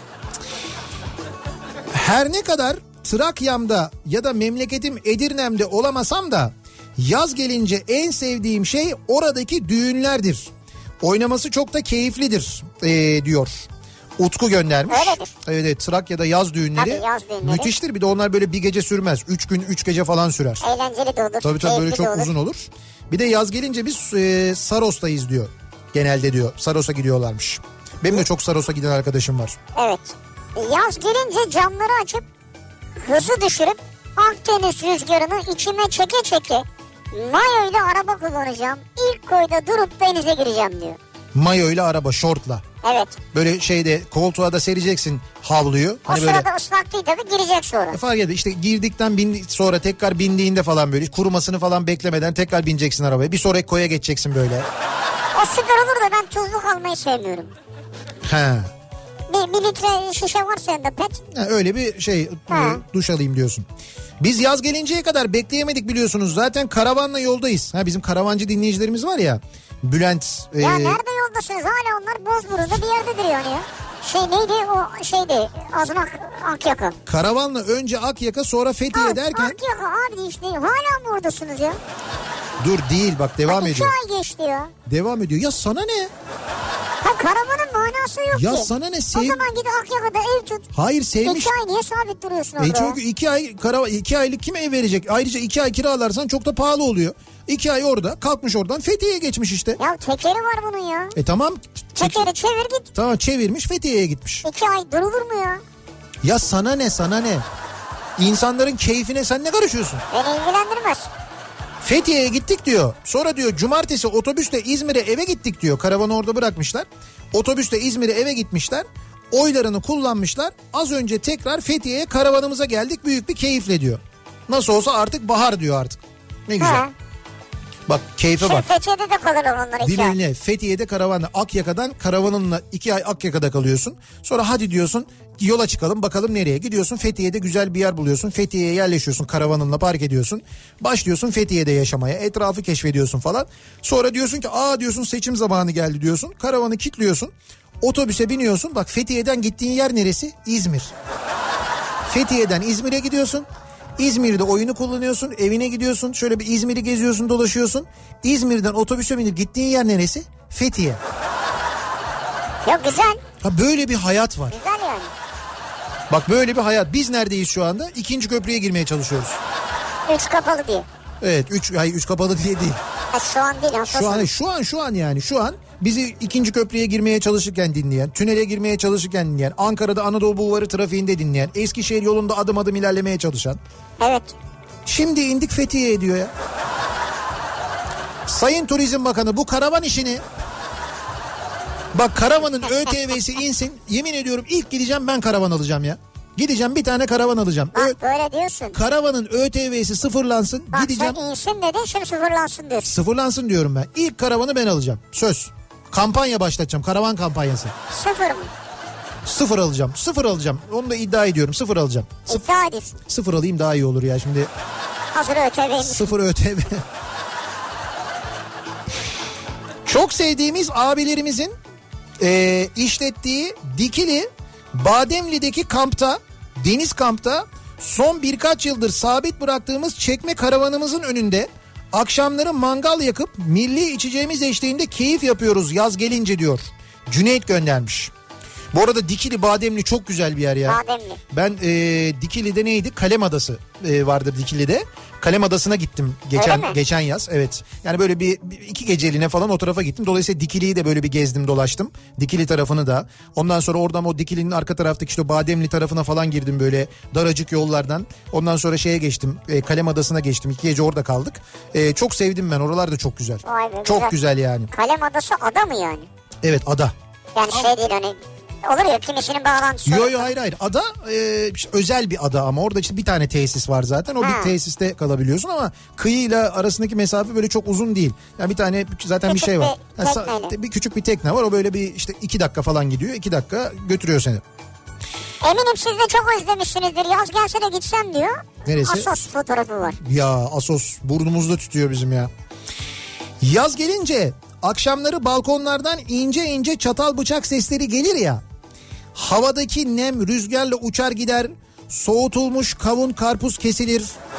Her ne kadar Trakya'mda ya da memleketim Edirne'mde olamasam da yaz gelince en sevdiğim şey oradaki düğünlerdir. Oynaması çok da keyiflidir ee, diyor. Utku göndermiş. Öyledir. Evet, evet Trakya'da yaz düğünleri, tabii, yaz düğünleri müthiştir. Bir de onlar böyle bir gece sürmez. Üç gün üç gece falan sürer. Eğlenceli de olur. Tabii tabii böyle çok olur. uzun olur. Bir de yaz gelince biz e, Saros'tayız diyor. Genelde diyor. Saros'a gidiyorlarmış. Benim de çok Saros'a giden arkadaşım var. Evet. Yaz gelince camları açıp hızı düşürüp Akdeniz rüzgarını içime çeke çeke mayo ile araba kullanacağım. İlk koyda durup denize gireceğim diyor. Mayo ile araba, şortla. Evet. Böyle şeyde koltuğa da sereceksin havluyu. Hani o sırada böyle... ıslak değil tabii girecek sonra. E fark ediyor işte girdikten bindi, sonra tekrar bindiğinde falan böyle kurumasını falan beklemeden tekrar bineceksin arabaya. Bir sonraki koya geçeceksin böyle. O süper olur da ben tuzlu kalmayı sevmiyorum. He. Bir, bir litre şişe varsa yanında pet. Ha, öyle bir şey ha. duş alayım diyorsun. Biz yaz gelinceye kadar bekleyemedik biliyorsunuz. Zaten karavanla yoldayız. Ha, bizim karavancı dinleyicilerimiz var ya. Bülent. Ya e... nerede yoldasınız? Hala onlar Bozburun'da bir yerdedir yani ya. Şey neydi o şeydi Azmak Akyaka. Karavanla önce Akyaka sonra Fethiye Abi, derken. Akyaka abi işte hala mı oradasınız ya? Dur değil bak devam ha, ediyor. İki ay geçti ya. Devam ediyor. Ya sana ne? Ha karavanın manası yok ya ki. Ya sana ne? Sev... O zaman gidip Akyaka'da ev tut. Hayır sevmiş. İki ay niye sabit duruyorsun orada? E çünkü iki ay karavan, iki aylık kim ev verecek? Ayrıca iki ay kiralarsan çok da pahalı oluyor. İki ay orada kalkmış oradan Fethiye'ye geçmiş işte. Ya tekeri var bunun ya. E tamam. Tekeri çevir git. Tamam çevirmiş Fethiye'ye gitmiş. İki ay durulur mu ya? Ya sana ne sana ne? İnsanların keyfine sen ne karışıyorsun? Beni ilgilendirmez. Fethiye'ye gittik diyor. Sonra diyor cumartesi otobüsle İzmir'e eve gittik diyor. Karavanı orada bırakmışlar. Otobüsle İzmir'e eve gitmişler. Oylarını kullanmışlar. Az önce tekrar Fethiye'ye karavanımıza geldik. Büyük bir keyifle diyor. Nasıl olsa artık bahar diyor artık. Ne güzel. Ha. Bak keyfe bak. Fethiye'de de kalırlar onlar iki ay. Fethiye'de karavanla Akyaka'dan karavanınla iki ay Akyaka'da kalıyorsun. Sonra hadi diyorsun yola çıkalım bakalım nereye gidiyorsun. Fethiye'de güzel bir yer buluyorsun. Fethiye'ye yerleşiyorsun karavanınla park ediyorsun. Başlıyorsun Fethiye'de yaşamaya etrafı keşfediyorsun falan. Sonra diyorsun ki aa diyorsun seçim zamanı geldi diyorsun. Karavanı kilitliyorsun. Otobüse biniyorsun. Bak Fethiye'den gittiğin yer neresi? İzmir. Fethiye'den İzmir'e gidiyorsun. İzmir'de oyunu kullanıyorsun, evine gidiyorsun, şöyle bir İzmir'i geziyorsun, dolaşıyorsun. İzmir'den otobüse binip gittiğin yer neresi? Fethiye. Ya güzel. Ha böyle bir hayat var. Güzel yani. Bak böyle bir hayat. Biz neredeyiz şu anda? İkinci köprüye girmeye çalışıyoruz. Üç kapalı diye. Evet, üç hayır üç kapalı diye değil. Ha, şu an değil aslında. Şu an şu an şu an yani şu an bizi ikinci köprüye girmeye çalışırken dinleyen, tünele girmeye çalışırken dinleyen, Ankara'da Anadolu Bulvarı trafiğinde dinleyen, Eskişehir yolunda adım adım ilerlemeye çalışan. Evet. Şimdi indik Fethiye'ye diyor ya. Sayın Turizm Bakanı bu karavan işini bak karavanın ÖTV'si insin. Yemin ediyorum ilk gideceğim ben karavan alacağım ya. Gideceğim bir tane karavan alacağım. Bak Ö- böyle diyorsun. Karavanın ÖTV'si sıfırlansın. Bak gideceğim. sen insin dedin şimdi sıfırlansın diyorsun. Sıfırlansın diyorum ben. İlk karavanı ben alacağım. Söz. Kampanya başlatacağım. Karavan kampanyası. Sıfır mı? Sıfır alacağım. Sıfır alacağım. Onu da iddia ediyorum. Sıfır alacağım. Sıf- İddia ediyorsun. sıfır alayım daha iyi olur ya şimdi. Hazır ÖTV'ymiş. Sıfır ÖTV. Çok sevdiğimiz abilerimizin e, işlettiği Dikili Bademli'deki kampta, deniz kampta son birkaç yıldır sabit bıraktığımız çekme karavanımızın önünde akşamları mangal yakıp milli içeceğimiz eşliğinde keyif yapıyoruz yaz gelince diyor. Cüneyt göndermiş. Bu arada Dikili Bademli çok güzel bir yer ya. Bademli. Ben e, Dikili'de neydi? Kalem Adası e, vardır Dikili'de. Kalem Adası'na gittim geçen geçen yaz. Evet. Yani böyle bir, bir iki geceliğine falan o tarafa gittim. Dolayısıyla Dikili'yi de böyle bir gezdim dolaştım. Dikili tarafını da. Ondan sonra oradan o Dikili'nin arka taraftaki işte Bademli tarafına falan girdim böyle daracık yollardan. Ondan sonra şeye geçtim. E, Kalem Adası'na geçtim. İki gece orada kaldık. E, çok sevdim ben. Oralar da çok güzel. Vay be, çok güzel. güzel yani. Kalem Adası ada mı yani? Evet ada. Yani şey değil hani olur ya kimisinin bağlantısı. Yo yo hayır hayır ada e, işte özel bir ada ama orada işte bir tane tesis var zaten o Ha. bir tesiste kalabiliyorsun ama kıyıyla arasındaki mesafe böyle çok uzun değil. Yani bir tane zaten Küçük bir şey var. bir Yani sa- tekneyle. bir küçük bir tekne var o böyle bir işte iki dakika falan gidiyor iki dakika götürüyor seni. Eminim siz de çok özlemişsinizdir. Yaz gelse de gitsem diyor. Neresi? Assos fotoğrafı var. Ya Assos burnumuzda tütüyor bizim ya. Yaz gelince akşamları balkonlardan ince ince çatal bıçak sesleri gelir ya. Havadaki nem rüzgarla uçar gider. Soğutulmuş kavun karpuz kesilir.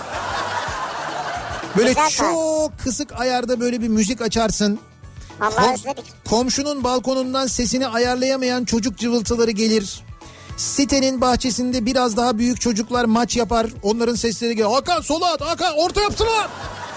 Böyle Güzel çok kısık ayarda böyle bir müzik açarsın. Vallahi Kom- özledik. komşunun balkonundan sesini ayarlayamayan çocuk cıvıltıları gelir. Sitenin bahçesinde biraz daha büyük çocuklar maç yapar. Onların sesleri gelir. Hakan sola at, Hakan orta yapsana.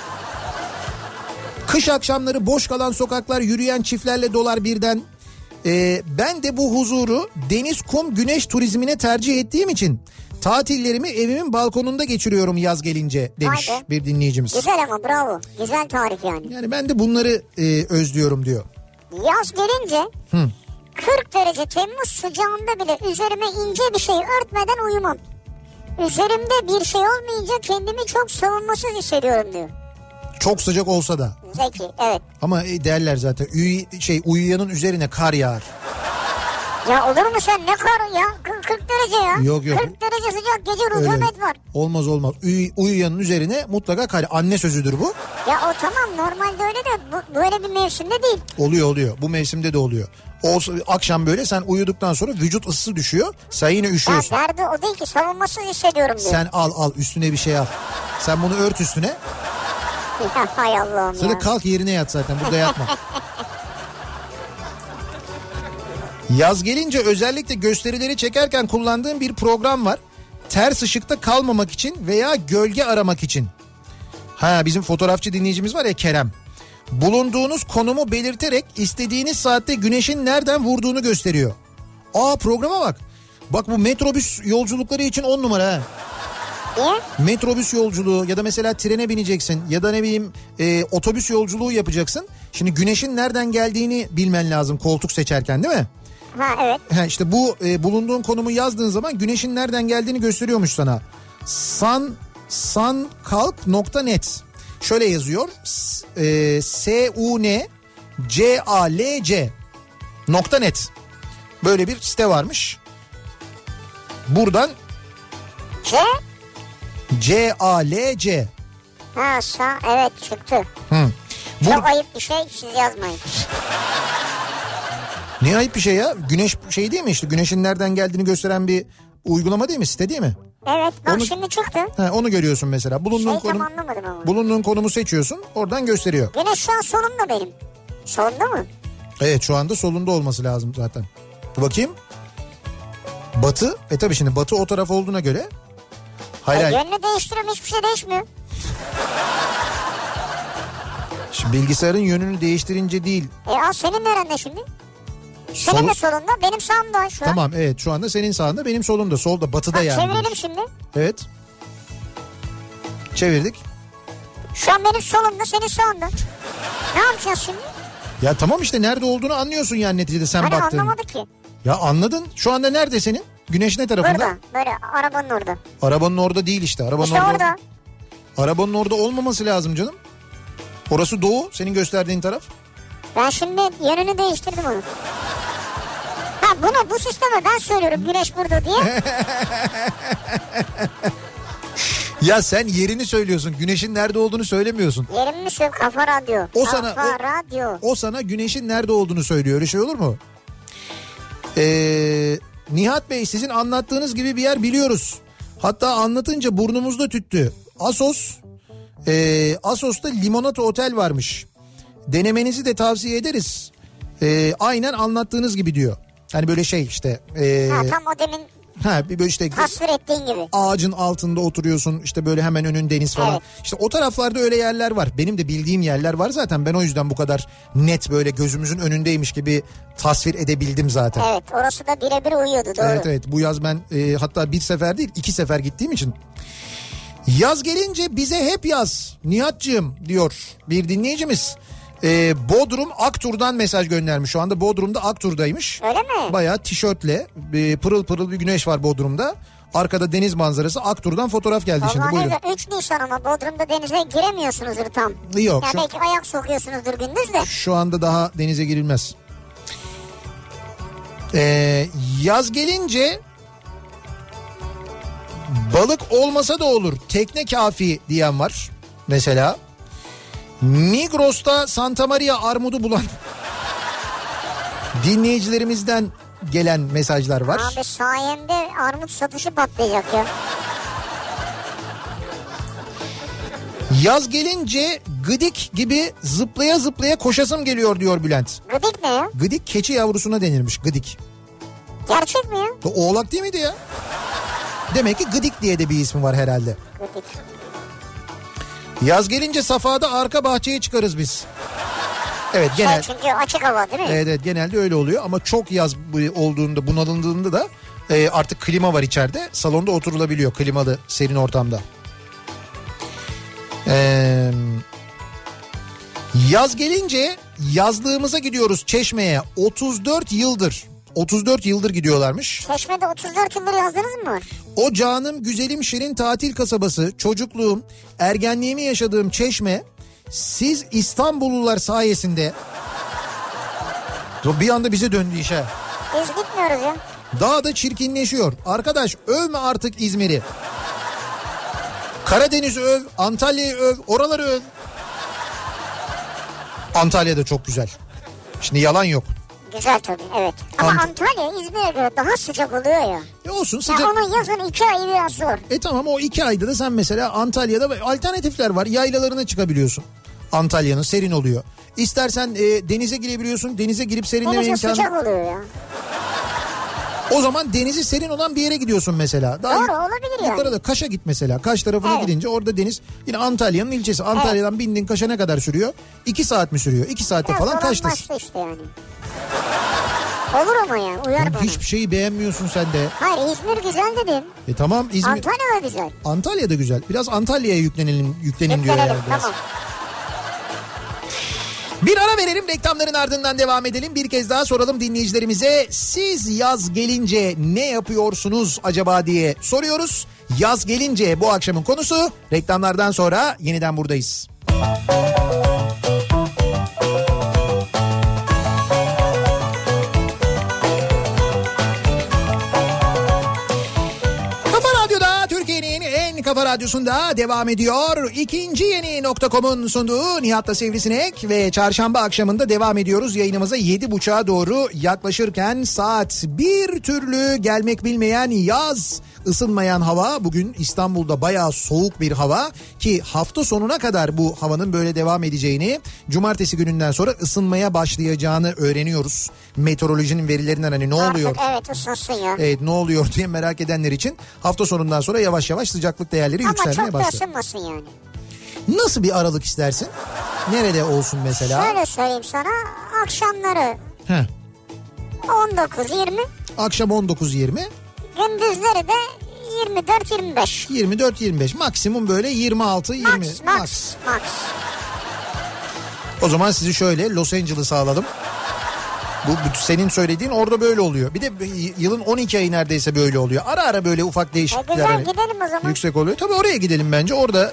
Kış akşamları boş kalan sokaklar yürüyen çiftlerle dolar birden. Ee, ben de bu huzuru deniz, kum, güneş turizmine tercih ettiğim için tatillerimi evimin balkonunda geçiriyorum yaz gelince demiş Vay be. bir dinleyicimiz. Güzel ama bravo. Güzel tarif yani. Yani ben de bunları e, özlüyorum diyor. Yaz gelince Hı. kırk derece Temmuz sıcağında bile üzerime ince bir şey örtmeden uyumam. Üzerimde bir şey olmayınca kendimi çok savunmasız hissediyorum diyor. Çok sıcak olsa da. Zeki evet. Ama e, derler zaten üy, şey uyuyanın üzerine kar yağar. Ya olur mu sen ne karı ya? kırk derece ya. Yok, yok. kırk derece sıcak gece Öyle. rutubet var. Olmaz olmaz. Uy, uyuyanın üzerine mutlaka kar. Anne sözüdür bu. Ya o tamam normalde öyle de bu, böyle bir mevsimde değil. Oluyor oluyor. Bu mevsimde de oluyor. O akşam böyle sen uyuduktan sonra vücut ısısı düşüyor. Sen yine Ya üşüyorsun. derdi o değil ki savunmasız hissediyorum diyor. Sen al al üstüne bir şey al. Sen bunu ört üstüne. Ya hay Allah'ım Sonra ya. kalk yerine yat zaten. Burada yatma. Yaz gelince özellikle gösterileri çekerken kullandığım bir program var. Ters ışıkta kalmamak için veya gölge aramak için. Ha bizim fotoğrafçı dinleyicimiz var ya Kerem. Bulunduğunuz konumu belirterek istediğiniz saatte güneşin nereden vurduğunu gösteriyor. Aa programa bak. Bak bu metrobüs yolculukları için on numara ha. Niye? Metrobüs yolculuğu ya da mesela trene bineceksin ya da ne bileyim e, otobüs yolculuğu yapacaksın. Şimdi güneşin nereden geldiğini bilmen lazım koltuk seçerken değil mi? Ha evet. Ha işte bu e, bulunduğun konumu yazdığın zaman güneşin nereden geldiğini gösteriyormuş sana. Sun sunkalk nokta net. Şöyle yazıyor. S, e, S U N C A L C nokta net. Böyle bir site varmış. Buradan C? C A L C. Ha sağ evet çıktı. Hı. Bur- Çok ayıp bir şey siz yazmayın. Ne ayıp bir şey ya. Güneş şey değil mi işte güneşin nereden geldiğini gösteren bir uygulama değil mi site değil mi? Evet bak Onu- şimdi çıktı. Ha, onu görüyorsun mesela. Bulunduğun Şey tam konum anlamadım ama. bulunduğun konumu seçiyorsun. Oradan gösteriyor. Güneş şu an solumda benim. Solunda mı? Evet şu anda solunda olması lazım zaten. Dur bakayım. Batı. E tabii şimdi batı o taraf olduğuna göre. Hayır E, hayır. yönünü değiştiriyorum hiçbir şey değişmiyor. Şimdi bilgisayarın yönünü değiştirince değil. E al senin nerede şimdi? Senin Solu- de solunda benim sağımda şu an. Tamam evet şu anda senin sağında benim solumda. Solda batıda Ha, yani. çevirelim şimdi. Evet. Çevirdik. Şu an benim solumda senin sağında. Ne yapacağız şimdi? Ya tamam işte nerede olduğunu anlıyorsun yani neticede sen Hani baktığında. anlamadık ki. Ya anladın. Şu anda nerede senin? Güneş ne tarafında? Burada böyle arabanın orada. Arabanın orada değil işte. Arabanın İşte orada. Arabanın orada olmaması lazım canım. Orası doğu senin gösterdiğin taraf. Ben şimdi yönünü değiştirdim onu. Ha Bunu bu sisteme ben söylüyorum güneş burada diye. Ya sen yerini söylüyorsun. Güneşin nerede olduğunu söylemiyorsun. Yerim mi söylüyorum? Kafa Radyo. O Kafa sana, o, Radyo. O sana güneşin nerede olduğunu söylüyor. Öyle şey olur mu? Ee, Nihat Bey, sizin anlattığınız gibi bir yer biliyoruz. Hatta anlatınca burnumuzda tüttü. Assos. E, Assos'ta Limonata Otel varmış. Denemenizi de tavsiye ederiz. E, aynen anlattığınız gibi diyor. Hani böyle şey işte. E, ha, tam o demin ha, böyle işte tasvir ettiğin gibi. Ağacın altında oturuyorsun, işte böyle hemen önün deniz falan. Evet. İşte o taraflarda öyle yerler var. Benim de bildiğim yerler var zaten. Ben o yüzden bu kadar net böyle gözümüzün önündeymiş gibi tasvir edebildim zaten. Evet, orası da birebir uyuyordu, doğru. Evet evet, bu yaz ben e, hatta bir sefer değil iki sefer gittiğim için. Yaz gelince bize hep yaz Nihat'cığım diyor bir dinleyicimiz. Ee, Bodrum Aktur'dan mesaj göndermiş. Şu anda Bodrum'da Aktur'daymış. Öyle mi? Bayağı tişörtle e, pırıl pırıl bir güneş var Bodrum'da. Arkada deniz manzarası. Aktur'dan fotoğraf geldi Allah şimdi. Buyurun. üç Nisan ama Bodrum'da denize giremiyorsunuzdur tam. Yok. Ya şu, belki ayak sokuyorsunuzdur gündüz de. Şu anda daha denize girilmez. Ee, yaz gelince balık olmasa da olur, tekne kafi diyen var mesela. Migros'ta Santa Maria armudu bulan dinleyicilerimizden gelen mesajlar var. Abi sayemde armut satışı patlayacak ya. Yaz gelince gıdik gibi zıplaya zıplaya koşasım geliyor diyor Bülent. Gıdik ne ya? Gıdik keçi yavrusuna denirmiş, gıdik. Gerçek mi ya? Oğlak değil miydi ya? Demek ki gıdik diye de bir ismi var herhalde. Gıdik. Yaz gelince safhada arka bahçeye çıkarız biz. Evet genel. Şey çünkü açık hava değil mi? Evet, evet genelde öyle oluyor ama çok yaz olduğunda, bunalındığında da e, artık klima var içeride. Salonda oturulabiliyor klimalı serin ortamda. Ee, yaz gelince yazlığımıza gidiyoruz Çeşme'ye. otuz dört yıldır. otuz dört yıldır gidiyorlarmış. Çeşme'de otuz dört yıldır yazdınız mı var? O canım güzelim şirin tatil kasabası, çocukluğum, ergenliğimi yaşadığım Çeşme, siz İstanbullular sayesinde bir anda bize döndü iş ha. Biz gitmiyoruz ya. Daha da çirkinleşiyor. Arkadaş övme artık İzmir'i. Karadeniz'i öv, Antalya'yı öv, oraları öv. Antalya da çok güzel. Şimdi yalan yok. Güzel tabii, evet. Ama Ant- Antalya İzmir'e göre daha sıcak oluyor ya. E olsun sıcak. Ya onun yazın iki ayı biraz zor. E tamam, o iki ayda da sen mesela Antalya'da alternatifler var. Yaylalarına çıkabiliyorsun. Antalya'nın serin oluyor. İstersen e, denize girebiliyorsun. Denize girip serinleme Denize imkanı. sıcak oluyor ya. O zaman denizi serin olan bir yere gidiyorsun mesela. Daha Doğru, olabilir yani. Yukarıda Kaş'a git mesela. Kaş tarafına evet. gidince orada deniz. Yine Antalya'nın ilçesi. Antalya'dan evet. bindin Kaş'a ne kadar sürüyor? İki saat mi sürüyor? İki saatte biraz falan Kaş'tasın. Başta işte yani. Olur ama ya, uyar Oğlum, bana. hiçbir şeyi beğenmiyorsun sen de. Hayır, İzmir güzel dedim. E tamam İzmir. Antalya da güzel. Antalya da güzel. Biraz Antalya'ya yüklenelim, yüklenelim diyor yani. Biraz. Tamam. Bir ara verelim, reklamların ardından devam edelim. Bir kez daha soralım dinleyicilerimize. Siz yaz gelince ne yapıyorsunuz acaba diye soruyoruz. Yaz gelince bu akşamın konusu. Reklamlardan sonra yeniden buradayız. Kafa Radyosu'nda devam ediyor. İkinci yeni nokta com'un sunduğu Nihat'la Sivrisinek ve çarşamba akşamında devam ediyoruz. Yayınımıza yedi buçuğa doğru yaklaşırken saat bir türlü gelmek bilmeyen yaz, ısınmayan hava. Bugün İstanbul'da bayağı soğuk bir hava ki hafta sonuna kadar bu havanın böyle devam edeceğini, cumartesi gününden sonra ısınmaya başlayacağını öğreniyoruz. Meteorolojinin verilerinden hani ne oluyor? Artık evet ısınsın ya. Evet, ne oluyor diye merak edenler için hafta sonundan sonra yavaş yavaş sıcaklık değerleri ama yükselmeye başlıyor. Ama çok da ısınmasın yani. Nasıl bir aralık istersin? Nerede olsun mesela? Şöyle söyleyeyim sana, akşamları Heh. on dokuz yirmi. Akşam on dokuz yirmi. Gündüzleri de yirmi dört yirmi beş. yirmi dört yirmi beş. Maksimum böyle yirmi altı yirmi. Max, max, max. max. O zaman sizi şöyle Los Angeles'a alalım. Bu, bu senin söylediğin orada böyle oluyor. Bir de yılın on iki ayı neredeyse böyle oluyor. Ara ara böyle ufak değişiklikler. E güzel, gidelim o zaman. Yüksek oluyor. Tabii oraya gidelim bence. Orada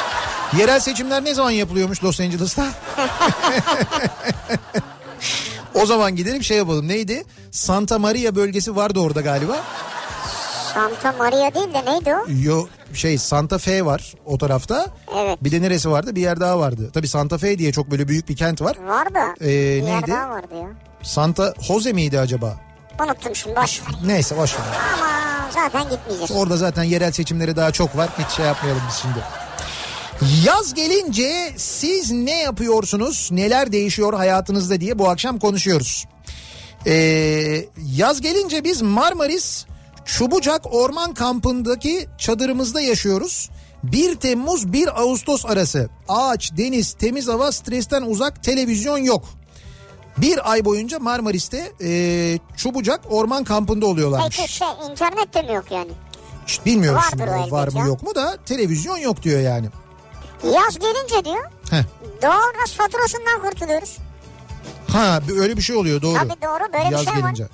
yerel seçimler ne zaman yapılıyormuş Los Angeles'ta? O zaman gidelim şey yapalım. Neydi? Santa Maria bölgesi vardı orada galiba. Santa Maria değil de neydi o? Yo şey Santa Fe var o tarafta. Evet. Bir de neresi vardı? Bir yer daha vardı. Tabii Santa Fe diye çok böyle büyük bir kent var. Var da. Ee, bir neydi? yer daha vardı ya. Santa Jose miydi acaba? Unuttum şimdi boş ver. Neyse boş ver. Ama zaten gitmeyeceğiz. Orada zaten yerel seçimleri daha çok var. Hiç şey yapmayalım biz şimdi. Yaz gelince siz ne yapıyorsunuz? Neler değişiyor hayatınızda diye bu akşam konuşuyoruz. Ee, yaz gelince biz Marmaris Çubucak Orman Kampı'ndaki çadırımızda yaşıyoruz. bir Temmuz bir Ağustos arası ağaç, deniz, temiz hava, stresten uzak, televizyon yok. Bir ay boyunca Marmaris'te e, Çubucak Orman Kampı'nda oluyorlarmış. Peki şey internette mi yok yani? İşte bilmiyorum Vardır şimdi o o elbet var mı ya. yok mu da televizyon yok diyor yani. Yaz gelince diyor. Heh. Doğalgaz faturasından kurtuluyoruz. Ha öyle bir şey oluyor doğru. Tabii doğru böyle yaz bir şey gelince. var.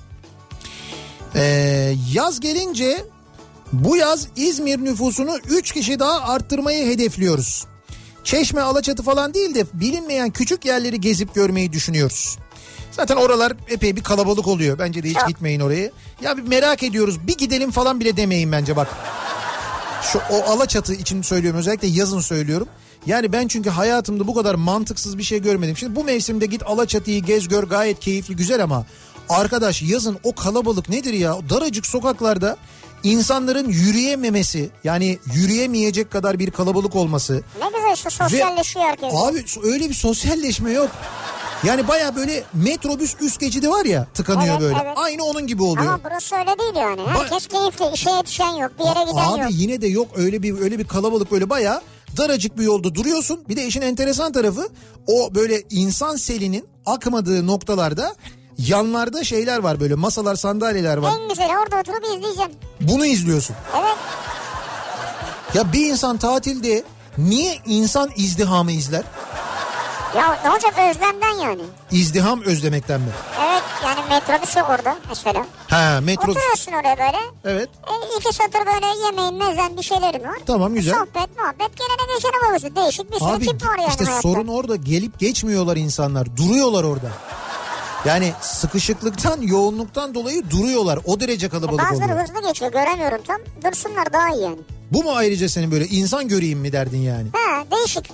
Ee, yaz gelince bu yaz İzmir nüfusunu üç kişi daha arttırmayı hedefliyoruz. Çeşme, Alaçatı falan değil de bilinmeyen küçük yerleri gezip görmeyi düşünüyoruz. Zaten oralar epey bir kalabalık oluyor. Bence de hiç Çok. gitmeyin oraya. Ya bir merak ediyoruz. Bir gidelim falan bile demeyin bence bak. Şu o Alaçatı için söylüyorum, özellikle yazın söylüyorum. Yani ben çünkü hayatımda bu kadar mantıksız bir şey görmedim. Şimdi bu mevsimde git Alaçatı'yı gez gör, gayet keyifli, güzel ama arkadaş yazın o kalabalık nedir ya? Daracık sokaklarda insanların yürüyememesi, yani yürüyemeyecek kadar bir kalabalık olması. Ne güzel işte sosyalleşiyor herkes. Abi öyle bir sosyalleşme yok. Yani baya böyle metrobüs üst geçidi var ya, tıkanıyor Evet, böyle. evet. Aynı onun gibi oluyor. Ama burası öyle değil yani. Herkes Ba- keyifli, işe yetişen yok, bir yere giden Abi yok. yine de yok öyle bir öyle bir kalabalık, böyle baya daracık bir yolda duruyorsun. Bir de işin enteresan tarafı o böyle insan selinin akmadığı noktalarda yanlarda şeyler var, böyle masalar, sandalyeler var. En güzeli orada oturup izleyeceğim. Bunu izliyorsun. Evet. Ya bir insan tatilde niye insan izdihamı izler? Ya ne olacak özlemden yani. İzdiham özlemekten mi? Evet yani metrobüs yok orada mesela. Ha metro. Oturuyorsun oraya böyle. Evet. E, iki satır böyle yemeğin, mezen bir şeylerin var. Tamam güzel. Sohbet muhabbet gelene geçene babası. Değişik bir sürü Abi tip var yani işte hayatta. sorun orada, gelip geçmiyorlar insanlar, duruyorlar orada. Yani sıkışıklıktan, yoğunluktan dolayı duruyorlar. O derece kalabalık Bazıları oluyor. hızlı geçiyor, göremiyorum tam. Dursunlar daha iyi yani. Bu mu ayrıca senin böyle insan göreyim mi derdin yani? Ha değişik.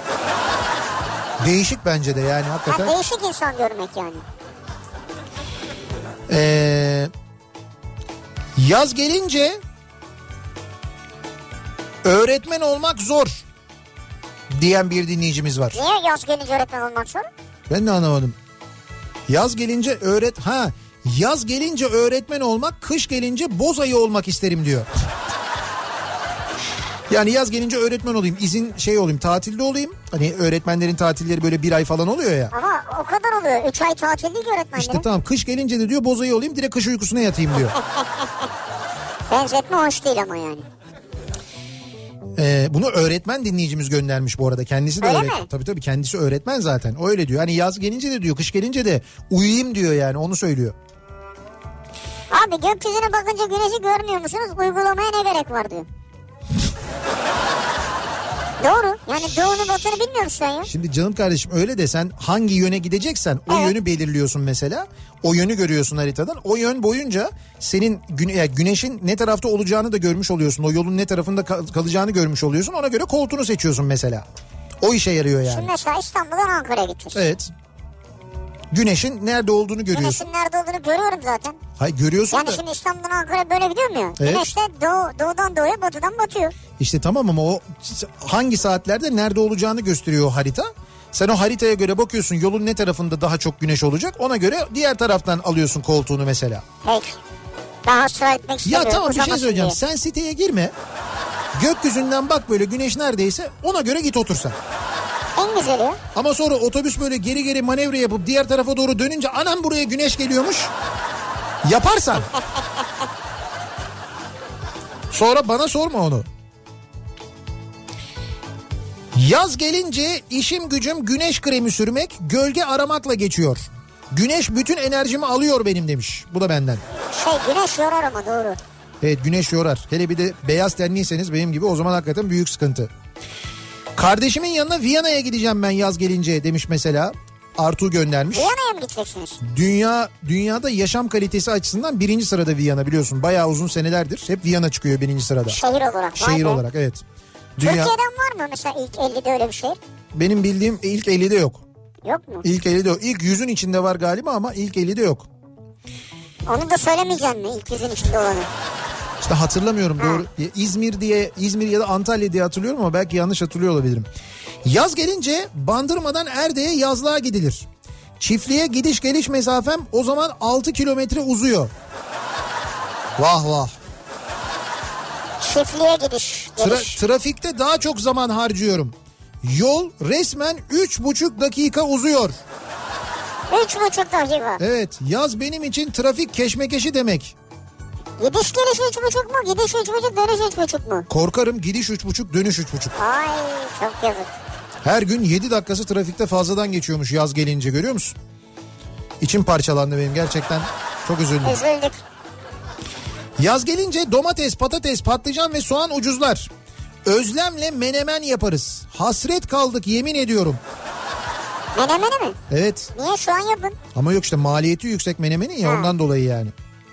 Değişik bence de yani hakikaten. Ha, değişik insan görmek yani. Ee, yaz gelince öğretmen olmak zor diyen bir dinleyicimiz var. Niye yaz gelince öğretmen olmak zor? Ben de anlamadım. Yaz gelince öğret ha yaz gelince öğretmen olmak, kış gelince boz ayı olmak isterim diyor. Yani yaz gelince öğretmen olayım, izin şey olayım, tatilde olayım. Hani öğretmenlerin tatilleri böyle bir ay falan oluyor ya. Ama o kadar oluyor. Üç ay tatil değil ki öğretmenlerin. İşte tamam, kış gelince de diyor boz ayı olayım, direkt kış uykusuna yatayım diyor. Benzetme hoş değil ama yani. Ee, bunu öğretmen dinleyicimiz göndermiş bu arada. Kendisi de Öyle öğretmen. mi? Tabii tabii kendisi öğretmen zaten. O öyle diyor. Hani yaz gelince de diyor, kış gelince de uyuyayım diyor, yani onu söylüyor. Abi gökyüzüne bakınca güneşi görmüyor musunuz? Uygulamaya ne gerek var diyor. Doğru. Yani doğunu batını bilmiyor musun sen ya? Şimdi canım kardeşim öyle de sen hangi yöne gideceksen o Evet. yönü belirliyorsun mesela. O yönü görüyorsun haritadan. O yön boyunca senin güne, yani güneşin ne tarafta olacağını da görmüş oluyorsun. O yolun ne tarafında kal- kalacağını görmüş oluyorsun. Ona göre koltuğunu seçiyorsun mesela. O işe yarıyor yani. Şimdi mesela İstanbul'dan Ankara'ya gideceğiz. Evet. Güneşin nerede olduğunu görüyorsun. Güneşin nerede olduğunu görüyorum zaten. Hayır görüyorsun Yani da. şimdi İstanbul'dan Ankara'ya böyle gidiyor mu ya? Evet. Güneş de doğu, doğudan doğuya, batıdan batıyor. İşte tamam ama o hangi saatlerde nerede olacağını gösteriyor o harita. Sen o haritaya göre bakıyorsun, yolun ne tarafında daha çok güneş olacak. Ona göre diğer taraftan alıyorsun koltuğunu mesela. Peki. Daha ısrar etmek Ya istemiyorum. tamam bir şey uzamasın söyleyeceğim. diye. Sen siteye girme. Gökyüzünden bak, böyle güneş neredeyse ona göre git otur sen. En güzeli ya. Ama sonra otobüs böyle geri geri manevra yapıp diğer tarafa doğru dönünce anam buraya güneş geliyormuş. Yaparsan. Sonra bana sorma onu. Yaz gelince işim gücüm güneş kremi sürmek, gölge aramakla geçiyor. Güneş bütün enerjimi alıyor benim demiş. Bu da benden. Şey güneş yorar ama doğru. Evet güneş yorar. Hele bir de beyaz tenliyseniz benim gibi, o zaman hakikaten büyük sıkıntı. Kardeşimin yanına Viyana'ya gideceğim ben yaz gelince demiş mesela. Artu göndermiş. Viyana'ya mı gideceksiniz? Dünya dünyada yaşam kalitesi açısından birinci sırada Viyana, biliyorsun. Bayağı uzun senelerdir hep Viyana çıkıyor birinci sırada. Şehir olarak. Şehir olarak evet. Dünya... Türkiye'den var mı mesela ilk ellide öyle bir şehir? Benim bildiğim ilk ellide yok. Yok mu? İlk ellide yok. İlk yüzün içinde var galiba ama ilk ellide yok. Onu da söylemeyeceksin mi ilk yüzün içinde olanı? İşte hatırlamıyorum ha. doğru. İzmir diye, İzmir ya da Antalya diye hatırlıyorum ama belki yanlış hatırlıyor olabilirim. Yaz gelince Bandırma'dan Erde'ye yazlığa gidilir. Çiftliğe gidiş geliş mesafem o zaman altı kilometre uzuyor. Vah vah. Çiftliğe gidiş. Tra- trafikte daha çok zaman harcıyorum. Yol resmen üç buçuk dakika uzuyor. Üç buçuk dakika. Evet, yaz benim için trafik keşmekeşi demek. Gidiş geliş üç buçuk mu? Gidiş üç buçuk, dönüş üç buçuk mu? Korkarım gidiş üç buçuk, dönüş üç buçuk. Ay çok yazık. Her gün yedi dakikası trafikte fazladan geçiyormuş yaz gelince, görüyor musun? İçim parçalandı benim gerçekten. Çok üzüldüm. Üzüldük. Yaz gelince domates, patates, patlıcan ve soğan ucuzlar. Özlemle menemen yaparız. Hasret kaldık yemin ediyorum. Menemeni mi? Evet. Niye şu an yapın? Ama yok işte maliyeti yüksek menemenin ya, ha. ondan dolayı yani.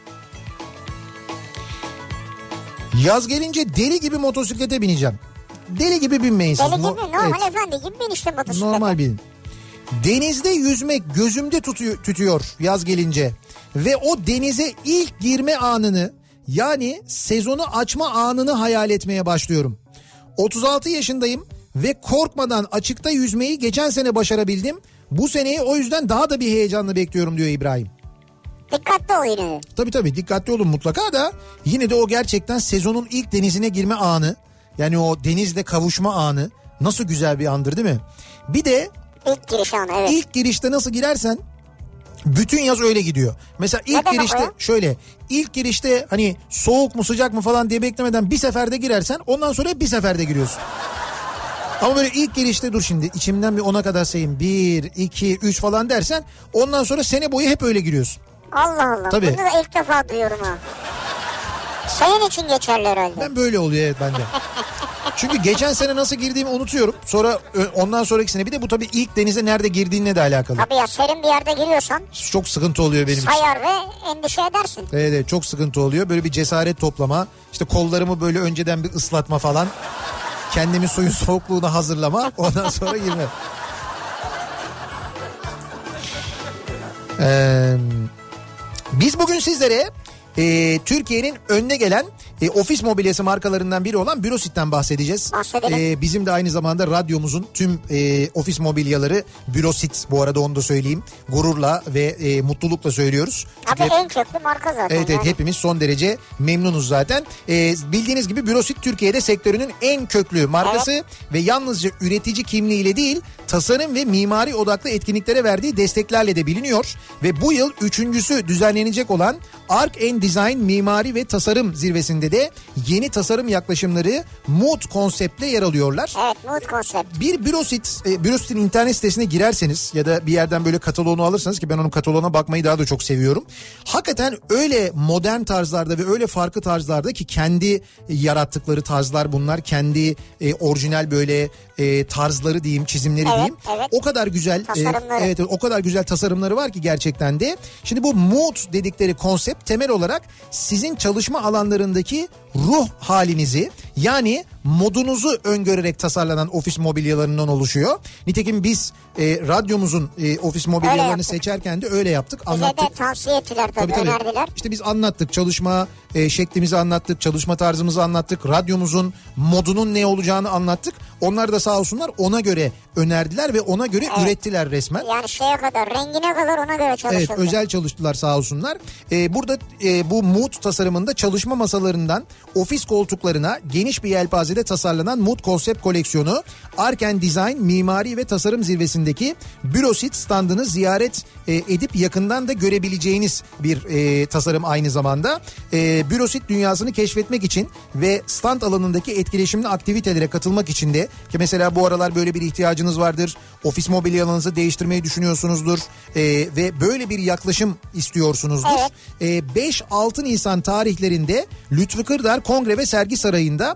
Yaz gelince deli gibi motosiklete bineceğim. Deli gibi binmeyin siz. Deli gibi No- normal evet. efendi gibi bin işte motosiklete. Normal binin. Denizde yüzmek gözümde tutuyor, tutuyor yaz gelince. Ve o denize ilk girme anını, yani sezonu açma anını hayal etmeye başlıyorum. otuz altı yaşındayım ve korkmadan açıkta yüzmeyi geçen sene başarabildim. Bu seneyi o yüzden daha da bir heyecanla bekliyorum diyor İbrahim. Dikkatli ol yine. Tabii tabii dikkatli olun mutlaka da yine de o gerçekten sezonun ilk denizine girme anı, yani o denizle kavuşma anı nasıl güzel bir andır değil mi? Bir de İlk giriş anı, evet. İlk girişte nasıl girersen bütün yaz öyle gidiyor. Mesela ilk Neden girişte o? şöyle, ilk girişte hani soğuk mu sıcak mı falan diye beklemeden bir seferde girersen ondan sonra hep bir seferde giriyorsun. Ama böyle ilk girişte dur şimdi içimden bir ona kadar sayayım, bir, iki, üç falan dersen ondan sonra sene boyu hep öyle giriyorsun. Allah Allah. Tabii. Bunu da ilk defa duyuyorum ha. Senin için geçerli herhalde. Ben böyle oluyor evet bende. Çünkü geçen sene nasıl girdiğimi unutuyorum. Sonra ondan sonraki sene bir de bu tabii ilk denize nerede girdiğinle de alakalı. Tabii ya, serin bir yerde giriyorsan Çok sıkıntı oluyor benim için. sayar ve endişe edersin. Evet, evet çok sıkıntı oluyor. Böyle bir cesaret toplama. İşte kollarımı böyle önceden bir ıslatma falan. Kendimi suyun soğukluğuna hazırlama. Ondan sonra girme. Ee, biz bugün sizlere e, Türkiye'nin önüne gelen e, ofis mobilyası markalarından biri olan Bürosit'ten bahsedeceğiz. Bahsedelim. E, bizim de aynı zamanda radyomuzun tüm e, ofis mobilyaları Bürosit, bu arada onu da söyleyeyim. Gururla ve e, mutlulukla söylüyoruz. Abi Çünkü en köklü marka zaten. Evet evet yani. hepimiz son derece memnunuz zaten. Ee, bildiğiniz gibi Bürosit Türkiye'de sektörünün en köklü markası Evet. ve yalnızca üretici kimliğiyle değil, tasarım ve mimari odaklı etkinliklere verdiği desteklerle de biliniyor. Ve bu yıl üçüncüsü düzenlenecek olan Arc and Design Mimari ve Tasarım Zirvesi'nde de yeni tasarım yaklaşımları Mood konseptle yer alıyorlar. Evet, Mood konsept. Bir Bürosit, e, Bürosit'in internet sitesine girerseniz ya da bir yerden böyle kataloğunu alırsanız, ki ben onun kataloğuna bakmayı daha da çok seviyorum. Hakikaten öyle modern tarzlarda ve öyle farklı tarzlarda ki kendi yarattıkları tarzlar bunlar. Kendi e, orijinal böyle e, tarzları diyeyim, çizimleri Evet, diyeyim. evet. O kadar güzel. Tasarımları. E, evet o kadar güzel tasarımları var ki gerçekten de. Şimdi bu mood dedikleri konsept temel olarak sizin çalışma alanlarındaki ruh halinizi, yani modunuzu öngörerek tasarlanan ofis mobilyalarından oluşuyor. Nitekim biz e, radyomuzun e, ofis mobilyalarını yaptık. seçerken de öyle yaptık, Bize anlattık. de tavsiye ettiler tabii, Tabii, tabii. önerdiler. İşte biz anlattık, çalışma e, şeklimizi anlattık, çalışma tarzımızı anlattık, radyomuzun modunun ne olacağını anlattık. Onlar da sağ olsunlar ona göre önerdiler ve ona göre Evet. ürettiler resmen. Yani şeye kadar, rengine kadar ona göre çalışıldı. Evet, özel çalıştılar sağ olsunlar. Ee, burada e, bu Mood tasarımında çalışma masalarından ofis koltuklarına geniş bir yelpazede tasarlanan Mood konsept koleksiyonu Arc and Design Mimari ve Tasarım Zirvesi'ndeki Bürosit standını ziyaret e, edip yakından da görebileceğiniz bir e, tasarım aynı zamanda. E, Bürosit dünyasını keşfetmek için ve stand alanındaki etkileşimli aktivitelere katılmak için de, ki mesela bu aralar böyle bir ihtiyacınız vardır. Ofis mobilyalarınızı değiştirmeyi düşünüyorsunuzdur e, ve böyle bir yaklaşım istiyorsunuzdur. Evet. E, beş altı Nisan tarihlerinde Lütfü Kırdar Kongre ve Sergi Sarayı'nda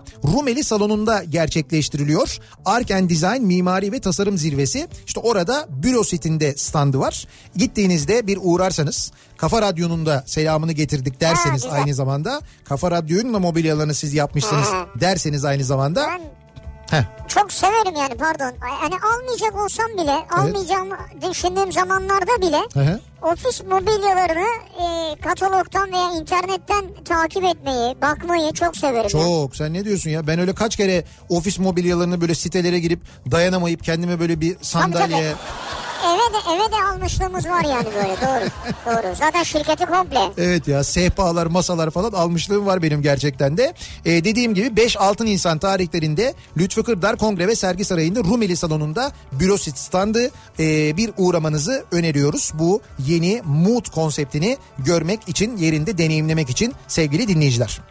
Rumeli Salonu'nda gerçekleştiriliyor. Ark and Design Mimari ve Tasarım Zirvesi. İşte orada Büroset'inde standı var. Gittiğinizde bir uğrarsanız, Kafa Radyo'nun da selamını getirdik derseniz ha, aynı zamanda, Kafa Radyo'nun da mobilyalarını siz yapmışsınız ha. derseniz aynı zamanda. Ben... Heh. Çok severim yani, pardon. Yani almayacak olsam bile, evet. almayacağımı düşündüğüm zamanlarda bile Hı hı. ofis mobilyalarını e, katalogdan veya internetten takip etmeyi, bakmayı çok severim. Çok. Yani. Sen ne diyorsun ya? Ben öyle kaç kere ofis mobilyalarını böyle sitelere girip dayanamayıp kendime böyle bir sandalye... Tabii, tabii. Eve de, eve de almışlığımız var yani böyle, doğru. Doğru. Zaten şirketi komple. Evet ya, sehpalar, masalar falan almışlığım var benim gerçekten de. Ee, dediğim gibi beş altı Nisan tarihlerinde Lütfü Kırdar Kongre ve Sergi Sarayı'nda Rumeli Salonu'nda Büroset standı e, bir uğramanızı öneriyoruz. Bu yeni Mood konseptini görmek için, yerinde deneyimlemek için sevgili dinleyiciler.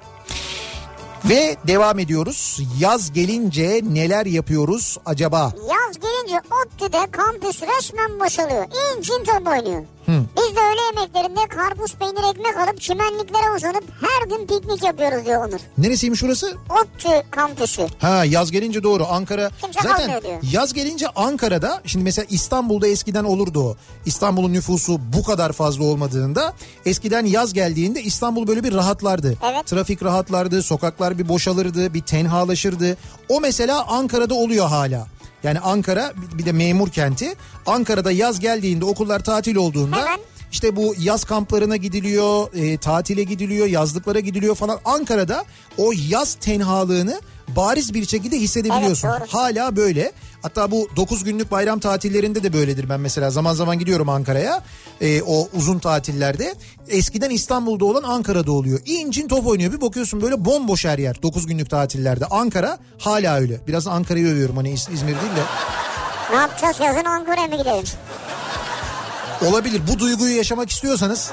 Ve devam ediyoruz. Yaz gelince neler yapıyoruz acaba? Yaz gelince ODTÜ'de kampüs resmen boşalıyor. İncin top oynuyor. Hı. Biz de öğle yemeklerinde karpuz, peynir, ekmek alıp çimenliklere uzanıp her gün piknik yapıyoruz diyor Onur. Neresiymiş orası? ODTÜ kampüsü. Ha, yaz gelince doğru Ankara. Kimse zaten yaz gelince Ankara'da, şimdi mesela İstanbul'da eskiden olurdu o. İstanbul'un nüfusu bu kadar fazla olmadığında eskiden yaz geldiğinde İstanbul böyle bir rahatlardı. Evet. Trafik rahatlardı, sokaklar bir boşalırdı, bir tenhalaşırdı. O mesela Ankara'da oluyor hala. Yani Ankara bir de memur kenti. Ankara'da yaz geldiğinde, okullar tatil olduğunda hemen. işte bu yaz kamplarına gidiliyor, e, tatile gidiliyor, yazlıklara gidiliyor falan. Ankara'da o yaz tenhalığını bariz bir şekilde hissedebiliyorsun. Evet, hala böyle. Hatta bu dokuz günlük bayram tatillerinde de böyledir. Ben mesela zaman zaman gidiyorum Ankara'ya. E, o uzun tatillerde. Eskiden İstanbul'da olan Ankara'da oluyor. İncin top oynuyor. Bir bakıyorsun böyle bomboş her yer dokuz günlük tatillerde. Ankara hala öyle. Biraz Ankara'yı övüyorum, hani İzmir değil de. Ne yapacağız, yazın Ankara'ya mı gidelim? Olabilir. Bu duyguyu yaşamak istiyorsanız.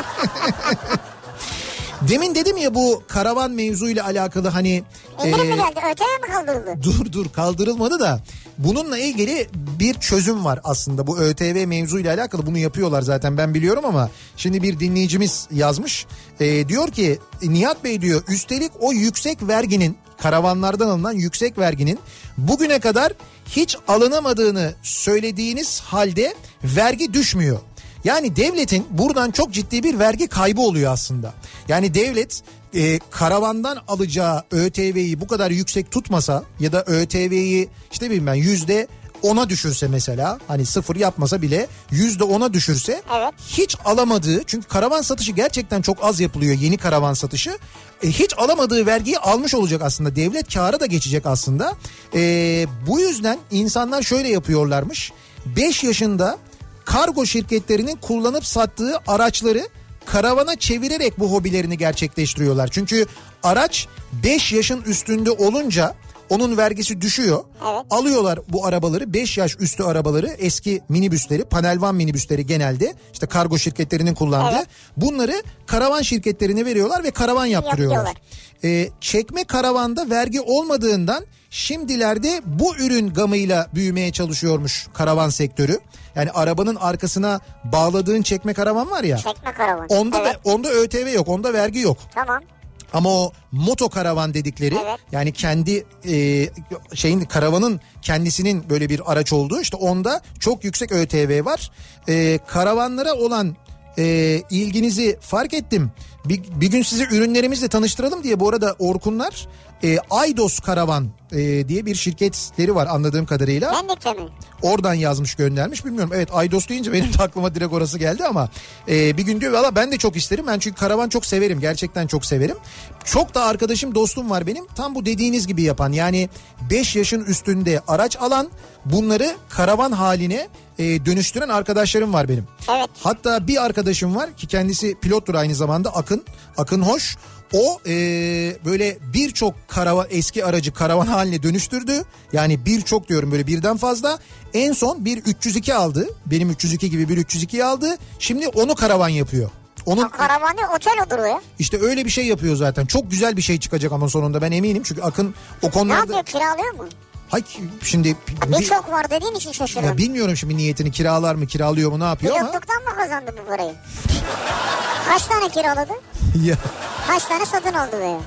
Demin dedim ya, bu karavan mevzuyla alakalı hani... İndirim e, mi geldi? ÖTV mi kaldırıldı? Dur dur kaldırılmadı da bununla ilgili bir çözüm var aslında. Bu ÖTV mevzuyla alakalı bunu yapıyorlar zaten, ben biliyorum ama şimdi bir dinleyicimiz yazmış. E, diyor ki Nihat Bey diyor, üstelik o yüksek verginin, karavanlardan alınan yüksek verginin bugüne kadar hiç alınamadığını söylediğiniz halde vergi düşmüyor. Yani devletin buradan çok ciddi bir vergi kaybı oluyor aslında. Yani devlet e, karavandan alacağı ÖTV'yi bu kadar yüksek tutmasa ya da ÖTV'yi işte bilmem ben yüzde ona düşürse mesela, hani sıfır yapmasa bile yüzde ona düşürse, evet. hiç alamadığı, çünkü karavan satışı gerçekten çok az yapılıyor, yeni karavan satışı, e, hiç alamadığı vergiyi almış olacak aslında, devlet kâra da geçecek aslında. E, bu yüzden insanlar şöyle yapıyorlarmış, beş yaşında kargo şirketlerinin kullanıp sattığı araçları karavana çevirerek bu hobilerini gerçekleştiriyorlar. Çünkü araç beş yaşın üstünde olunca onun vergisi düşüyor. Evet. Alıyorlar bu arabaları, beş yaş üstü arabaları, eski minibüsleri, panel van minibüsleri genelde işte kargo şirketlerinin kullandığı. Evet. Bunları karavan şirketlerine veriyorlar ve karavan yaptırıyorlar. Ee, çekme karavanda vergi olmadığından şimdilerde bu ürün gamıyla büyümeye çalışıyormuş karavan sektörü. Yani arabanın arkasına bağladığın çekme karavan var ya. Çekme karavan. Onda evet. da, onda ÖTV yok, onda vergi yok. Tamam. Ama o moto karavan dedikleri, evet. yani kendi e, şeyin, karavanın kendisinin böyle bir araç olduğu, işte onda çok yüksek ÖTV var. E, karavanlara olan e, ilginizi fark ettim. Bir, bir gün sizi ürünlerimizle tanıştıralım diye bu arada Orkunlar e, Aydos Karavan e, diye bir şirketleri var anladığım kadarıyla. Pendik'te mi? Oradan yazmış, göndermiş, bilmiyorum. Evet, Aydos deyince benim de aklıma direkt orası geldi ama e, bir gün diyor valla ben de çok isterim. Ben çünkü karavan çok severim, gerçekten çok severim. Çok da arkadaşım, dostum var benim, tam bu dediğiniz gibi yapan, yani beş yaşın üstünde araç alan, bunları karavan haline e, dönüştüren arkadaşlarım var benim. Evet. Hatta bir arkadaşım var ki kendisi pilottur aynı zamanda, Akın, Akın Hoş. O e, böyle birçok karavan, eski aracı karavan haline dönüştürdü. Yani birçok diyorum, böyle birden fazla. En son bir üç yüz iki aldı. Benim üç yüz iki gibi bir üç yüz ikiyi aldı. Şimdi onu karavan yapıyor. Onun, ha, karavan değil, otel olur ya. İşte öyle bir şey yapıyor zaten. Çok güzel bir şey çıkacak ama sonunda, ben eminim. Çünkü Akın o konularda... Ne yapıyor, kiralıyor mu? Hayır şimdi... Birçok var dediğin için şaşırıyorum. Ya bilmiyorum şimdi niyetini, kiralar mı, kiralıyor mu, ne yapıyor ama... Pilotluktan mı kazandı bu parayı? Kaç tane kiraladı? Ya. Kaç tane satın aldı veya?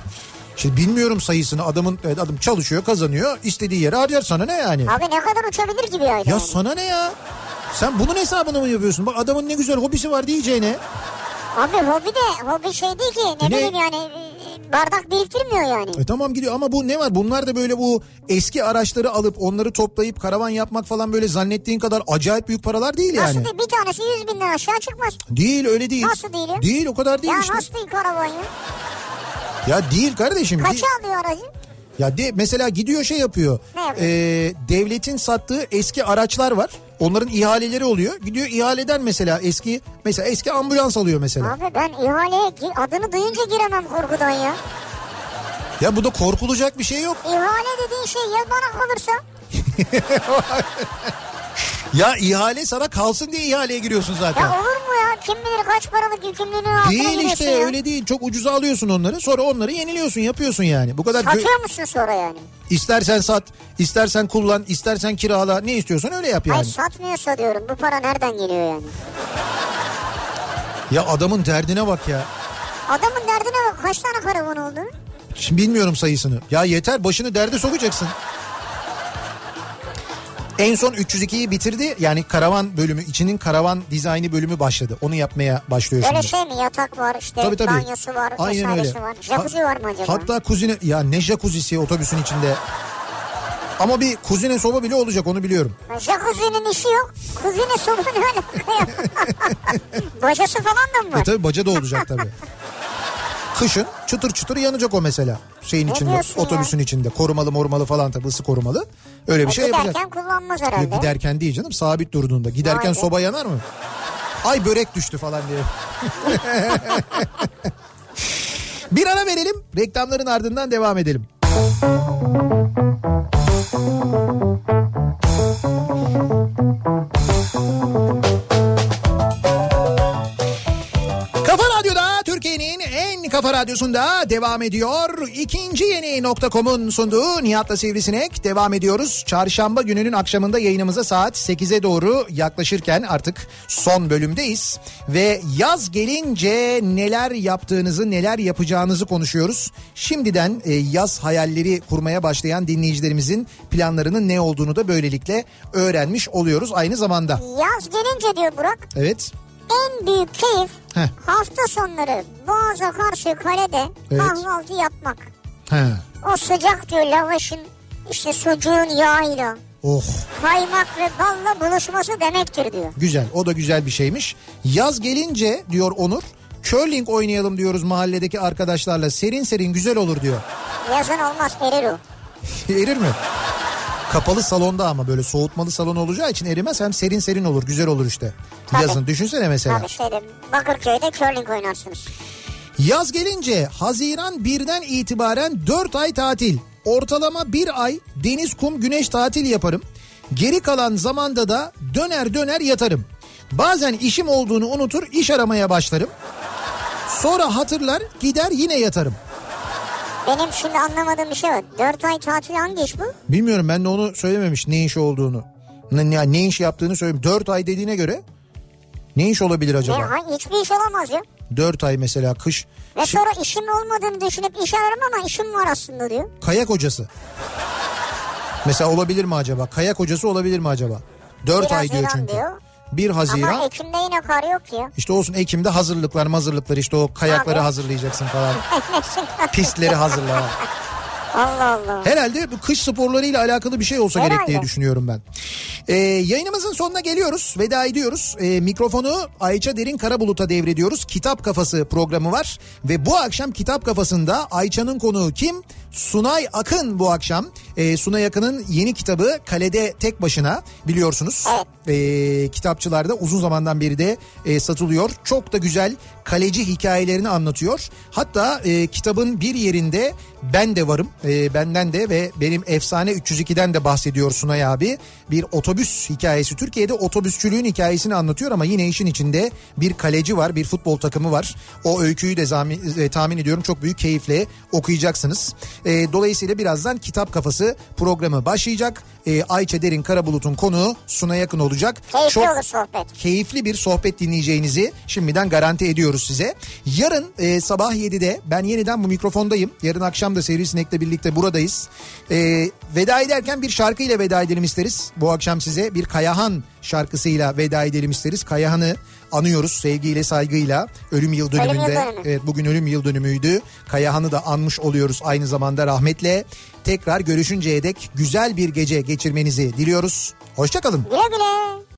Şimdi bilmiyorum sayısını, adamın evet, adam çalışıyor, kazanıyor, istediği yere harcar, sana ne yani? Abi ne kadar uçabilir gibi ayda? Ya yani. sana ne ya? Sen bunun hesabını mı yapıyorsun? Bak adamın ne güzel hobisi var diyeceğine. Abi hobi de hobi şey değil ki ne, Ne? bileyim yani bardak biriktirmiyor yani. E tamam gidiyor ama bu ne var? Bunlar da böyle bu eski araçları alıp onları toplayıp karavan yapmak falan böyle zannettiğin kadar acayip büyük paralar değil yani. Nasıl değil? Bir tanesi yüz binden aşağı çıkmaz. Değil, öyle değil. Nasıl değil ya? Değil, o kadar değil ya işte. nasıl değil karavan ya? Ya değil kardeşim. Kaça değil. alıyor aracı? Ya de, mesela gidiyor şey yapıyor. Ne yapıyor? E, devletin sattığı eski araçlar var. Onların ihaleleri oluyor. Gidiyor ihaleden mesela eski mesela eski ambulans alıyor mesela. Abi ben ihaleye gi- adını duyunca giremem korkudan ya. Ya bu da korkulacak bir şey yok. İhale dediğin şey ya bana kalırsa? Ya ihale sana kalsın diye ihaleye giriyorsun zaten. Ya olur mu ya? Kim bilir kaç paralık yükümlülüğün altına Değil giriyorsun işte ya. öyle değil. Çok ucuza alıyorsun onları. Sonra onları yeniliyorsun, yapıyorsun yani. Bu kadar. Satıyor musun sonra yani? İstersen sat, istersen kullan, istersen kirala, ne istiyorsan öyle yap yani. Hayır satmıyorsa diyorum bu para nereden geliyor yani? Ya adamın derdine bak ya. Adamın derdine bak kaç tane karavan oldu? Şimdi bilmiyorum sayısını. Ya yeter, başını derde sokacaksın. En son üç yüz ikiyi bitirdi. Yani karavan bölümü, içinin karavan dizaynı bölümü başladı. Onu yapmaya başlıyor Böyle şimdi. şey mi? Yatak var işte, Tabii, tabii. banyosu var, Aynen vesairesi öyle. var. Jacuzzi Ha- var mı acaba? Hatta kuzine, ya ne jacuzzi'si otobüsün içinde. Ama bir kuzine soba bile olacak, onu biliyorum. Jacuzzi'nin işi yok. Kuzine soba ne alaka ya? Bacası falan da mı var? E tabii baca da olacak tabii. Kışın çıtır çıtır yanacak o mesela. Şeyin Ne içinde, diyorsun otobüsün ya? içinde. Korumalı mormalı falan tabii, ısı korumalı. Öyle bir E, şey yapacak. giderken kullanmaz Ya herhalde. giderken değil canım, sabit durduğunda. Giderken Vay be. soba yanar mı? Ay börek düştü falan diye. Bir ara verelim. Reklamların ardından devam edelim. Kafa Radyo'da, Türkiye'nin en kafa radyosunda devam ediyor. İkinci yeni nokta com'un sunduğu Nihat'la Sivrisinek devam ediyoruz. Çarşamba gününün akşamında yayınımıza saat sekize doğru yaklaşırken artık son bölümdeyiz. Ve yaz gelince neler yaptığınızı, neler yapacağınızı konuşuyoruz. Şimdiden e, yaz hayalleri kurmaya başlayan dinleyicilerimizin planlarının ne olduğunu da böylelikle öğrenmiş oluyoruz aynı zamanda. Yaz gelince diyor Burak, Evet. en büyük keyif Heh. hafta sonları Boğaz'a karşı kalede Evet. kahvaltı yapmak. He. O sıcak diyor lavaşın işte sucuğun yağıyla Oh. kaymak ve balla buluşması demektir diyor. Güzel, o da güzel bir şeymiş. Yaz gelince diyor Onur, curling oynayalım diyoruz mahalledeki arkadaşlarla. Serin serin güzel olur diyor. Yazın olmaz erir o. Erir mi? Kapalı salonda ama böyle soğutmalı salon olacağı için erimez. Hem serin serin olur, güzel olur işte. Tabii. Yazın düşünsene mesela. Tabii şeyde Bakırköy'de curling oynarsınız. Yaz gelince Haziran birden itibaren dört ay tatil. Ortalama bir ay deniz, kum, güneş tatili yaparım. Geri kalan zamanda da döner döner yatarım. Bazen işim olduğunu unutur, iş aramaya başlarım. Sonra hatırlar, gider yine yatarım. Benim şimdi anlamadığım bir şey var. Dört ay tatil hangi iş bu? Bilmiyorum, ben de onu söylememiş ne iş olduğunu. Ne, ne, ne iş yaptığını söyleyeyim. Dört ay dediğine göre ne iş olabilir acaba? Ne, ha- hiçbir iş olamaz ya. Dört ay mesela kış. Ve Şi- sonra işim olmadığını düşünüp iş ararım ama işim var aslında diyor. Kayak hocası. Mesela olabilir mi acaba? Kayak hocası olabilir mi acaba? Dört Bir ay diyor Haziran çünkü. diyor. Bir Haziran. Ama Ekim'de yine kar yok ya. İşte olsun, Ekim'de hazırlıklar mazırlıklar, işte o kayakları Abi. hazırlayacaksın falan. Pistleri hazırla. Allah Allah. Herhalde bu kış sporlarıyla alakalı bir şey olsa Herhalde. gerek diye düşünüyorum ben. Ee, yayınımızın sonuna geliyoruz. Veda ediyoruz. Ee, mikrofonu Ayça Derin Karabulut'a devrediyoruz. Kitap Kafası programı var. Ve bu akşam Kitap Kafası'nda Ayça'nın konuğu kim? Sunay Akın bu akşam. Ee, Sunay Akın'ın yeni kitabı Kalede Tek Başına, biliyorsunuz. Evet. Ee, kitapçılarda uzun zamandan beri de e, satılıyor. Çok da güzel kaleci hikayelerini anlatıyor. Hatta e, kitabın bir yerinde ben de varım. E, benden de ve benim efsane üç yüz ikiden de bahsediyor Sunay abi. Bir otobüs hikayesi. Türkiye'de otobüsçülüğün hikayesini anlatıyor ama yine işin içinde bir kaleci var, bir futbol takımı var. O öyküyü de zami, e, tahmin ediyorum çok büyük keyifle okuyacaksınız. E, dolayısıyla birazdan Kitap Kafası sonrası programı başlayacak. Ee, Ayça Derin Karabulut'un konuğu Suna Yakın olacak. Keyifli Çok olur sohbet. keyifli bir sohbet dinleyeceğinizi şimdiden garanti ediyoruz size. Yarın e, sabah yedide ben yeniden bu mikrofondayım. Yarın akşam da Sivrisinek'le birlikte buradayız. E, veda ederken bir şarkıyla veda edelim isteriz. Bu akşam size bir Kayahan şarkısıyla veda edelim isteriz. Kayahan'ı anıyoruz sevgiyle, saygıyla. Ölüm yıl dönümünde. Ölüm yıl dönümü. Evet, bugün ölüm yıl dönümüydü. Kayahan'ı da anmış oluyoruz aynı zamanda rahmetle. Tekrar görüşünceye dek güzel bir gece geçirmenizi diliyoruz. Hoşça kalın. Güle güle.